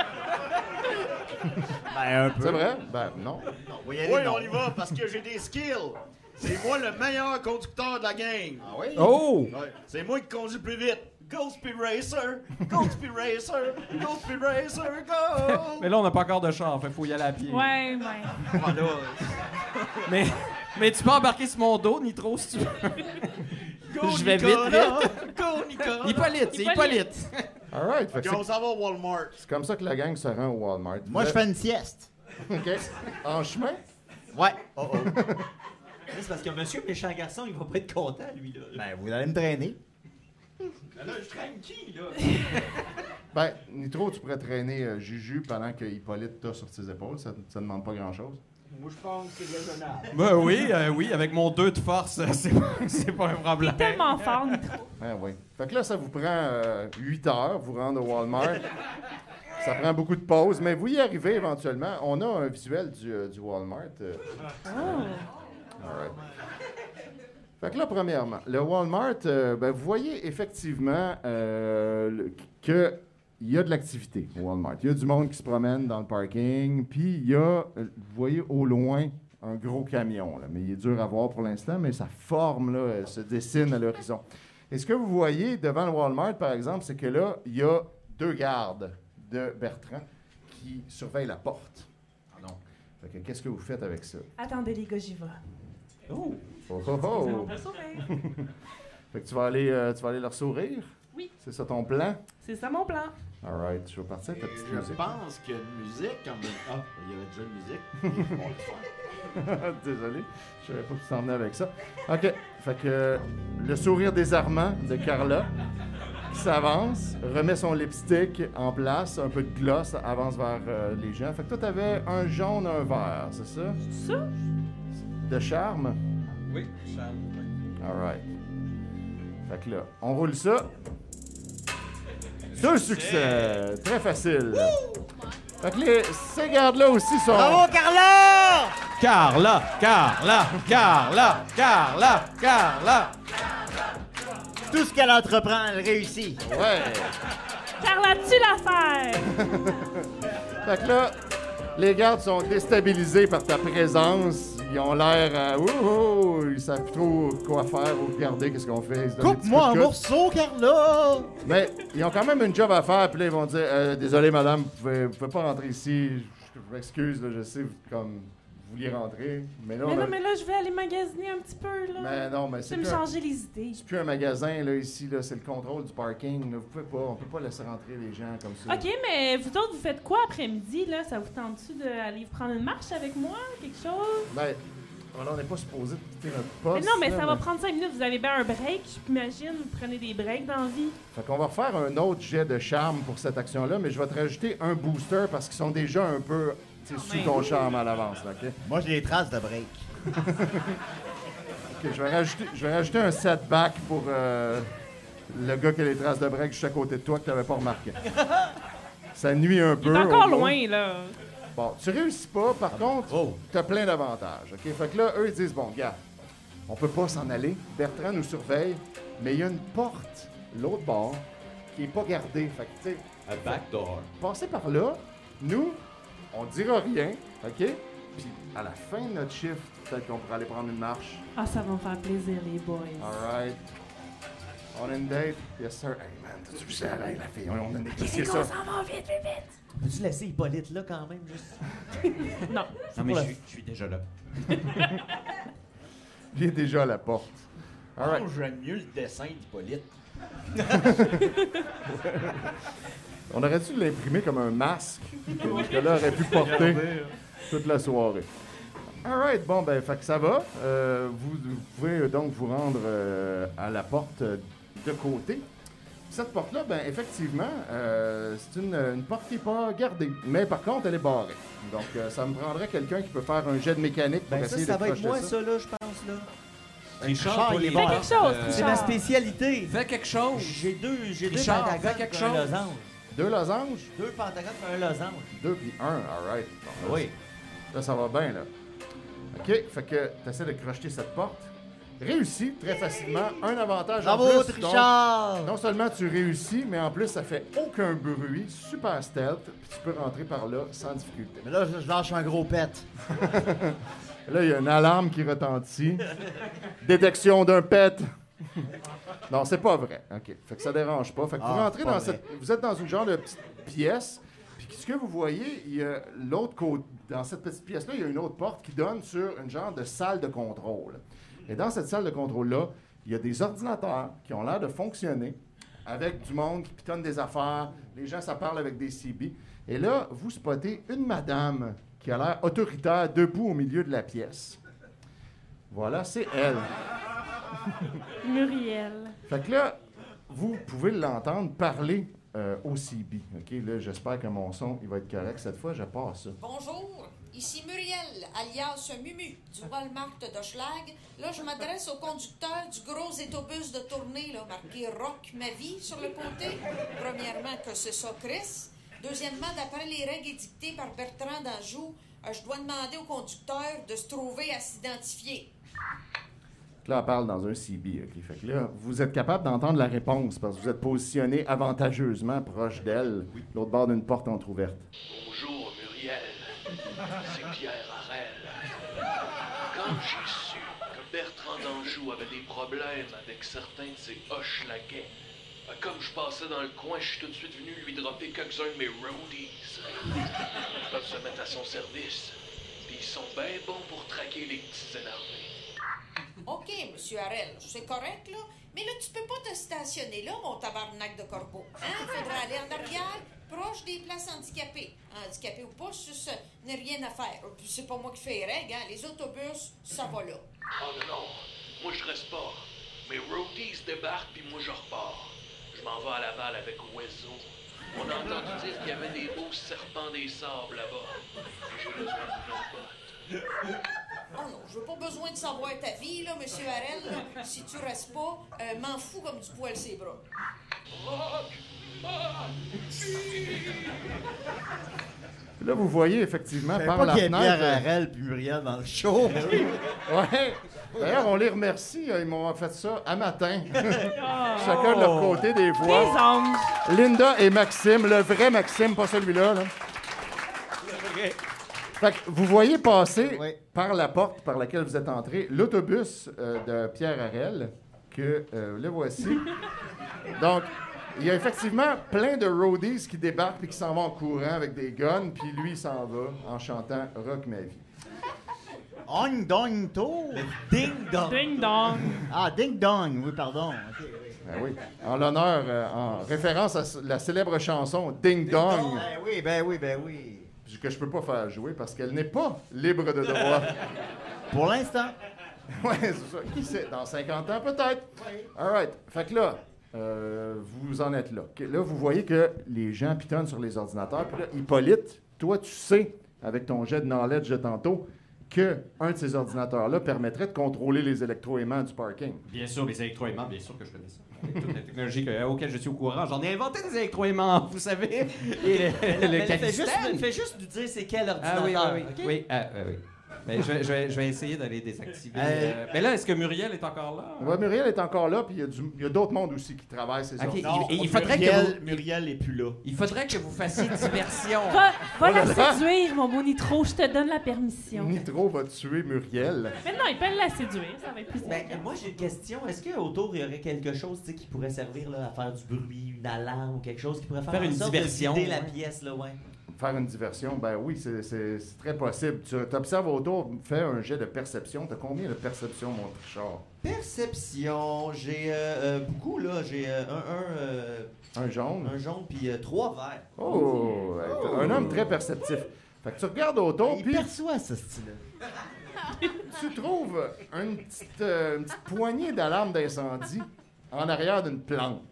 Ben, un peu. C'est vrai? Ben, non. On va y aller, Oui, non. on y va parce que j'ai des skills. C'est moi le meilleur conducteur de la gang. Ah oui? Oh! Ouais. C'est moi qui conduis le plus vite. Go Speed Racer! Go Speed Racer! Go Speed Racer! Go! Mais là, on n'a pas encore de char, fait faut y aller à pied. Ouais, ouais. Voilà. Mais, mais tu peux embarquer sur mon dos, Nitro, si tu veux. Go, Je vais Nicolas. vite, Go, Nicolas! Hippolyte, c'est Hippolyte. Hippolyte. All right. Fait que Ok, on c'est s'en va au Walmart. c'est comme ça que la gang se rend au Walmart. Moi, je fais une sieste. OK. En chemin? Ouais. Oh, oh. Mais c'est parce que monsieur méchant garçon, il va pas être content, lui, là. Ben, vous allez me traîner. Ben là, je traîne qui, là? Ben, Nitro, tu pourrais traîner euh, Juju pendant que Hippolyte t'a sur ses épaules. Ça ne demande pas grand-chose. Moi, je pense que c'est raisonnable. Ben oui, euh, oui, avec mon deux de force, euh, c'est pas, c'est pas un problème. T'es tellement fort, Nitro. Ah oui. Fait que là, ça vous prend euh, huit heures, vous rendre au Walmart. Ça prend beaucoup de pauses, mais vous y arrivez éventuellement. On a un visuel du, euh, du Walmart. euh. All right. Fait que là, premièrement, le Walmart, euh, ben, vous voyez effectivement euh, le- que il y a de l'activité au Walmart. Il y a du monde qui se promène dans le parking, puis il y a, euh, vous voyez au loin, un gros camion. Là, mais il est dur à voir pour l'instant, mais sa forme là, elle se dessine à l'horizon. Et ce que vous voyez devant le Walmart, par exemple, c'est que là, il y a deux gardes de Bertrand qui surveillent la porte. Ah non. Fait que qu'est-ce que vous faites avec ça? Attendez, les gars, j'y vais. Oh, oh, oh, oh. On va sauver. Fait que tu vas aller, euh, tu vas aller leur sourire? Oui. C'est ça ton plan? C'est ça mon plan. All right, je vais partir avec ta petite Je musique. pense qu'il y a une musique quand même. Ah, il y avait déjà une musique. On va le faire. Désolé, je savais pas que tu t'en venais avec ça. OK, fait que euh, le sourire désarmant de Carla qui s'avance, remet son lipstick en place, un peu de gloss, avance vers euh, les gens. Fait que toi, t'avais un jaune, un vert, c'est ça? Ça? De charme? Oui, Charles. All right. Fait que là, on roule ça. Deux succès! Très facile. Fait que les, ces gardes-là aussi sont... Bravo, Carla! Carla, Carla, Carla, Carla, Carla. Tout ce qu'elle entreprend, elle réussit. Ouais! Carla, tu l'affaire! Fait que là, les gardes sont déstabilisés par ta présence. Ils ont l'air... Euh, ouh, ils savent plus trop quoi faire ou regarder qu'est-ce qu'on fait. Ils se donnent des petits Coupe-moi coups un de coude. morceau, Carla! Mais ils ont quand même une job à faire. Puis là, ils vont dire euh, désolé, madame, vous pouvez, vous pouvez pas rentrer ici. Je, je m'excuse, là, je sais, vous- comme vouliez rentrer. Mais là, Mais on non, a- mais là, je vais aller magasiner un petit peu, là. Mais non, mais Je c'est vais me plus, un... changer les idées. c'est plus un magasin, là, ici, là. C'est le contrôle du parking. Là. Vous pouvez pas, on peut pas laisser rentrer les gens comme ça. OK, mais vous autres, vous faites quoi après-midi, là? Ça vous tente-tu d'aller prendre une marche avec moi? Quelque chose? Ben, on n'est pas supposé quitter notre poste. Mais non, mais là, ça va prendre cinq minutes. Vous avez bien un break, j'imagine. Vous prenez des breaks dans la vie. Fait qu'on va refaire un autre jet de charme pour cette action-là, mais je vais te rajouter un booster parce qu'ils sont déjà un peu tu sais, sous ben. ton charme à l'avance, là, OK? Moi, j'ai des traces de break. OK, je vais rajouter, je vais rajouter un setback pour euh, le gars qui a les traces de break juste à côté de toi que tu n'avais pas remarqué. Ça nuit un Il peu. est encore au gros. loin, là. Bon, tu réussis pas, par contre, Oh. tu as plein d'avantages, OK? Fait que là, eux, ils disent, bon, gars, on peut pas s'en aller. Bertrand nous surveille, mais il y a une porte, l'autre bord, qui est pas gardée. Fait que, tu sais, A backdoor. passez par là, nous, on dira rien, OK? Puis à la fin de notre shift, peut-être qu'on pourra aller prendre une marche. Ah, ça va me faire plaisir, les boys. All right. On a une date? Yes, sir. Hey, man, t'as-tu vu ça, la la fille? On a négocié ça. Peux-tu laisser Hippolyte là quand même? Juste? Non. Non, mais pour je la- suis- je suis déjà là. Il est déjà à la porte. All right. Oh, j'aime mieux le dessin d'Hippolyte. On aurait dû l'imprimer comme un masque que là aurait pu porter toute la soirée. All right, bon, ben, fait que ça va. Euh, vous, vous pouvez donc vous rendre euh, à la porte euh, de côté. Cette porte-là, ben, effectivement, euh, c'est une, une porte qui n'est pas gardée. Mais par contre, elle est barrée. Donc, euh, ça me prendrait quelqu'un qui peut faire un jet de mécanique pour Ben ça, essayer ça de va être crocheter moi, ça. ça, là, je pense, là. Richard, pour les Fais bords, quelque chose, euh, C'est ma Richard. spécialité. Fais quelque chose. J'ai deux, j'ai deux Richard, pentagones fais quelque puis un chose. losange. Deux losanges, Deux pentagones et un losange. deux puis un. All right. Bon, là, Oui. Là, ça va bien, là. OK, fait que tu essaies de crocheter cette porte. Réussis très facilement. Un avantage en Bravo, plus. donc, Richard! non seulement tu réussis, mais en plus, ça fait aucun bruit. Super stealth. Puis tu peux rentrer par là sans difficulté. Mais là, je, je lâche un gros pet. Là, il y a une alarme qui retentit. Détection d'un pet. Non, c'est pas vrai. OK. Fait que ça dérange pas. Fait que vous Ah, rentrez c'est pas dans vrai. cette... Vous êtes dans une genre de petite pièce. Puis ce que vous voyez, il y a l'autre côté... Dans cette petite pièce-là, il y a une autre porte qui donne sur une genre de salle de contrôle. Et dans cette salle de contrôle-là, il y a des ordinateurs qui ont l'air de fonctionner avec du monde qui pitonne des affaires. Les gens, ça parle avec des C B. Et là, vous spottez une madame qui a l'air autoritaire debout au milieu de la pièce. Voilà, c'est elle. Muriel. Fait que là, vous pouvez l'entendre parler euh, au C B. OK, là, j'espère que mon son, il va être correct. Cette fois, je passe ça. Bonjour, ici Muriel, alias Mumu, du Walmart d'Hochelag. Là, je m'adresse au conducteur du gros autobus de tournée, là, marqué Rock Ma Vie sur le côté. Premièrement, que c'est ça, Chris. Deuxièmement, d'après les règles édictées par Bertrand d'Anjou, euh, je dois demander au conducteur de se trouver à s'identifier. Là, elle parle dans un C B. OK, fait que là, vous êtes capable d'entendre la réponse parce que vous êtes positionné avantageusement proche d'elle, l'autre bord d'une porte entrouverte. Bonjour Muriel, c'est Pierre Harel. Quand j'ai su que Bertrand d'Anjou avait des problèmes avec certains de ses Hochelagais, ben, comme je passais dans le coin, je suis tout de suite venu lui dropper quelques-uns de mes roadies. Ils peuvent se mettre à son service, puis ils sont bien bons pour traquer les petits énervés. OK, Monsieur Harel, c'est correct, là. Mais là, tu peux pas te stationner là, mon tabarnak de corbeau. Hein? Faudra aller en arrière, proche des places handicapées. Handicapé ou pas, ça, ça n'est rien à faire. Puis c'est pas moi qui fais les règles, hein. Les autobus, ça va là. Oh non, non, moi je reste pas. Mes roadies débarquent, puis moi je repars. Je m'en vais à Laval avec Oiseau. On a entendu dire qu'il y avait des beaux serpents des sables là-bas. J'ai besoin de nouvelles bottes. Oh non, je veux pas besoin de savoir ta vie, là, Monsieur Harel. Là. Si tu restes pas, euh, m'en fous comme du poil ses bras. Rock! Ah! Là, vous voyez effectivement Je savais par pas la qu'il y ait fenêtre. Pierre Harel puis Muriel dans le show. Ouais. D'ailleurs, on les remercie. Ils m'ont fait ça à matin. Chacun de leur côté des Les voix. anges. Linda et Maxime, le vrai Maxime, pas celui-là. Là. Fait que vous voyez passer Oui. par la porte par laquelle vous êtes entré l'autobus euh, de Pierre Harel, que euh, le voici. Donc, il y a effectivement plein de roadies qui débarquent et qui s'en vont en courant avec des guns, puis lui, il s'en va en chantant « Rock ma vie ». Ong Dong To? Ding dong. Ding dong. Ah, Ding Dong, oui, pardon. Ok, oui. Ben oui. En l'honneur, euh, en référence à la célèbre chanson Ding Dong, Ben oui, ben oui, ben oui. que je peux pas faire jouer parce qu'elle n'est pas libre de droit. Pour l'instant. Ouais, c'est ça. Qui sait? Dans cinquante ans, peut-être. All right. Fait que là, euh, vous en êtes là. Que- Là, vous voyez que les gens pitonnent sur les ordinateurs. Puis là, Hippolyte, toi, tu sais, avec ton jet de knowledge de tantôt, qu'un de ces ordinateurs-là permettrait de contrôler les électroaimants du parking. Bien sûr, les électroaimants, bien sûr que je connais ça. Avec toute la technologie que- auquel je suis au courant. J'en ai inventé des électroaimants, vous savez. Et le, le Mais fais juste, Calistène. fais juste nous dire c'est quel ordinateur. Ah oui, oui, oui. ok? Oui, ah, oui, oui. Mais je, vais, je, vais, je vais essayer d'aller désactiver. Euh, euh, Mais là, est-ce que Muriel est encore là? Ouais, Muriel est encore là, puis il y a du- il y a, d'autres mondes aussi qui travaillent ces Ok, ordinateurs. il, il faudrait que Muriel, vous, Muriel est plus là. il faudrait que vous fassiez diversion. Va, va la séduire, mon beau Nitro, je te donne la permission. Nitro va tuer Muriel. Mais non, il peut la séduire, ça va être plus Ben, simple. moi, j'ai une question. Est-ce qu'autour, il y aurait quelque chose tu sais, qui pourrait servir là, à faire du bruit, une alarme ou quelque chose qui pourrait faire, Faire en une sorte diversion, de vider la ouais. pièce, là, ouais. Faire une diversion, ben oui, c'est, c'est- c'est très possible. Tu t'observes autour, fais un jet de perception. T'as combien de perception, mon Richard? Perception, j'ai euh, euh, beaucoup, là. J'ai euh, un, un, euh, Un jaune? un jaune puis euh, trois verts. Oh! ouais, t'es un homme très perceptif. Fait que tu regardes autour, Il puis perçoit ce style-là. tu trouves une petite, euh, une petite poignée d'alarme d'incendie en arrière d'une plante.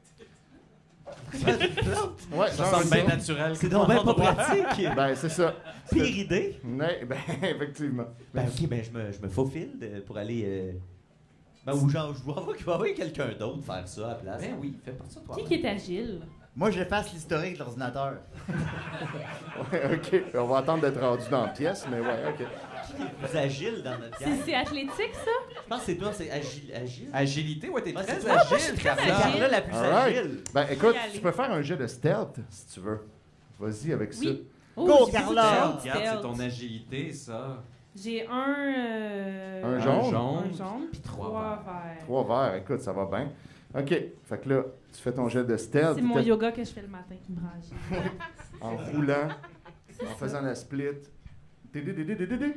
Ouais, Ça genre semble bien ça. naturel. C'est donc bien pas pratique. Ben, c'est ça. Pire idée. Ouais, ben, effectivement. Ben, ok, ben, je me, je me faufile de- pour aller. euh, Ben, ou genre, je vais envoyer- je vais envoyer quelqu'un d'autre faire ça à la place. Ben oui, fais pas ça, toi. Qui qui est agile? Moi, j'efface l'historique de l'ordinateur. Ouais, OK. On va attendre d'être rendu dans la pièce, mais ouais, OK. Qui est le plus agile dans notre C'est gang? c'est athlétique, ça? Je pense que c'est toi, c'est agile. agile? Agilité, ouais, t'es Ah, très c'est agile, toi. très Carla. agile. Carla la plus All right. agile. Ben, écoute, y aller. tu peux faire un jet de stealth, si tu veux. Vas-y avec Oui. Oh, Go, j'ai Carla! beaucoup de Regarde, c'est stealth. ton agilité, ça. J'ai un... euh, Un jaune? Un jaune, puis Trois trois verts. ça. Trois verres, écoute, ça va bien. OK. Fait que là, tu fais ton jet de stealth. C'est mon t'as- yoga que je fais le matin qui me rend agile. En roulant, C'est en ça. faisant la split. Dé-dé-dé-dé-dé-dé.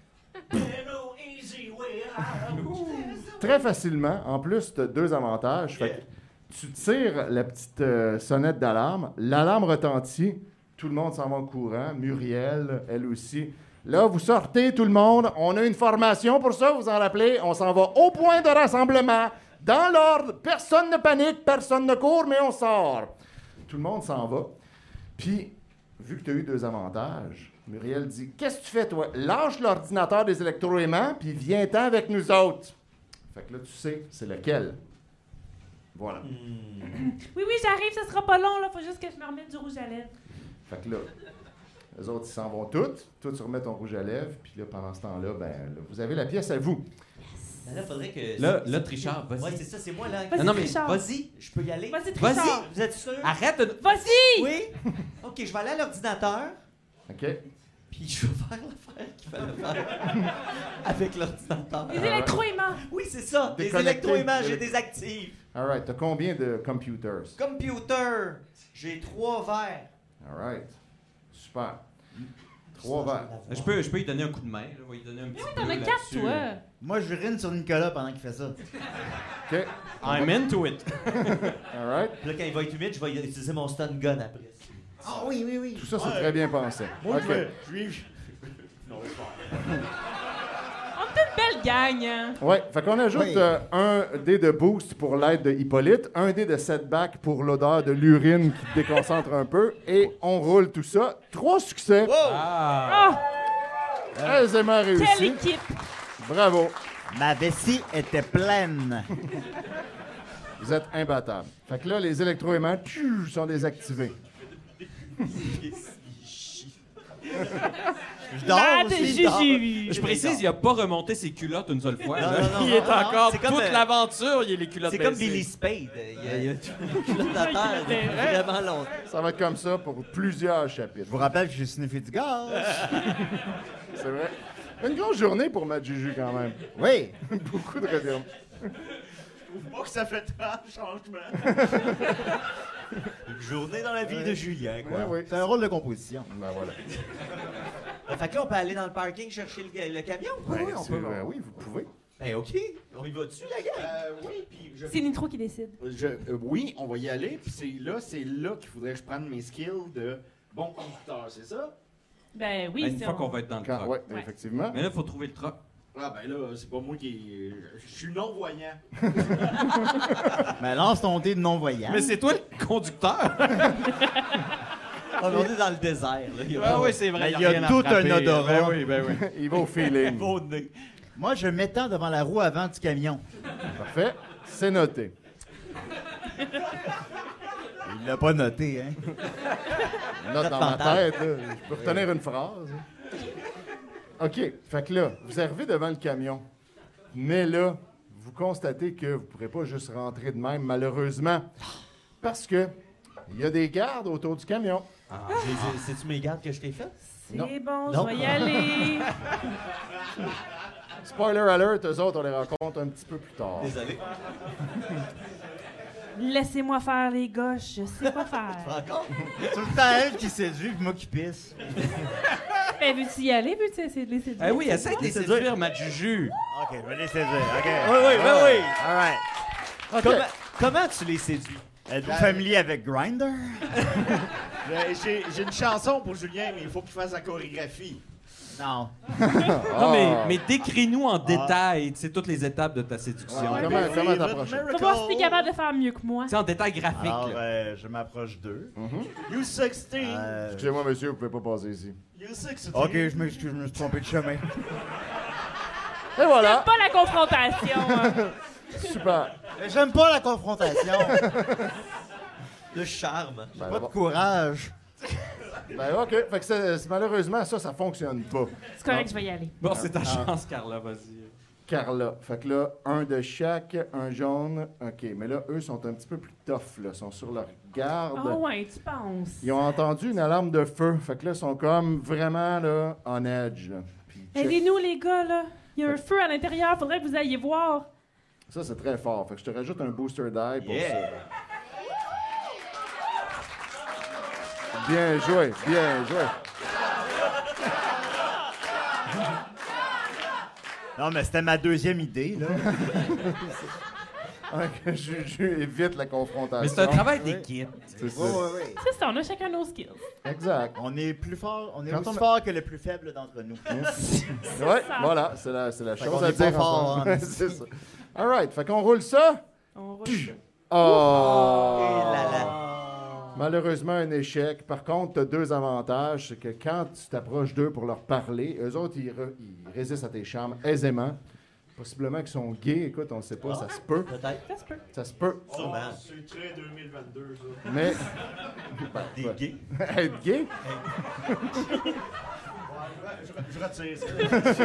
Très facilement. En plus, tu as deux avantages. Fait que tu tires la petite euh, sonnette d'alarme. L'alarme retentit. Tout le monde s'en va en courant. Muriel, elle aussi. Là, vous sortez, tout le monde. On a une formation pour ça, vous en rappelez. On s'en va au point de rassemblement. Dans l'ordre. Personne ne panique, personne ne court, mais on sort. Tout le monde s'en va. Puis, vu que tu as eu deux avantages, Muriel dit « Qu'est-ce que tu fais, toi? Lâche l'ordinateur des électroaimants, puis viens-t'en avec nous autres. » Fait que là, tu sais, c'est lequel. Voilà. Oui, oui, j'arrive, ça sera pas long, là. Faut juste que je me remette du rouge à lèvres. Fait que là, les autres, ils s'en vont toutes. Toi, tu remets ton rouge à lèvres, puis là, pendant ce temps-là, ben, là, vous avez la pièce à vous. Ben là, faudrait que. Là, c'est- là, c'est- Trichard, vas-y. Ouais, c'est ça, c'est moi là. Vas-y, Non, non, mais Trichard. Vas-y, je peux y aller. Vas-y, Vas-y. Trichard. Vous êtes sûr? Arrête de... Vas-y! Oui? Ok, je vais aller à l'ordinateur, OK? puis je vais faire l'affaire qu'il fallait faire avec l'ordinateur. Les électroaimants. Oui, c'est ça. Les Déconnecté. électroaimants, j'ai désactive. All right. T'as combien de computers? Computer, j'ai trois verres. All right. Super. Trois verres. Je peux, je peux lui donner un coup de main, là. Je vais lui donner un petit Oui, t'en peu as quatre, là-dessus. toi. Moi, je rine sur Nicolas pendant qu'il fait ça. OK? I'm into it. All right. Puis là, quand il va être humide, je vais utiliser mon stun gun après. Ah oui, oui, oui. Tout ça, c'est très bien pensé. Moi, OK. je vais- je vais- On est une belle gang, hein? Ouais, fait qu'on ajoute Oui. euh, un dé de boost pour l'aide de Hippolyte, un dé de setback pour l'odeur de l'urine qui te déconcentre un peu, et on roule tout ça. Trois succès, Ah! Ah! aisément Quelle réussi. équipe! Bravo, Ma vessie était pleine. vous êtes imbattables. Fait que là, les électroaimants tchou, sont désactivés. Je dors Bad aussi. Juju! Je précise, il a pas remonté ses culottes une seule fois. Non, là. non, non, il non, est non, encore c'est comme, toute euh, l'aventure, il est les culottes C'est comme baissées. Billy Spade. Il y a, il y a tout le culotte à terre depuis vraiment longtemps. Ça va être comme ça pour plusieurs Je chapitres. vous rappelle que j'ai sniffé du gaz. C'est vrai. Une grosse journée pour Matt Juju quand même. Oui. Beaucoup de revirements. Pas que ça fait tant de changements. Une journée dans la vie de Julien, quoi. Ouais, oui. C'est un rôle de composition. Ben voilà. Euh, fait que là, on peut aller dans le parking chercher le, le camion? Ben, oui, on c'est- peut. euh, oui, vous pouvez. Ben, OK. On y va dessus, la gang? Euh, oui, puis je... C'est Nitro qui décide. je- euh, oui, on va y aller, puis c'est là, c'est là qu'il faudrait que je prenne mes skills de bon conducteur, c'est ça? Ben oui, Ben, une c'est fois on- qu'on va être dans le Quand- truck. ouais, Ouais. effectivement. Mais là, il faut trouver le truck. Ah ben là, c'est pas moi qui... Je suis non-voyant. Mais lance ton dé de non-voyant. Mais c'est toi le conducteur! On est dans le désert, là. Il y a Ah oui, c'est vrai. Ben, il y a rien à tout frapper. un odorat. Ben oui, ben oui. Il va au feeling. Beau nez. Moi, je m'étends devant la roue avant du camion. Parfait. C'est noté. Il l'a pas noté, hein? Note dans ma mental. tête, là. Je peux retenir une phrase. OK. Fait que là, vous arrivez devant le camion. Mais là, vous constatez que vous ne pourrez pas juste rentrer de même, malheureusement. Parce que il y a des gardes autour du camion. J'ai- C'est-tu mes gardes que je t'ai fait? C'est Non. bon, Non. je vais y aller. Spoiler alert, eux autres, on les rencontre un petit peu plus tard. Désolé. Laissez-moi faire les gauches, je sais pas faire. Encore? Tout le temps elle qui séduit, puis moi qui pisse. Ben, veux-tu y aller? Veux-tu essayer de les séduire? Eh oui, essaie de les séduire, ma Juju. OK, je vais les séduire. OK. Oui, oui, oui, oui. All right. OK. Comment, comment tu les séduis? Êtes-vous familier avec Grindr? Ben, J'ai j'ai une chanson pour Julien, mais il faut qu'il fasse la chorégraphie. Non. Non, mais, Ah. mais décris-nous en détail, tu sais, toutes les étapes de ta séduction. Ouais, Tu comment Ben comment oui, t'approches? votre On va voir si t'es miracle. capable de faire mieux que moi. sais, en détail graphique. Alors, là. euh, je m'approche d'eux. You sixteen. Euh, Excusez-moi, monsieur, vous pouvez pas passer ici. You sixteen. OK, je m'excuse, je me suis trompé de chemin. Et voilà! Pas la confrontation. hein. Super! Mais J'aime pas la confrontation. Le charme. Ben, Pas de bon. courage. Ben, OK. Fait que c'est- c'est- malheureusement, ça, ça fonctionne pas. C'est correct, je vais y aller. Bon, c'est ta chance, Carla, vas-y. Carla. Fait que là, un de chaque, un jaune. OK. Mais là, eux sont un petit peu plus tough, là. Ils sont sur leur garde. Ah ouais, tu penses? Ils ont entendu une alarme de feu. Fait que là, ils sont comme vraiment, là, on edge, là. Puis check. Aidez-nous, les gars, là. Il y a un feu à l'intérieur, faudrait que vous alliez voir. Ça, c'est très fort. Fait que je te rajoute un booster die pour Yeah. ça. Bien joué, bien joué. Non, mais c'était ma deuxième idée, là. Ok, Juju évite la confrontation. Mais c'est un travail d'équipe. C'est ça. Oui, oui, oui. C'est ça, on a chacun nos skills. Exact. On est plus fort, on est Quand aussi on- fort que le plus faible d'entre nous. Ouais, ça. voilà, c'est la, c'est la Fait chose qu'on à est pas dire. en fort, ce moment. hein. C'est ça. All right, fait qu'on roule ça. On va... Oh! Et là là. Malheureusement, un échec. Par contre, tu as deux avantages. C'est que quand tu t'approches d'eux pour leur parler, eux autres, ils, re- ils résistent à tes charmes aisément. Possiblement qu'ils sont gays. Écoute, on ne sait pas, ça se peut. Peut-être. Ça se peut. Ça se peut. Sûrement. C'est très deux mille vingt-deux, ça. Mais. Ben, Des ben, gays. être gay? Je retire ça.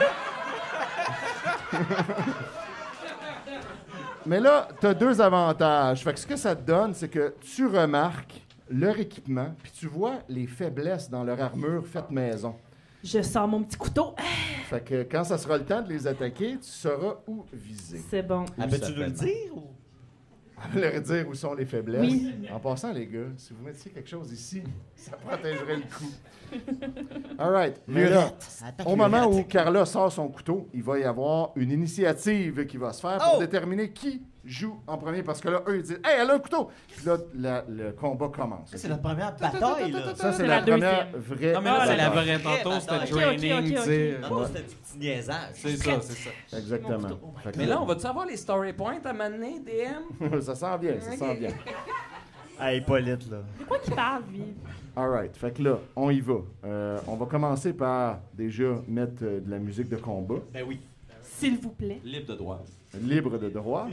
Mais là, tu as deux avantages. Fait que ce que ça te donne, c'est que tu remarques leur équipement, puis tu vois les faiblesses dans leur armure faite maison. Je sors mon petit couteau. Ah, Fait que quand ça sera le temps de les attaquer, tu sauras où viser. c'est bon. Ah, peux-tu nous le dire? Ou... Leur dire où sont les faiblesses. Oui. En passant, les gars, si vous mettiez quelque chose ici, ça protégerait le coup. All right. Mais là, Attaque au moment Lurette. où Carla sort son couteau, il va y avoir une initiative qui va se faire pour Oh! déterminer qui joue en premier. Parce que là, eux, ils disent « Hey, elle a un couteau! » Puis là, la- le combat commence. Ça, c'est la première bataille, là. Ça, c'est C'est la, la première deuxième. vraie Non, mais là, c'est la bataille. vraie. Tantôt, c'était Ok, ok, training, ok, tu ok. sais. Non, non, c'était du petit niaisage. C'est ça, c'est ça. Exactement. Fait que Mais là, on va-tu avoir les story points à m'amener, D M? ça sent bien, ça sent bien. Ah, Hippolyte, là. De quoi qu'il parle, lui? All right. Fait que là, on y va. Euh, on va commencer par déjà mettre euh, de la musique de combat, Ben oui. S'il vous plaît. Libre de droit. libre de droit.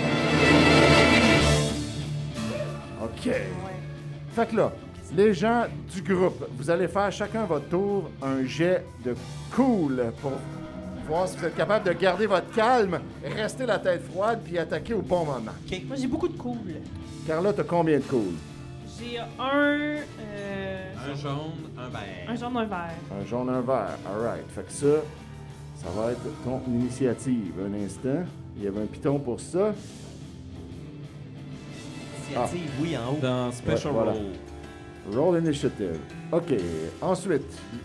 OK. Fait que là, les gens du groupe, vous allez faire chacun votre tour un jet de cool pour voir si vous êtes capable de garder votre calme, rester la tête froide puis attaquer au bon moment. Moi, j'ai beaucoup de cool. Carla, t'as combien de cool? J'ai un... Euh, Un jaune, un vert. un jaune, un vert. Un jaune, un vert. All right. Fait que ça, ça va être ton initiative. Un instant. Il y avait un piton pour ça. Initiative, oui, en haut. Dans Special Ouais, voilà. Role. Roll initiative. OK. Ensuite,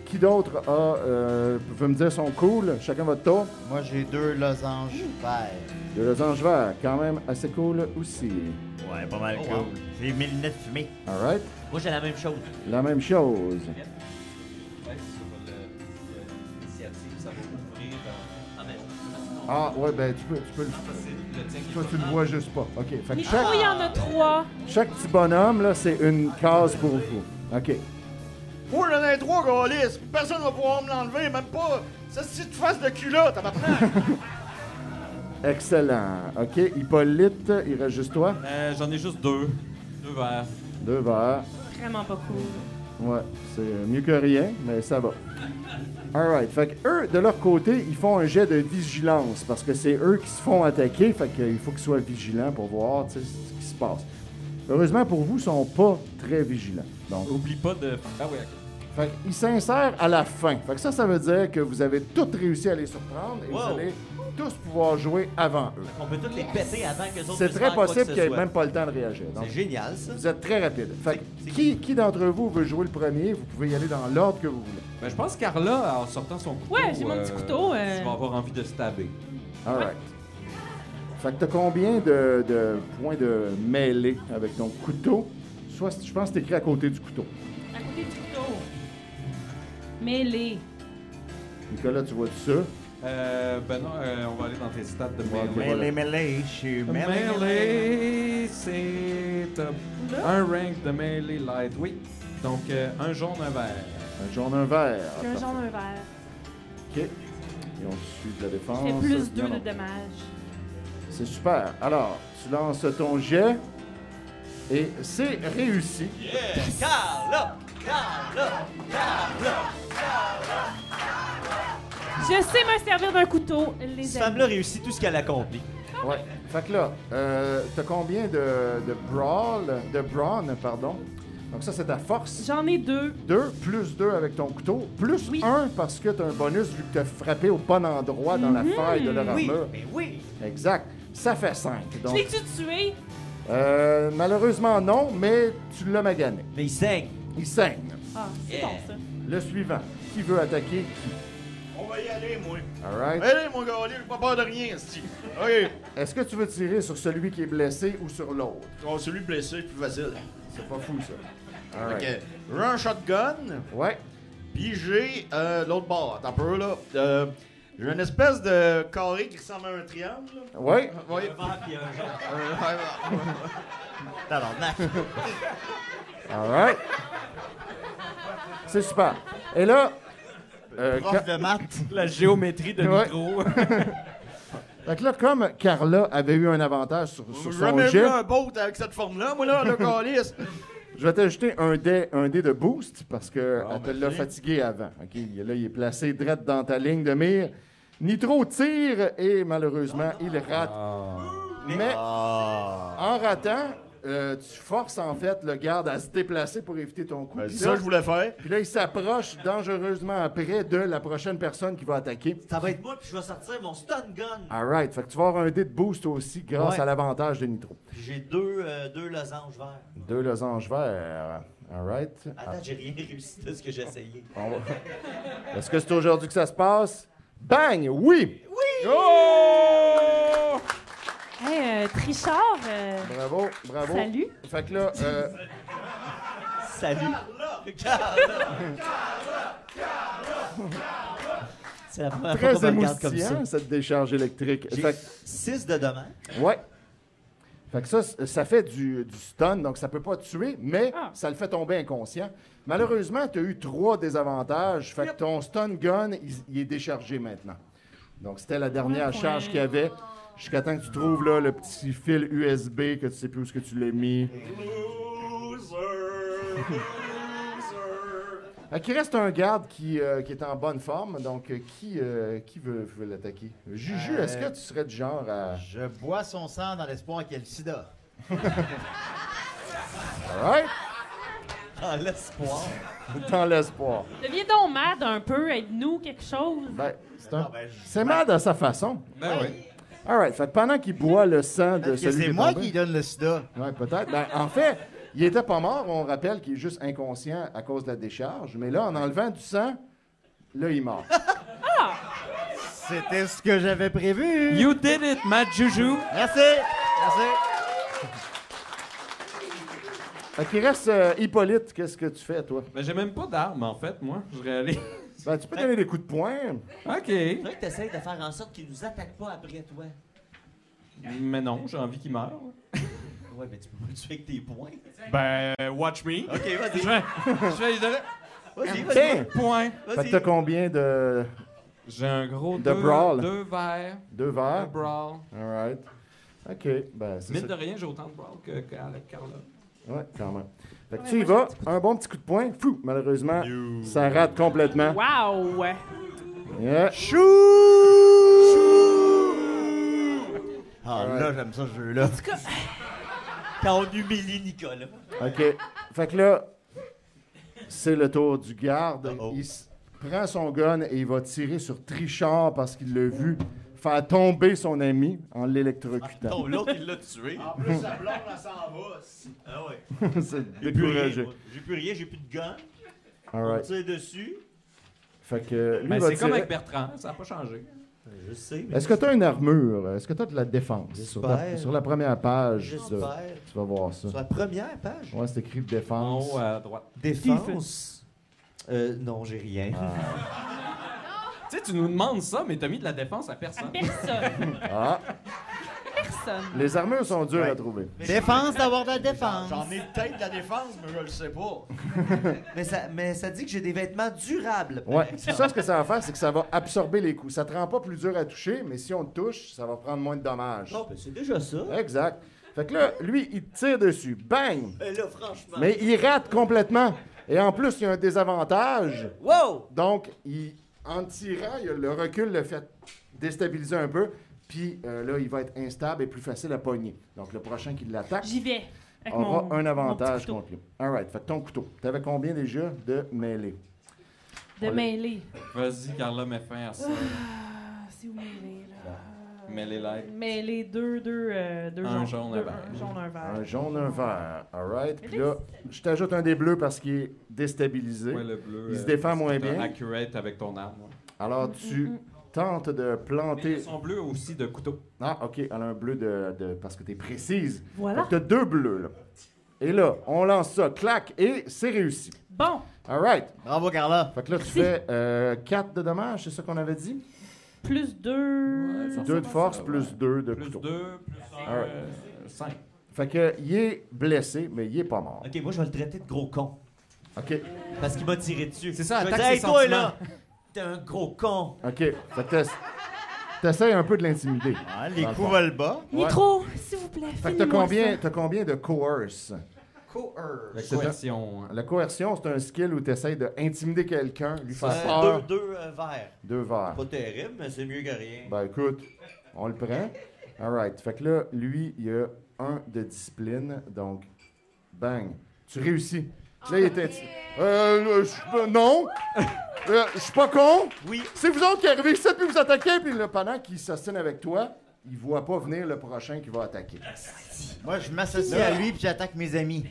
Qui d'autre a... Euh, veut me dire son cool? Chacun votre tour. Moi, j'ai deux losanges verts. Deux losanges verts, quand même assez cool aussi. Ouais, pas mal Oh, cool. wow. J'ai mes lunettes fumées. All right. Moi, j'ai la même chose. La même chose. Ouais, c'est sur le- l'initiative, ça va ouvrir. euh, Ah, mais... Ah, ouais, ben, tu peux, tu peux le... c'est le tien qui est Toi, pas tu le mal. vois juste pas. OK. Fait que Nico, chaque, il y en a trois. chaque petit bonhomme, là, c'est une case pour vous. OK. Moi, j'en ai trois, gaulistes. Personne va pouvoir me l'enlever, même pas. Ça, si tu fasses de culotte, tabarnak. Excellent. OK. Hippolyte, il reste juste toi. Euh, J'en ai juste deux. Deux verres. Deux verres. Vraiment pas cool. Ouais, c'est mieux que rien, mais ça va. All right. Fait que eux, de leur côté, ils font un jet de vigilance parce que c'est eux qui se font attaquer. Fait qu'il faut qu'ils soient vigilants pour voir, tu sais, ce qui se passe. Heureusement pour vous, ils sont pas très vigilants. Donc, Oublie pas de. Ah oui, ok. fait qu'ils s'insèrent à la fin. Fait que ça, ça veut dire que vous avez tous réussi à les surprendre et Wow. vous allez tous pouvoir jouer avant eux. On peut tous les péter avant que les autres C'est puissent très faire quoi possible que ce qu'il n'y ait soit. même pas le temps de réagir. Donc, C'est génial, ça. vous êtes très rapide. Fait que C'est- c'est qui, qui d'entre vous veut jouer le premier? Vous pouvez y aller dans l'ordre que vous voulez. Ben, je pense que Carla, en sortant son couteau. Ouais, j'ai mon petit couteau, euh. Tu vas avoir envie de stabber. All right. Fait que t'as combien de, de points de mêlée avec ton couteau? Soit, je pense que c'est écrit à côté du couteau. À côté du couteau. Mêlé. Nicolas, tu vois tout ça? Euh, ben non, euh, on va aller dans tes stats de Ouais, mêlée. ok. Mêlé, mêlé, je suis mêlé, mêlé. Mêlée, c'est euh, un rank de mêlée light. Oui. Donc, euh, un jaune, un vert. Un jaune, un vert. J'ai un Parfait. jaune, un vert. OK. Et on suit de la défense. Je fais plus deux Non, de non. dommages. C'est super. Alors, tu lances ton jet et c'est réussi. Carla! Carla! Carla! Je sais me servir d'un couteau, les Cette amis. femme-là réussit tout ce qu'elle accomplit. Ouais. Fait que là, euh, t'as combien de, de brawl, de brawn, pardon? Donc ça, c'est ta force. J'en ai deux. Deux, plus deux avec ton couteau, plus Oui. un parce que t'as un bonus vu que t'as frappé au bon endroit dans la Mhm. faille de leur Oui, armure. mais oui! Exact. Ça fait cinq. Je Donc, l'ai-tu tué? euh, malheureusement, non, mais tu l'as magané. Mais il saigne. Il saigne. Ah, c'est Yeah. bon, ça. Le suivant. Qui veut attaquer qui? On va y aller, moi. All right. Allez, mon gaulier, j'ai pas peur de rien, c'ti. OK. Est-ce que tu veux tirer sur celui qui est blessé ou sur l'autre? Oh, celui blessé, c'est plus facile. C'est pas fou, ça. All OK. right. J'ai un shotgun, Ouais. puis j'ai euh, l'autre bord. Attends un peu, là. Euh, j'ai une espèce de carré qui ressemble à un triangle. là. Ouais. Oui. Un vert puis un jaune. Euh, ouais, ouais. Tabarnak. All right. C'est super. Et là... euh, Prof quand- de maths. La géométrie de Ouais. micro. Fait que là, comme Carla avait eu un avantage sur, sur J'ai son jamais vu jet, un boat avec cette forme-là, moi, là, le calice. je vais t'ajouter un dé, un dé de boost parce que Ah, elle te ben, l'a ok. fatigué avant. OK? Là, il est placé direct dans ta ligne de mire. Nitro tire et malheureusement, il rate. Ah. Mais Ah. en ratant, euh, tu forces en fait le garde à se déplacer pour éviter ton coup. Ben, Puis c'est là- ça que je voulais faire. Puis là, il s'approche dangereusement près de la prochaine personne qui va attaquer. Ça va être moi, puis je vais sortir mon stun gun. All right. Fait que tu vas avoir un dé de boost aussi grâce Ouais. à l'avantage de Nitro. Puis j'ai deux, euh, deux losanges verts. Deux losanges verts. All right. Attends, j'ai rien réussi de ce que j'ai essayé. On va- Est-ce que c'est aujourd'hui que ça se passe? Bang! Oui! Oui! Oh! Hey, euh, Trichard, euh, Bravo, bravo. salut. Fait que là, euh, Salut! Carla! C'est la première fois très qu'on me regarde comme ça. émoustillant, cette décharge électrique. J'ai Fait que- six de dommages. ouais. Fait que ça, c- ça fait du, du stun, donc ça peut pas te tuer, mais Ah. ça le fait tomber inconscient. Malheureusement, tu as eu trois désavantages, fait que ton stun gun, il, il est déchargé maintenant. Donc c'était la dernière Un point. charge qu'il y avait, jusqu'à temps que tu trouves là, le petit fil U S B que tu sais plus où est-ce que tu l'as mis. Fait qu'il reste un garde qui, euh, qui est en bonne forme, donc euh, qui, euh, qui veut, veut l'attaquer? Juju, Euh, est-ce que tu serais du genre à... Je bois son sang dans l'espoir qu'il y ait le sida. All right? Dans l'espoir. Dans l'espoir. Deviens donc mad un peu, aide-nous quelque chose. Ben, c'est un... Ah, ben, je- C'est mad à sa façon. Ben oui. All right. Fait que pendant qu'il boit le sang de Peut-être que celui qui c'est est moi tombé- qui donne le sida. Ouais, peut-être. Ben, en fait, il était pas mort. On rappelle qu'il est juste inconscient à cause de la décharge. Mais là, en enlevant du sang, là, il meurt. C'était ce que j'avais prévu. You did it, Matt Juju. Merci. Merci. Fait qu'il reste euh, Hippolyte. Qu'est-ce que tu fais, toi? Ben, j'ai même pas d'arme, en fait, moi. Je réalise. Ben, tu peux donner des coups de poing. OK. Faudrait que t'essayes de faire en sorte qu'ils nous attaquent pas après toi. Mais non, j'ai envie qu'il meure. Ouais, mais tu peux pas le tuer avec tes poings. Ben, watch me. Ok, vas-y. Je vais, je vais lui donner Vas-y, un vas-y. petit point. Fait que t'as combien de... J'ai un gros De deux, brawl. deux verres. Deux Un verres? brawl. All right. OK. Ben, c'est Mine ça. de rien, j'ai autant de brawl que, que avec Carla. Ouais, quand même. Fait que tu y vas, un bon petit coup de poing. Fou! Malheureusement, ça rate complètement. Wow! Yeah. Chou! Ah, là, j'aime ça, ce jeu-là. Quand on humilie Nicolas. OK. Fait que là, c'est le tour du garde. Uh-oh. Il s- prend son gun et il va tirer sur Trichard parce qu'il l'a vu faire tomber son ami en l'électrocutant. Non, l'autre, il l'a tué. En plus, sa blonde, elle s'en va. c'est- Ah ouais. C'est J'ai plus rien, découragé. moi. J'ai plus rien, j'ai plus de gun. All On right. tire dessus. Fait que lui Ben, va c'est comme tirer. avec Bertrand, ça n'a pas changé. Je sais, mais Est-ce que tu as une armure? Est-ce que tu as de la défense? Sur la, J'espère. sur la première page, de- j'espère. tu vas voir ça. Sur la première page. Ouais, c'est écrit En défense. haut à droite. Défense. Euh, non, j'ai rien. Tu sais, tu nous demandes ça, mais t'as mis de la défense à À personne. personne. Ah, Personne. les armures sont dures à trouver. Défense d'avoir de la défense. J'en ai peut-être de la défense, mais je le sais pas. mais, ça, mais ça dit que j'ai des vêtements durables. par Ouais, exemple. c'est ça ce que ça va faire, c'est que ça va absorber les coups. Ça te rend pas plus dur à toucher, mais si on te touche, ça va prendre moins de dommages. Oh, ben c'est déjà ça. Exact. Fait que là, lui, il tire dessus. Bang! Mais là, franchement. Mais il rate complètement. Et en plus, il y a un désavantage. Wow! Donc, il, en tirant, il a- le recul le fait déstabiliser un peu. Puis euh, là, il va être instable et plus facile à pogner. Donc, le prochain qui l'attaque J'y vais. Avec aura mon, un mon avantage petit couteau contre lui. All right. Fait que ton couteau. T'avais combien déjà de mêlée? de mêlée. Vas-y, Carla, mets fin à ça. Ah, c'est où mêlée, là? Mets les likes. Mêlée, deux, deux, euh, deux Un jaunes. jaune, deux, un vert. Un jaune, un vert. Un jaune, un vert. All right. Puis là, je t'ajoute un des bleus parce qu'il est déstabilisé. Ouais, le bleu. Il se euh, défend moins c'est bien. accurate avec ton arme. ouais. Alors, tu tentes de Mais ils planter... sont bleus aussi de couteau. Ah, OK. Elle a un bleu de... de- parce que t'es précise. Voilà. Fait que t'as deux bleus, là. Et là, on lance ça, clac, et c'est réussi. Bon, All right. Bravo, Carla. Fait que là, tu Merci. fais euh, quatre de dommages, c'est ça qu'on avait dit? plus deux. ça deux de force, ça, plus ouais. deux de Plus couteau. deux, plus All right. euh, cinq. Fait que, il est blessé, mais il est pas mort. Ok, moi, je vais le traiter de gros con. OK. Parce qu'il m'a tiré dessus. C'est ça, Je vais attaque dire, hey, ses toi, sentiments. là, t'es un gros con. OK. Fait que t'ess- t'essayes un peu de l'intimider. Ouais, les Dans le coups fond. volent bas. Nitro, s'il vous plaît. Fait que t'as finis-moi combien, ça. t'as combien de coerce? Coerce. C'est un- Coercion. hein. La coercion, c'est un skill où tu essaies d'intimider quelqu'un, lui faire Euh, peur. deux deux euh, verres. Deux verres. Pas terrible, mais c'est mieux que rien. Ben écoute, on le prend. All right. Fait que là, lui, il a un de discipline. Donc, bang. Tu réussis. Là, il était... Euh, je- non. Euh, Je suis pas con. Oui. C'est vous autres qui arrivez ici puis vous attaquez. Puis là, pendant qu'il s'ostine avec toi, il voit pas venir le prochain qui va attaquer. Moi, je m'associe à lui puis j'attaque mes amis.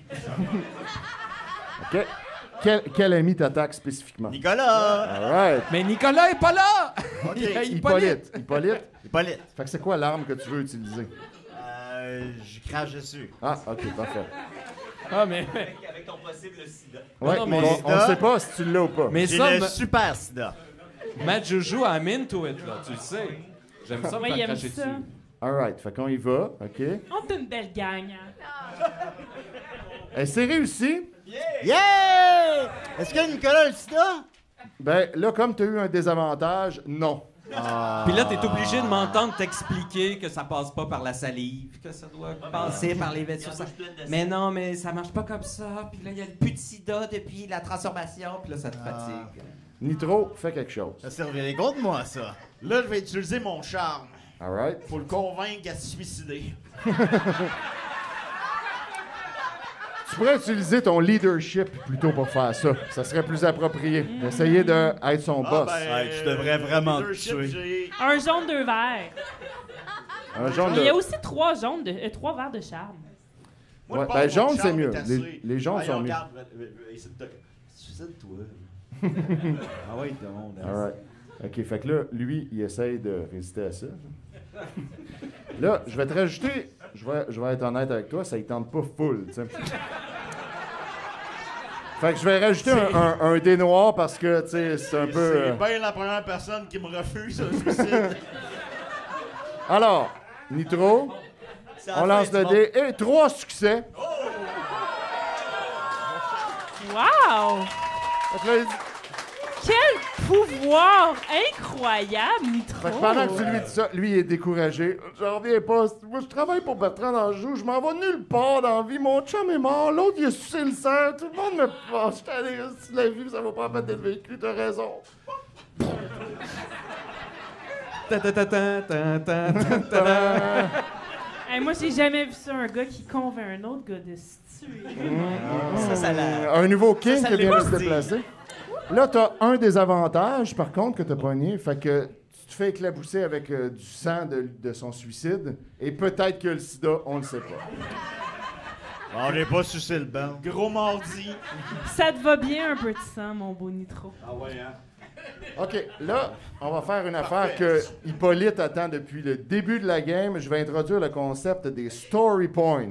OK? Quel, quel ami t'attaque spécifiquement? Nicolas! All right. Mais Nicolas est pas là! Il y a Hippolyte. Hippolyte. Hippolyte. Fait que c'est quoi l'arme que tu veux utiliser? Euh, je crache dessus. Ah, OK, parfait. Ah, mais, Avec ton possible sida. Ouais, non, mais- on, on Sida. sait pas si tu l'as ou pas. mais J'ai ça, le ma- super sida. Matt Juju, I'm into it, là, tu le sais. J'aime ça me Ouais, il faire aime cracher ça. dessus. All right, fait qu'on y va, OK? On est une belle gang. hein. Et c'est réussi. Yeah! Est-ce que Nicolas a le sida? Ben là, comme tu as eu un désavantage, non. Puis là, t'es obligé de m'entendre t'expliquer que ça passe pas par la salive, que ça doit passer par les vaisseaux. Ça- Mais non, mais ça marche pas comme ça. Puis là, il y a le plus de sida depuis la transformation. Puis là, ça te fatigue. Nitro, fais quelque chose. Ça servirait contre moi, ça. Là, je vais utiliser mon charme All right? pour le convaincre à se suicider. Tu pourrais utiliser ton leadership plutôt pour faire ça. Ça serait plus approprié. Essayer d'être son boss. Ah, ben, Ouais, tu devrais vraiment te leadership, tuer. j'ai- Un jaune, deux verts. Un jaune Il y a de... aussi trois jaunes, de, euh, trois verres de charme. Moi, Ouais, je pense ben, que mon jaune, c'est charme mieux. est assez. Les- les jaunes Allez, sont on mieux. regarde, euh, euh, essaie de te- Suicide-toi. Ah oui, tout le monde. All right. OK, fait que là, lui, il essaye de résister à ça. Là, je vais te rajouter, je vais, je vais être honnête avec toi, ça ne tente pas full, tu sais. Fait que je vais rajouter un, un, un dé noir parce que, tu sais, c'est un peu... C'est euh, bien la première personne qui me refuse un suicide. Alors, Nitro, C'est la on fin lance du le monde. dé et trois succès. Wow! Fait que là, il dit- Quel pouvoir incroyable, Nitro! Fait que pendant que tu lui dis ça, lui, il est découragé. J'en reviens pas. Moi, je travaille pour Bertrand Danjou. Je m'en vais nulle part dans la vie. Mon chum est mort. L'autre, il a sucé le sang. Tout le monde me pense. Je t'allais de la vie, ça va pas mettre d'être vécu. T'as raison. Ta ta ta ta ta ta ta ta. Hey, moi, j'ai jamais vu ça, un gars qui convainc un autre gars de se tuer. Ça, ça la... Un nouveau king ça qui vient de se l'est déplacer. Là, t'as un désavantage, par contre, que t'as pogné. Fait que tu te fais éclabousser avec euh, du sang de, de son suicide. Et peut-être que le sida, on le sait pas. On n'est pas sucé le banc. Gros mardi. Ça te va bien, un peu de sang, mon beau Nitro. Ah ouais, hein? OK, là, on va faire une affaire que Hippolyte attend depuis le début de la game. Je vais introduire le concept des story points.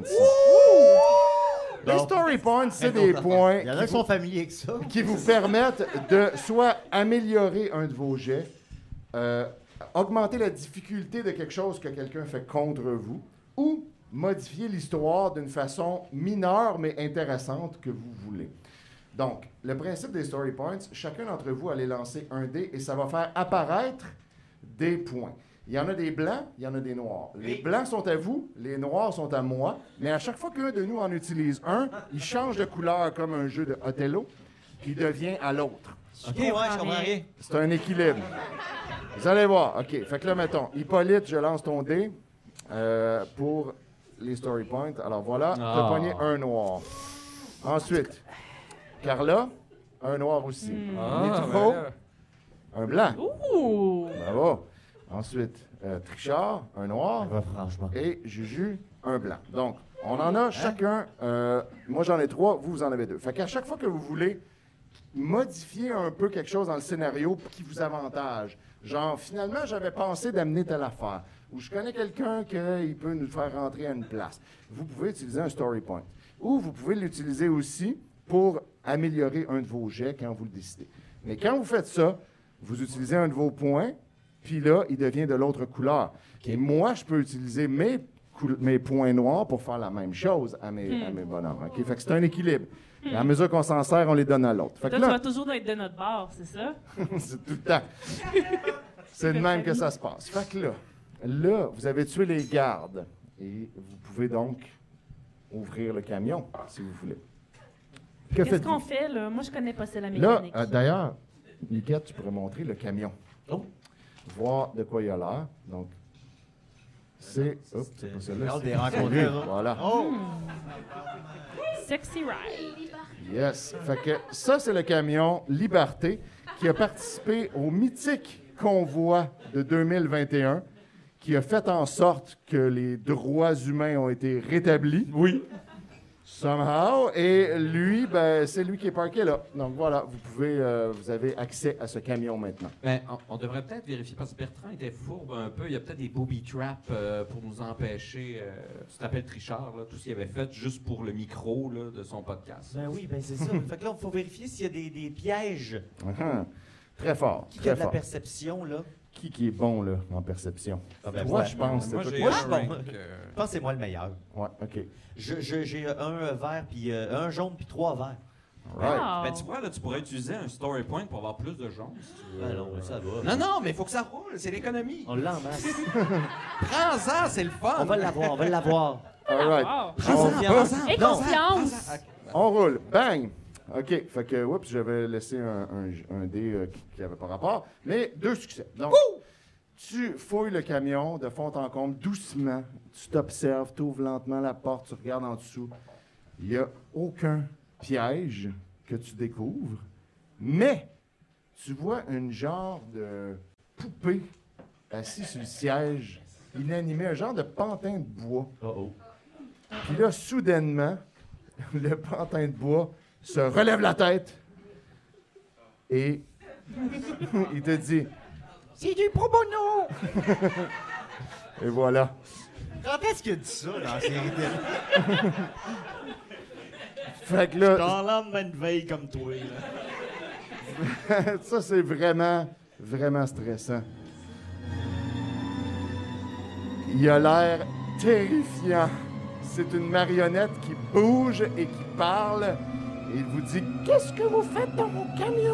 Les story points, c'est des points Il y en a qui qui sont vous, familiers avec ça. qui vous permettent de soit améliorer un de vos jets, euh, augmenter la difficulté de quelque chose que quelqu'un fait contre vous, ou modifier l'histoire d'une façon mineure mais intéressante que vous voulez. Donc, le principe des story points, chacun d'entre vous allez lancer un dé et ça va faire apparaître des points. Il y en a des blancs, il y en a des noirs. Les blancs sont à vous, les noirs sont à moi, mais à chaque fois qu'un de nous en utilise un, il change de couleur comme un jeu de Othello, puis il devient à l'autre. OK, ouais, je comprends rien. C'est un équilibre. Vous allez voir. OK, fait que là, mettons, Hippolyte, je lance ton dé euh, pour les story points. Alors voilà, Ah. t'as pogné un noir. Ensuite, Carla, un noir aussi. Ah, Nitro, ben là. un blanc. Ouh! Bravo. Ensuite, euh, Trichard, un noir. franchement. Et Juju, un blanc. Donc, on en a chacun. euh, moi, j'en ai trois, vous, vous en avez deux. Fait qu'à chaque fois que vous voulez modifier un peu quelque chose dans le scénario qui vous avantage, genre, finalement, j'avais pensé d'amener telle affaire, ou je connais quelqu'un qui peut nous faire rentrer à une place, vous pouvez utiliser un story point. Ou vous pouvez l'utiliser aussi pour améliorer un de vos jets quand vous le décidez. Mais quand vous faites ça, vous utilisez un de vos points, puis là, il devient de l'autre couleur. Et moi, je peux utiliser mes, coul- mes points noirs pour faire la même chose à mes, à mes bonhommes. OK? Fait que c'est un équilibre. Et à mesure qu'on s'en sert, on les donne à l'autre. Fait que Toi, tu là, vas toujours être de notre bord, c'est ça? c'est tout le temps. C'est de même que ça se passe. Fait que là, là, vous avez tué les gardes. Et vous pouvez donc ouvrir le camion, si vous voulez. Que Qu'est-ce faites-vous? qu'on fait, là? Moi, je connais pas ça, la Là, mécanique. euh, d'ailleurs, Niquette, tu pourrais montrer le camion. Oh. Voir de quoi il a l'air. Donc, c'est... Oups, c'est pas celui-là. Regarde c'est- des rencontres, c'est lui. là. Voilà. Sexy ride. Yes. Fait que ça, c'est le camion Liberté qui a participé au mythique convoi de deux mille vingt et un qui a fait en sorte que les droits humains ont été rétablis. Oui. Somehow. Et lui, ben, c'est lui qui est parqué là. Donc voilà, vous pouvez, euh, vous avez accès à ce camion maintenant. Ben, on, on devrait peut-être vérifier, parce que Bertrand était fourbe un peu. Il y a peut-être des booby traps euh, pour nous empêcher. Euh, tu t'appelles Trichard, là, tout ce qu'il avait fait juste pour le micro là, de son podcast. Ben oui, ben c'est ça. Fait que là, il faut vérifier s'il y a des, des pièges. Uh-huh. Très fort. Qui très a de la fort. perception, là? Qui, qui est bon là, en perception? Ah, ben, Toi, ouais. je pense. c'est Moi, toi j'ai qui- Moi, un je suis bon. rank, euh, Je pense que c'est moi le meilleur. Ouais, OK. Je- je- J'ai un euh, vert, puis euh, un jaune, puis trois verts. All right. Wow. Ben, tu vois, là, tu pourrais utiliser un story point pour avoir plus de gens. Si tu veux. Ben non, ça va. Non, non, mais il faut que ça roule. C'est l'économie. On l'emmasse. Prends-en, c'est le fun. On va l'avoir, on va l'avoir. All right. Wow. Prends-en, Confiance. prends-en, Et prends-en, confiance. prends-en. On roule. Bang! OK. Fait que, oups, j'avais laissé un, un, un dé euh, qui n'avait pas rapport. Mais deux succès. Donc, tu fouilles le camion de fond en comble doucement. Tu t'observes, tu ouvres lentement la porte, tu regardes en dessous. Il n'y a aucun piège que tu découvres. Mais, tu vois une genre de poupée assise sur le siège, inanimée, un genre de pantin de bois. Oh Puis là, soudainement, le pantin de bois se relève la tête et il te dit C'est du pro bono! et voilà. Quand est-ce qu'il a dit ça dans la série télé? Fait que là, Dans lendemain de veille comme toi, là. ça c'est vraiment, vraiment stressant. Il a l'air terrifiant. C'est une marionnette qui bouge et qui parle. Et il vous dit « Qu'est-ce que vous faites dans mon camion? »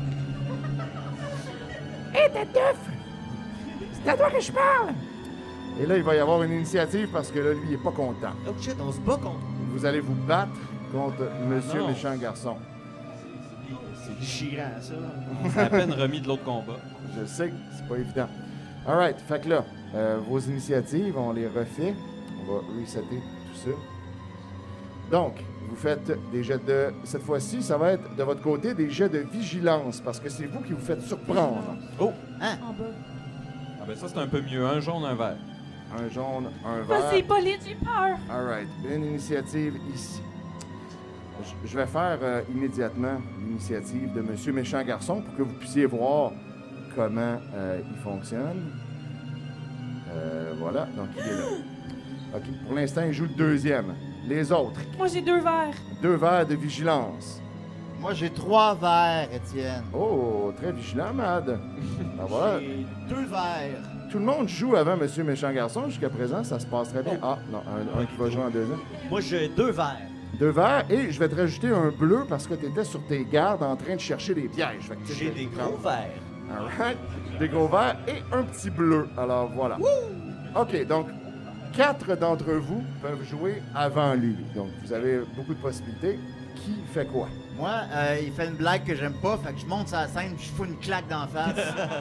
Hé, hey, Tatouf! C'est à toi que je parle! Et là, il va y avoir une initiative parce que là, lui, il est pas content. Oh shit, on se bat contre. Vous allez vous battre contre Monsieur non. Méchant Garçon. C'est déchirant, ça. On s'est à peine remis de l'autre combat. Je sais que c'est pas évident. All right, fait que là, euh, vos initiatives, on les refait. On va resetter tout ça. Donc, vous faites des jets de... Cette fois-ci, ça va être de votre côté des jets de vigilance parce que c'est vous qui vous faites surprendre. Oh! En bas. Ah ben ça, c'est un peu mieux. Un jaune, un vert. Un jaune, un vert. Vas-y, Pauline, j'ai peur. All right, une initiative ici. Je- Je vais faire euh, immédiatement l'initiative de Monsieur Méchant Garçon pour que vous puissiez voir comment euh, il fonctionne. Euh, voilà, donc il est là. OK, pour l'instant, il joue le deuxième. Les autres, Moi, j'ai deux verres. deux verres de vigilance. Moi, j'ai trois verres, Étienne. Oh, très vigilant, Mad. Ben voilà. J'ai deux verres. Tout le monde joue avant Monsieur Méchant Garçon. Jusqu'à présent, ça se passe très bien. Ah, non, un, un qui va jouer en deuxième. Moi, j'ai deux verres. Deux verres, et je vais te rajouter un bleu parce que tu étais sur tes gardes en train de chercher des pièges. Fait que tu sais, J'ai je- des gros verres. All right. Des gros verres et un petit bleu. Alors voilà. OK, donc quatre d'entre vous peuvent jouer avant lui. Donc vous avez beaucoup de possibilités. Qui fait quoi? Moi, euh, il fait une blague que j'aime pas, fait que je monte sur la scène, je fous une claque d'en face.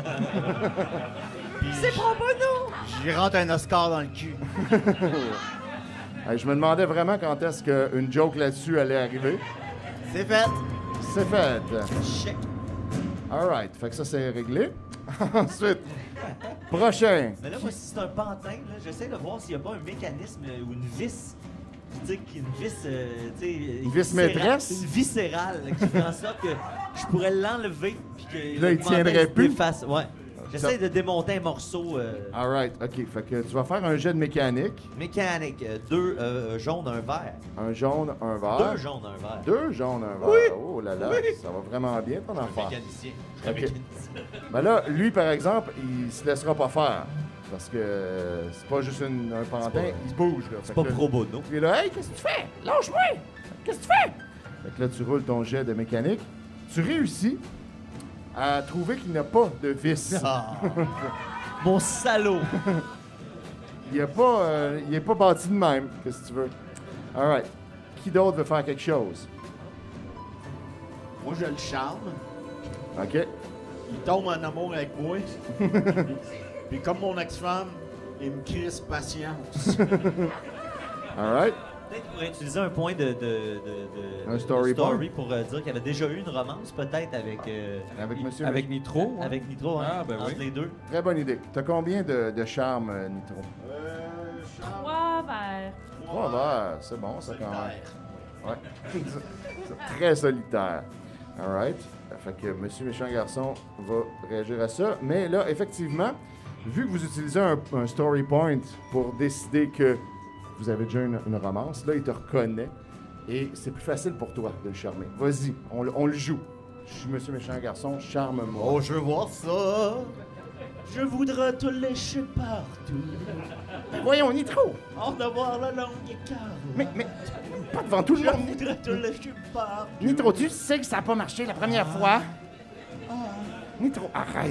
C'est pro bono. J'y rentre un Oscar dans le cul. Hey, je me demandais vraiment quand est-ce qu'une joke là-dessus allait arriver. C'est fait. C'est fait. Check. All right. Fait que ça, c'est réglé. Ensuite, prochain. Mais là, moi, si c'est un pantin, là, j'essaie de voir s'il n'y a pas un mécanisme euh, ou une vis. Qui dit qu'une vis. euh, tu sais, Une vis viscérale- maîtresse? Une viscérale qui fait en sorte que je pourrais l'enlever. Puis que Là, le il tiendrait pantin se plus? défasse. Ouais. J'essaie de démonter un morceau euh, All right. OK. Fait que tu vas faire un jet de mécanique. mécanique. euh, deux euh, jaunes, un vert. Un jaune, un vert. Deux jaunes, un vert. Deux jaunes, un vert. Oh là là, ça va vraiment bien ton affaire. Mécanicien. Ok. Mécanicien. Ben là, lui, par exemple, il se laissera pas faire. Parce que euh, c'est pas juste une- un pantin, pas- il se bouge. Là. C'est Fait pas que là, pro bono. il est là, hey, qu'est-ce que tu fais? Lâche-moi! Qu'est-ce que tu fais? Fait que là, tu roules ton jet de mécanique. Tu réussis à trouver qu'il n'y a pas de vis. Ah. Mon salaud. Il est pas, euh, il est pas bâti de même, qu'est-ce que tu veux. All right. Qui d'autre veut faire quelque chose? Moi, je le charme. OK. Il tombe en amour avec moi. Puis comme mon ex-femme, il me crisse patience. All right. Peut-être qu'il pourrait utiliser un point de, de, de, de- Un de story point. pour euh, dire qu'il y avait déjà eu une romance, peut-être, avec, euh, Avec monsieur. Avec Nitro. ouais. avec Nitro, hein, Ah, ben entre oui. les deux. Très bonne idée. T'as combien de, de charme, euh, Nitro? Trois verres. Trois verres, c'est bon, ça quand même. Ouais. C'est très solitaire. All right. Fait que Monsieur Méchant Garçon va réagir à ça. Mais là, effectivement, vu que vous utilisez un, un story point pour décider que vous avez déjà une, une romance, là, il te reconnaît. Et c'est plus facile pour toi de le charmer. Vas-y, on, le- on le joue. Je suis Monsieur Méchant Garçon, charme-moi. Oh, je veux voir ça. Je voudrais te lécher partout. Mais voyons, Nitro! En avoir la langue écarte. Mais, mais, pas devant tout le Je monde! voudrais te lécher partout. Nitro, tu sais que ça n'a pas marché la première fois? Nitro, arrête!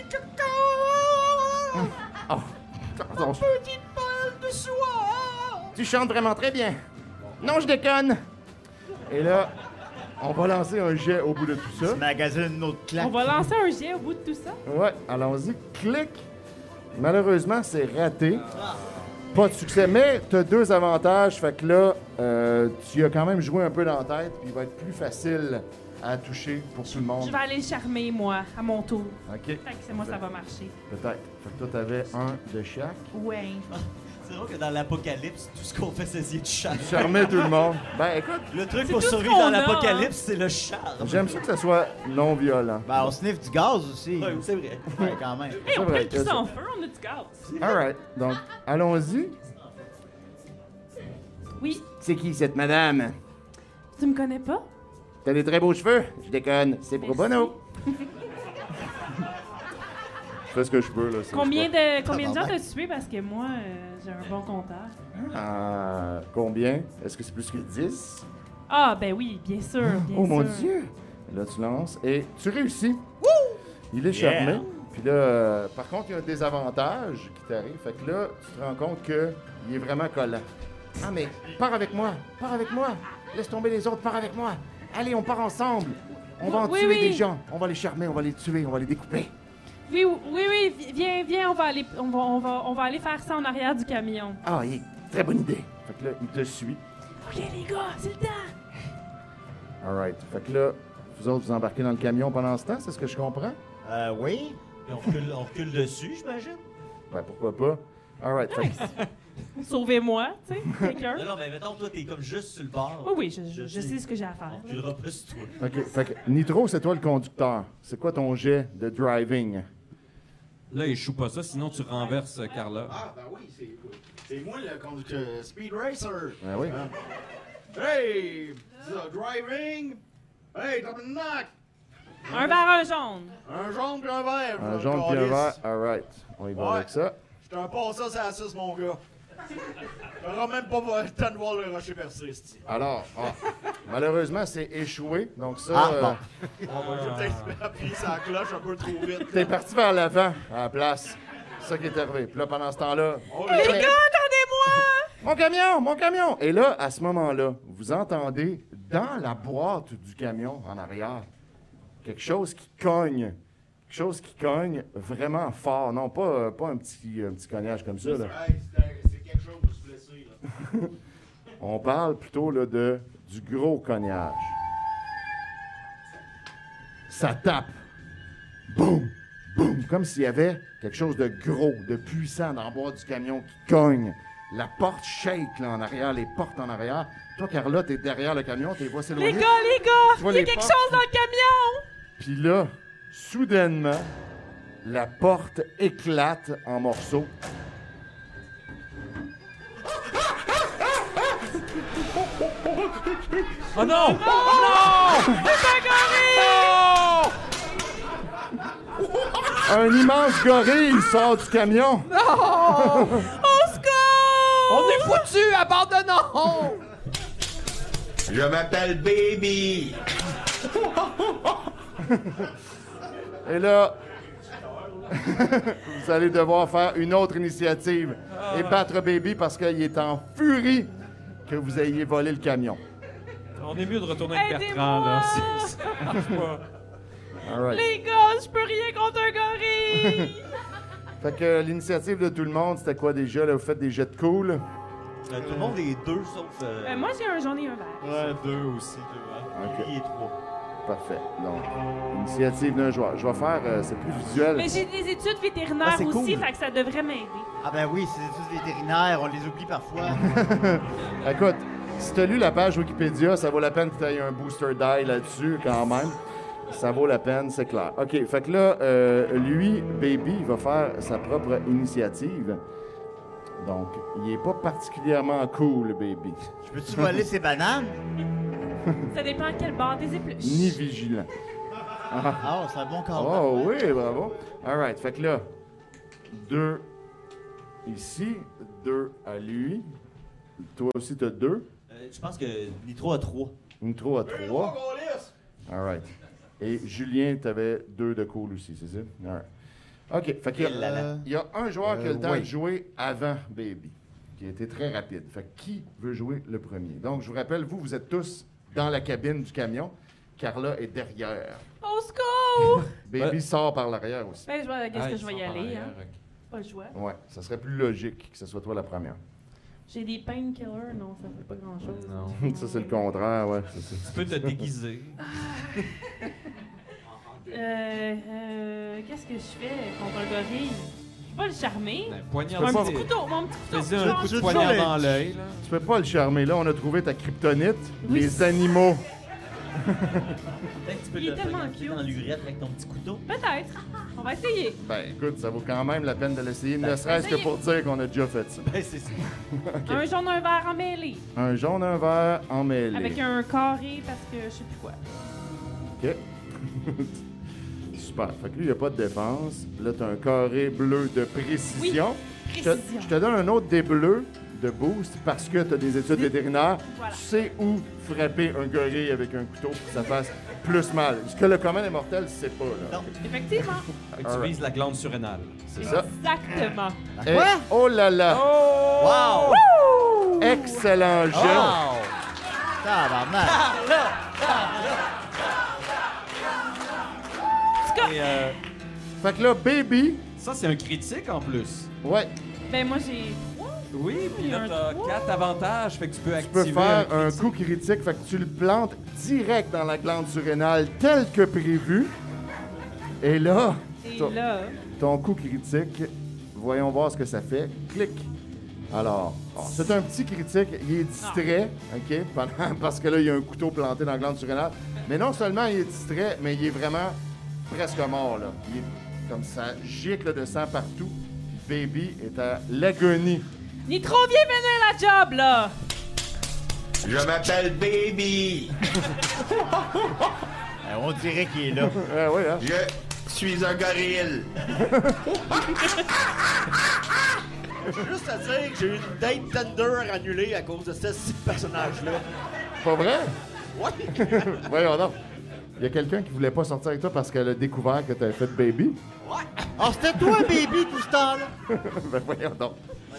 Oh, pardon. Petite balle de soie. Tu chantes vraiment très bien. Non, je déconne. Et là, on va lancer un jet au bout de tout ça. Tu magasines une autre claque. On va lancer un jet au bout de tout ça. Ouais, allons-y. Clic. Malheureusement, c'est raté. Pas de succès, mais tu as deux avantages. Fait que là, euh, tu as quand même joué un peu dans la tête, puis il va être plus facile à toucher pour tout le monde. Je vais aller le charmer, moi, à mon tour. OK, Fait que c'est moi, ça va marcher. peut-être. Fait que toi, t'avais un de chaque. Ouais. Tu C'est drôle que dans l'apocalypse, tout ce qu'on fait, c'est essayer de charmer. Charmer tout le monde. Ben, écoute, Le truc C'est pour tout ce survivre qu'on dans a, l'apocalypse, c'est le charme. j'aime ça que ça soit non violent. Ben, on sniffe du gaz aussi. Ouais, c'est vrai. Ouais, quand même. Hey, on vrai, prend tout que ça ça- en feu, on a du gaz. All right. Donc, allons-y. Oui, C'est qui cette madame? tu me connais pas? T'as des très beaux cheveux? Je déconne. C'est pro Merci. bono. Je fais ce que je peux, là. c'est- Combien je sais de, combien de gens Tabarnak. t'as tué? Parce que moi, euh, j'ai un bon compteur. pas. Euh, combien? Est-ce que c'est plus que dix? Ah, ben oui, bien sûr, bien Oh sûr. mon Dieu! Là, tu lances et tu réussis. Il est charmé. Puis là, euh, par contre, il y a un désavantage qui t'arrive. Fait que là, tu te rends compte qu'il est vraiment collant. Ah, mais pars avec moi! Pars avec moi! Laisse tomber les autres, pars avec moi! Allez, on part ensemble! On va en Oui, tuer oui. des gens! On va les charmer, on va les tuer, on va les découper! Oui, oui, oui, vi- viens, viens, on va aller, on va, on va, on va aller faire ça en arrière du camion. Ah, il est très bonne idée! Fait que là, il te suit. Ok, les gars, c'est le temps. All right. Fait que là, vous autres, vous embarquez dans le camion pendant ce temps, c'est ce que je comprends? Euh, oui. Puis on recule, on recule dessus, j'imagine. Ben, pourquoi pas? All right. Fait que- Sauvez-moi, tu sais, quelqu'un. Non, non, mais mettons, toi, t'es comme juste sur le bord. Oui, oui, je, je- je sais ce que j'ai à faire. On reculera plus, toi. OK. Fait que Nitro, c'est toi le conducteur. C'est quoi ton jet de driving? Là, échoue pas ça, sinon tu renverses euh, Carla. Ah, ben oui, c'est c'est moi le conducteur Speed Racer. Ah oui? Hey, the driving. Hey, tabarnak. Un verre, un jaune. Un jaune puis un vert. Un je jaune puis un calisse. vert. All right. On y va Ouais. avec ça. J'étais un passant sur la six, mon gars. J'aurais même pas le temps de voir le rocher percé, c'ti. Alors, ah, malheureusement, c'est échoué. Donc ça, Ah, euh, bon. J'ai peut-être appuyé sur la cloche un peu trop vite. t'es parti vers l'avant à la place. C'est ça qui est arrivé. Puis là, pendant ce temps-là, Oh, Les le- gars, attendez-moi! mon camion, mon camion! Et là, à ce moment-là, vous entendez dans la boîte du camion en arrière quelque chose qui cogne. Quelque chose qui cogne vraiment fort. Non, pas, euh, pas un, petit, un petit cognage comme ça. Là. Hey, c'est- c'est quelque chose de se blesser, là. On parle plutôt là, de, du gros cognage. Ça tape. Boum! Boum! Comme s'il y avait quelque chose de gros, de puissant dans la boîte du camion qui cogne. La porte shake là, en arrière, les portes en arrière. Toi, Carla, t'es derrière le camion, t'es vois Les s'éloigner. gars, les gars! Tu vois Il y a les quelque portes? chose dans le camion! Puis là, soudainement, la porte éclate en morceaux. Oh non! Oh Un immense gorille sort du camion. Au secours! On est foutus! Abandonnons! Je m'appelle Baby. Et là, vous allez devoir faire une autre initiative et battre Baby parce qu'il est en furie que vous ayez volé le camion. On est mieux de retourner avec Aidez-moi! Bertrand, là. C'est- Ça marche pas. All right. Les gars, je peux rien contre un gorille! Fait que l'initiative de tout le monde, c'était quoi déjà? Là, vous faites des jets de cool. Euh, tout le monde est deux, sauf. Euh, Euh, moi, j'ai un jaune et un vert. ouais, deux aussi, deux. Hein. Ok. Lui, il est trois. Parfait. Donc, initiative d'un joueur. Je vais faire, euh, c'est plus visuel. Mais j'ai des études vétérinaires Ah, c'est aussi, cool. fait que ça devrait m'aider. Ah ben oui, c'est des études vétérinaires, on les oublie parfois. Écoute, si t'as lu la page Wikipédia, ça vaut la peine que tu aies un booster die là-dessus quand même. Ça vaut la peine, c'est clair. OK, fait que là, euh, lui, Baby, il va faire sa propre initiative. Donc, il est pas particulièrement cool, Baby. Je peux-tu voler ces bananes? Ça dépend à quel bord des épluches. Ni vigilant. Ah, c'est un bon corps. Oh oui, bravo. All right, fait que là, deux ici, deux à lui. Toi aussi, t'as deux. Euh, je pense que Nitro a trois. Nitro à trois. All right. Et Julien, t'avais deux de cool aussi, c'est ça? All right. OK, fait qu'il y, a- Euh, il y a un joueur qui a le temps oui. de jouer avant Baby, qui a été très rapide. Fait que qui veut jouer le premier? Donc, je vous rappelle, vous, vous êtes tous dans la cabine du camion. Carla est derrière. Au secours! Baby Ouais. sort par l'arrière aussi. Ben, je vais, qu'est-ce Ah, que ils je vais y sont en aller, arrière, hein? ok. Pas le choix. Ouais, ça serait plus logique que ce soit toi la première. J'ai des painkillers, non, ça fait pas grand-chose. Non. Ça, c'est le contraire, ouais. c'est ça. Tu peux te déguiser. Euh, euh, qu'est-ce que je fais contre un gorille? peux pas le charmer. Ben, Un poignard petit pas- couteau, mon petit couteau. Fais-y un Genre, coup tu de veux poignard toujours dans le- l'œil, là. Tu peux pas le charmer. Là, on a trouvé ta kryptonite, Oui. les animaux. Peut-être que tu peux Il est le tellement poignarder cute. dans l'urette avec ton petit couteau. Peut-être. On va essayer. Ben, écoute, ça vaut quand même la peine de l'essayer, ne Ben, serait-ce que essayez. pour dire qu'on a déjà fait ça. Ben, c'est ça. Un jaune, un vert emmêlé. Un jaune, un vert emmêlé. Avec un carré parce que je sais plus quoi. OK. Super. Fait que lui, il n'y a pas de défense. Là, tu as un carré bleu de précision. Je te, Précision. je te donne un autre des bleus de boost parce que tu as des études vétérinaires. Voilà. Tu sais où frapper un gorille avec un couteau pour que ça fasse plus mal. Ce que le commun des mortels ne sait pas. Là. Non. Effectivement. Fait que tu vises la glande surrénale. C'est ça. Exactement. Et, oh là là! Wow! Excellent jeu! Wow! Tabarnak. Et, euh, Fait que là, baby, ça, c'est un critique en plus. ouais, Ben, moi, j'ai trois. Oui, puis là, Un t'as trois. quatre avantages, fait que tu peux tu activer peux faire un critique. coup critique. Fait que tu le plantes direct dans la glande surrénale tel que prévu. Et là, Et ton, là, ton coup critique, voyons voir ce que ça fait. Clic. Alors, bon, c'est un petit critique. Il est distrait, OK, pendant- parce que là, il y a un couteau planté dans la glande surrénale. Mais non seulement il est distrait, mais il est vraiment presque mort, là. Il est comme ça, gicle de sang partout. Baby est à l'agonie. Nitro, viens mener la job, là! Je m'appelle Baby. Euh, on dirait qu'il est là. Ah oui, hein? Je suis un gorille. Juste à dire que j'ai eu une date Tinder annulée à cause de ce ce personnage-là. Pas vrai? Ouais. Voyons donc. Il y a quelqu'un qui voulait pas sortir avec toi parce qu'elle a découvert que t'avais fait baby? Ah, c'était toi, baby, tout ce temps-là. Ben voyons donc.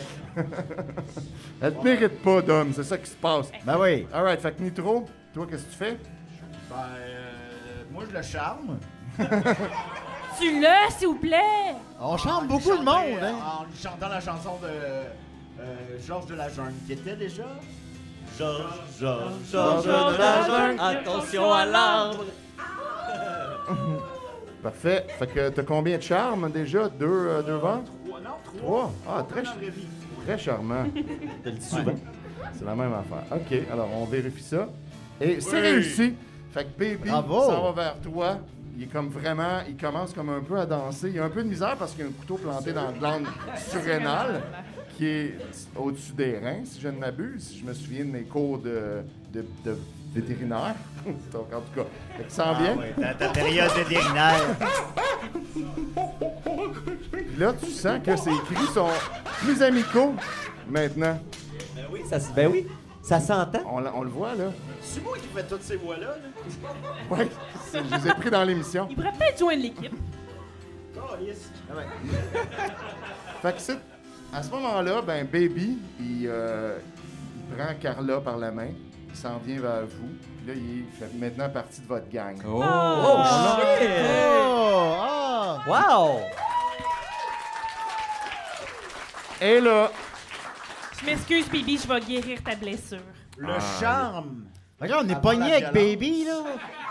Elle te mérite pas, Dom, c'est ça qui se passe. Ben oui. Alright, fait que Nitro, toi, qu'est-ce que tu fais? Ben, euh, moi, je le charme. Tu l'as, s'il vous plaît! On chante En beaucoup de lui monde, chantant- hein. En lui chantant la chanson de euh, Georges de la Jungle, qui était déjà. Georges, Georges, Georges de la jungle, attention à l'arbre. Parfait. Fait que t'as combien de charmes déjà? Deux, euh, deux vents? Trois, non, trois. Trois? Ah, très, Dans la vraie vie. très charmant. Je le dis souvent. C'est la même affaire. OK, alors on vérifie ça. Et c'est Oui. réussi. Fait que Baby Bravo. s'en va vers toi. Il est comme vraiment, il commence comme un peu à danser. Il a un peu de misère parce qu'il y a un couteau planté dans la glande surrénale qui est au-dessus des reins, si je ne m'abuse. Si je me souviens de mes cours de, de, de vétérinaire. Donc, en tout cas, fait que ça en vient. Ah oui, ta, ta période vétérinaire. Puis là, tu sens que ses cris sont plus amicaux maintenant. Ben oui, ça, se- ben oui, ça s'entend. On, l- on le voit, là. C'est moi qui fais toutes ces voix-là. Là. Oui, je les ai pris dans l'émission. Il pourrait peut-être joindre l'équipe. Oh, yes. Fait que c'est... À ce moment-là, ben Baby, il, euh, il prend Carla par la main, il s'en vient vers vous, puis là, il fait maintenant partie de votre gang. Oh! Oh, shit! Oh! Ah! Wow! Et là, Je m'excuse, Bibi, je vais guérir ta blessure. Le charme. Regarde, on est Avant pogné la avec violence. Baby, là.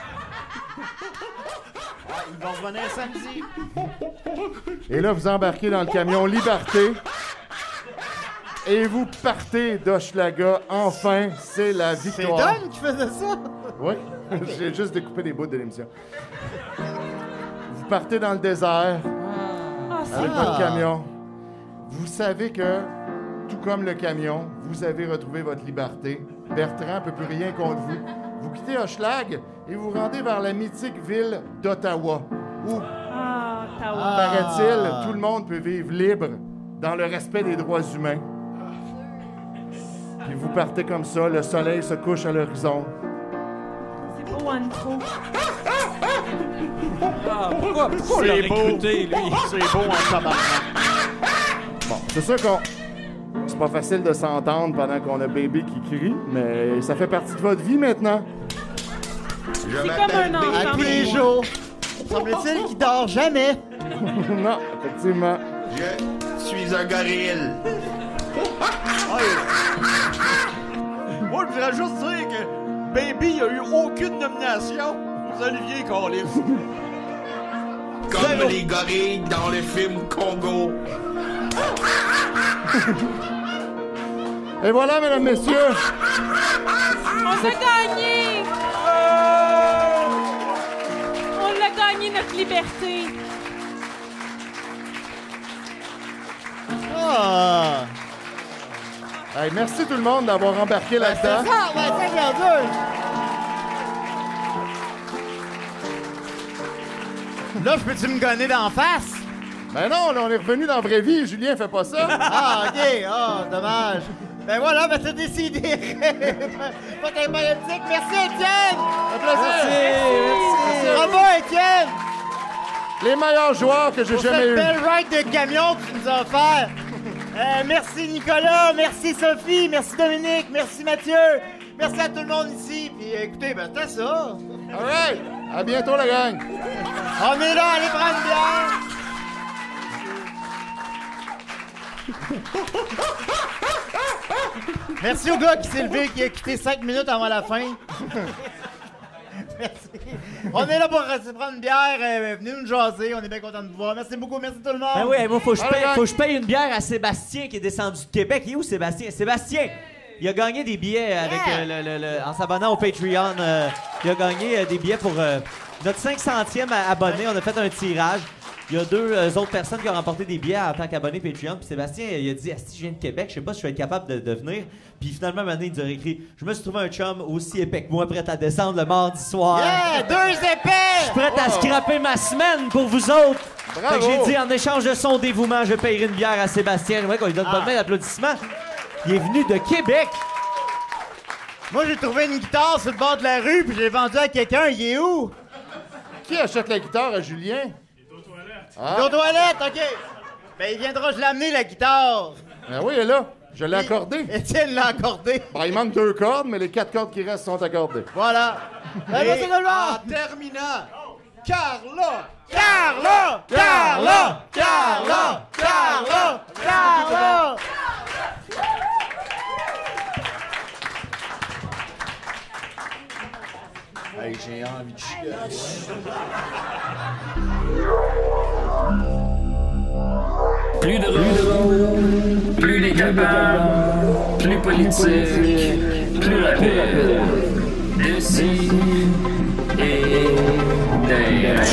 Ah, ils vont revenir samedi. et là, vous embarquez dans le camion Liberté. Et vous partez d'Hochelaga. Enfin, c'est la C'est victoire. Don qui faisait ça. Oui, j'ai juste découpé des bouts de l'émission. Vous partez dans le désert Ah, c'est avec Ah. votre camion. Vous savez que, tout comme le camion, vous avez retrouvé votre liberté. Bertrand ne peut plus rien contre vous. Vous quittez Hochelag et vous vous rendez vers la mythique ville d'Ottawa, où, Ah, Tawa. Ah. paraît-il, tout le monde peut vivre libre dans le respect des droits humains. Puis vous partez comme ça, le soleil se couche à l'horizon. C'est beau, Anne-Tro. Ah, pourquoi, pourquoi on l'a C'est beau. recruté, lui? C'est beau en tabarnak. Bon, c'est sûr qu'on... C'est pas facile de s'entendre pendant qu'on a Baby qui crie, mais ça fait partie de votre vie maintenant. Je C'est comme m'appelle un enfant. À tous les jours. Semble-t-il qu'il dort jamais. Non, effectivement. Je suis un gorille. Moi, je voudrais juste dire que Baby a eu aucune nomination aux Olivier Callis. Comme les gorilles dans le film Congo. Et voilà, mesdames, messieurs. On a gagné! On a gagné notre liberté. Ah! Hey, merci tout le monde d'avoir embarqué Ben, là-dedans. c'est ça, ben, c'est regardez. Là, je peux-tu me gonner d'en face? Ben non, là, on est revenu dans la vraie vie. Julien fait pas ça. Ah, OK. Ah, dommage. Ben voilà, ben c'est décidé. Pas très politique. Merci, Étienne. Un plaisir. Merci. Bravo, Étienne. Les meilleurs joueurs que j'ai Pour jamais cette eus. belle ride de camion que tu nous as offert. Euh, merci, Nicolas. Merci, Sophie. Merci, Dominique. Merci, Mathieu. Merci à tout le monde ici. Puis écoutez, ben c'était ça. All right. À bientôt, la gang. On est là, allez prendre une bière. Merci au gars qui s'est levé, qui a quitté cinq minutes avant la fin. Merci. On est là pour se prendre une bière. Euh, venez nous jaser. On est bien contents de vous voir. Merci beaucoup. Merci tout le monde. Ben oui, moi, faut que je Allez, paye, gang. faut que je paye une bière à Sébastien qui est descendu de Québec. Il est où, Sébastien? Sébastien! Il a gagné des billets avec euh, le, le- le- en s'abonnant au Patreon. euh, il a gagné euh, des billets pour euh, notre cinq centième a- abonné. On a fait un tirage. Il y a deux euh, autres personnes qui ont remporté des billets en tant qu'abonnés Patreon. Puis Sébastien, il a dit, si je viens de Québec, je sais pas si je vais être capable de, de venir. Puis finalement, maintenant, il nous a écrit, je me suis trouvé un chum aussi épais que moi, prêt à descendre le mardi soir. Yeah, deux épais. Je suis prêt à scraper ma semaine pour vous autres. Bravo. Fait que j'ai dit, en échange de son dévouement, je payerai une bière à Sébastien. Ouais, qu'on lui donne bonne main d'applaudissements. Il est venu de Québec. Moi, j'ai trouvé une guitare sur le bord de la rue, puis j'ai vendu à quelqu'un. Il est où? Qui achète la guitare à Julien? Il est aux toilettes, OK. Ben, il viendra, je l'ai amené, la guitare. Ben oui, elle est là. Je l'ai accordée. Étienne l'a accordé. Ben, il manque deux cordes, mais les quatre cordes qui restent sont accordées. Voilà. Ben, merci tout le monde. En terminant, Carla! Carla! Carla! Carla! Carla! Carla! Hey, j'ai envie de chier. Plus de drôle, plus décapable, plus politique, plus rapide. D'ici et d'ailleurs.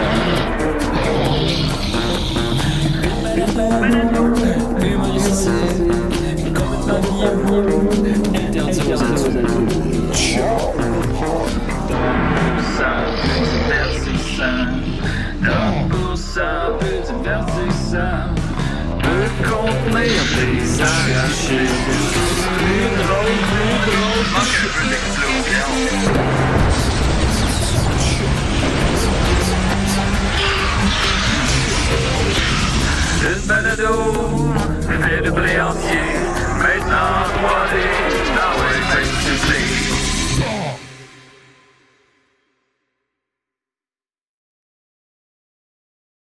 Humoristique, complètement bien, interdit aux adultes. Ça peut divertissant, donc pour ça peut divertissant, peut contenir des arrachés. Plus drôle, plus drôle, manque un peu d'explosion. Une balado fait de blé entier, maintenant trois D.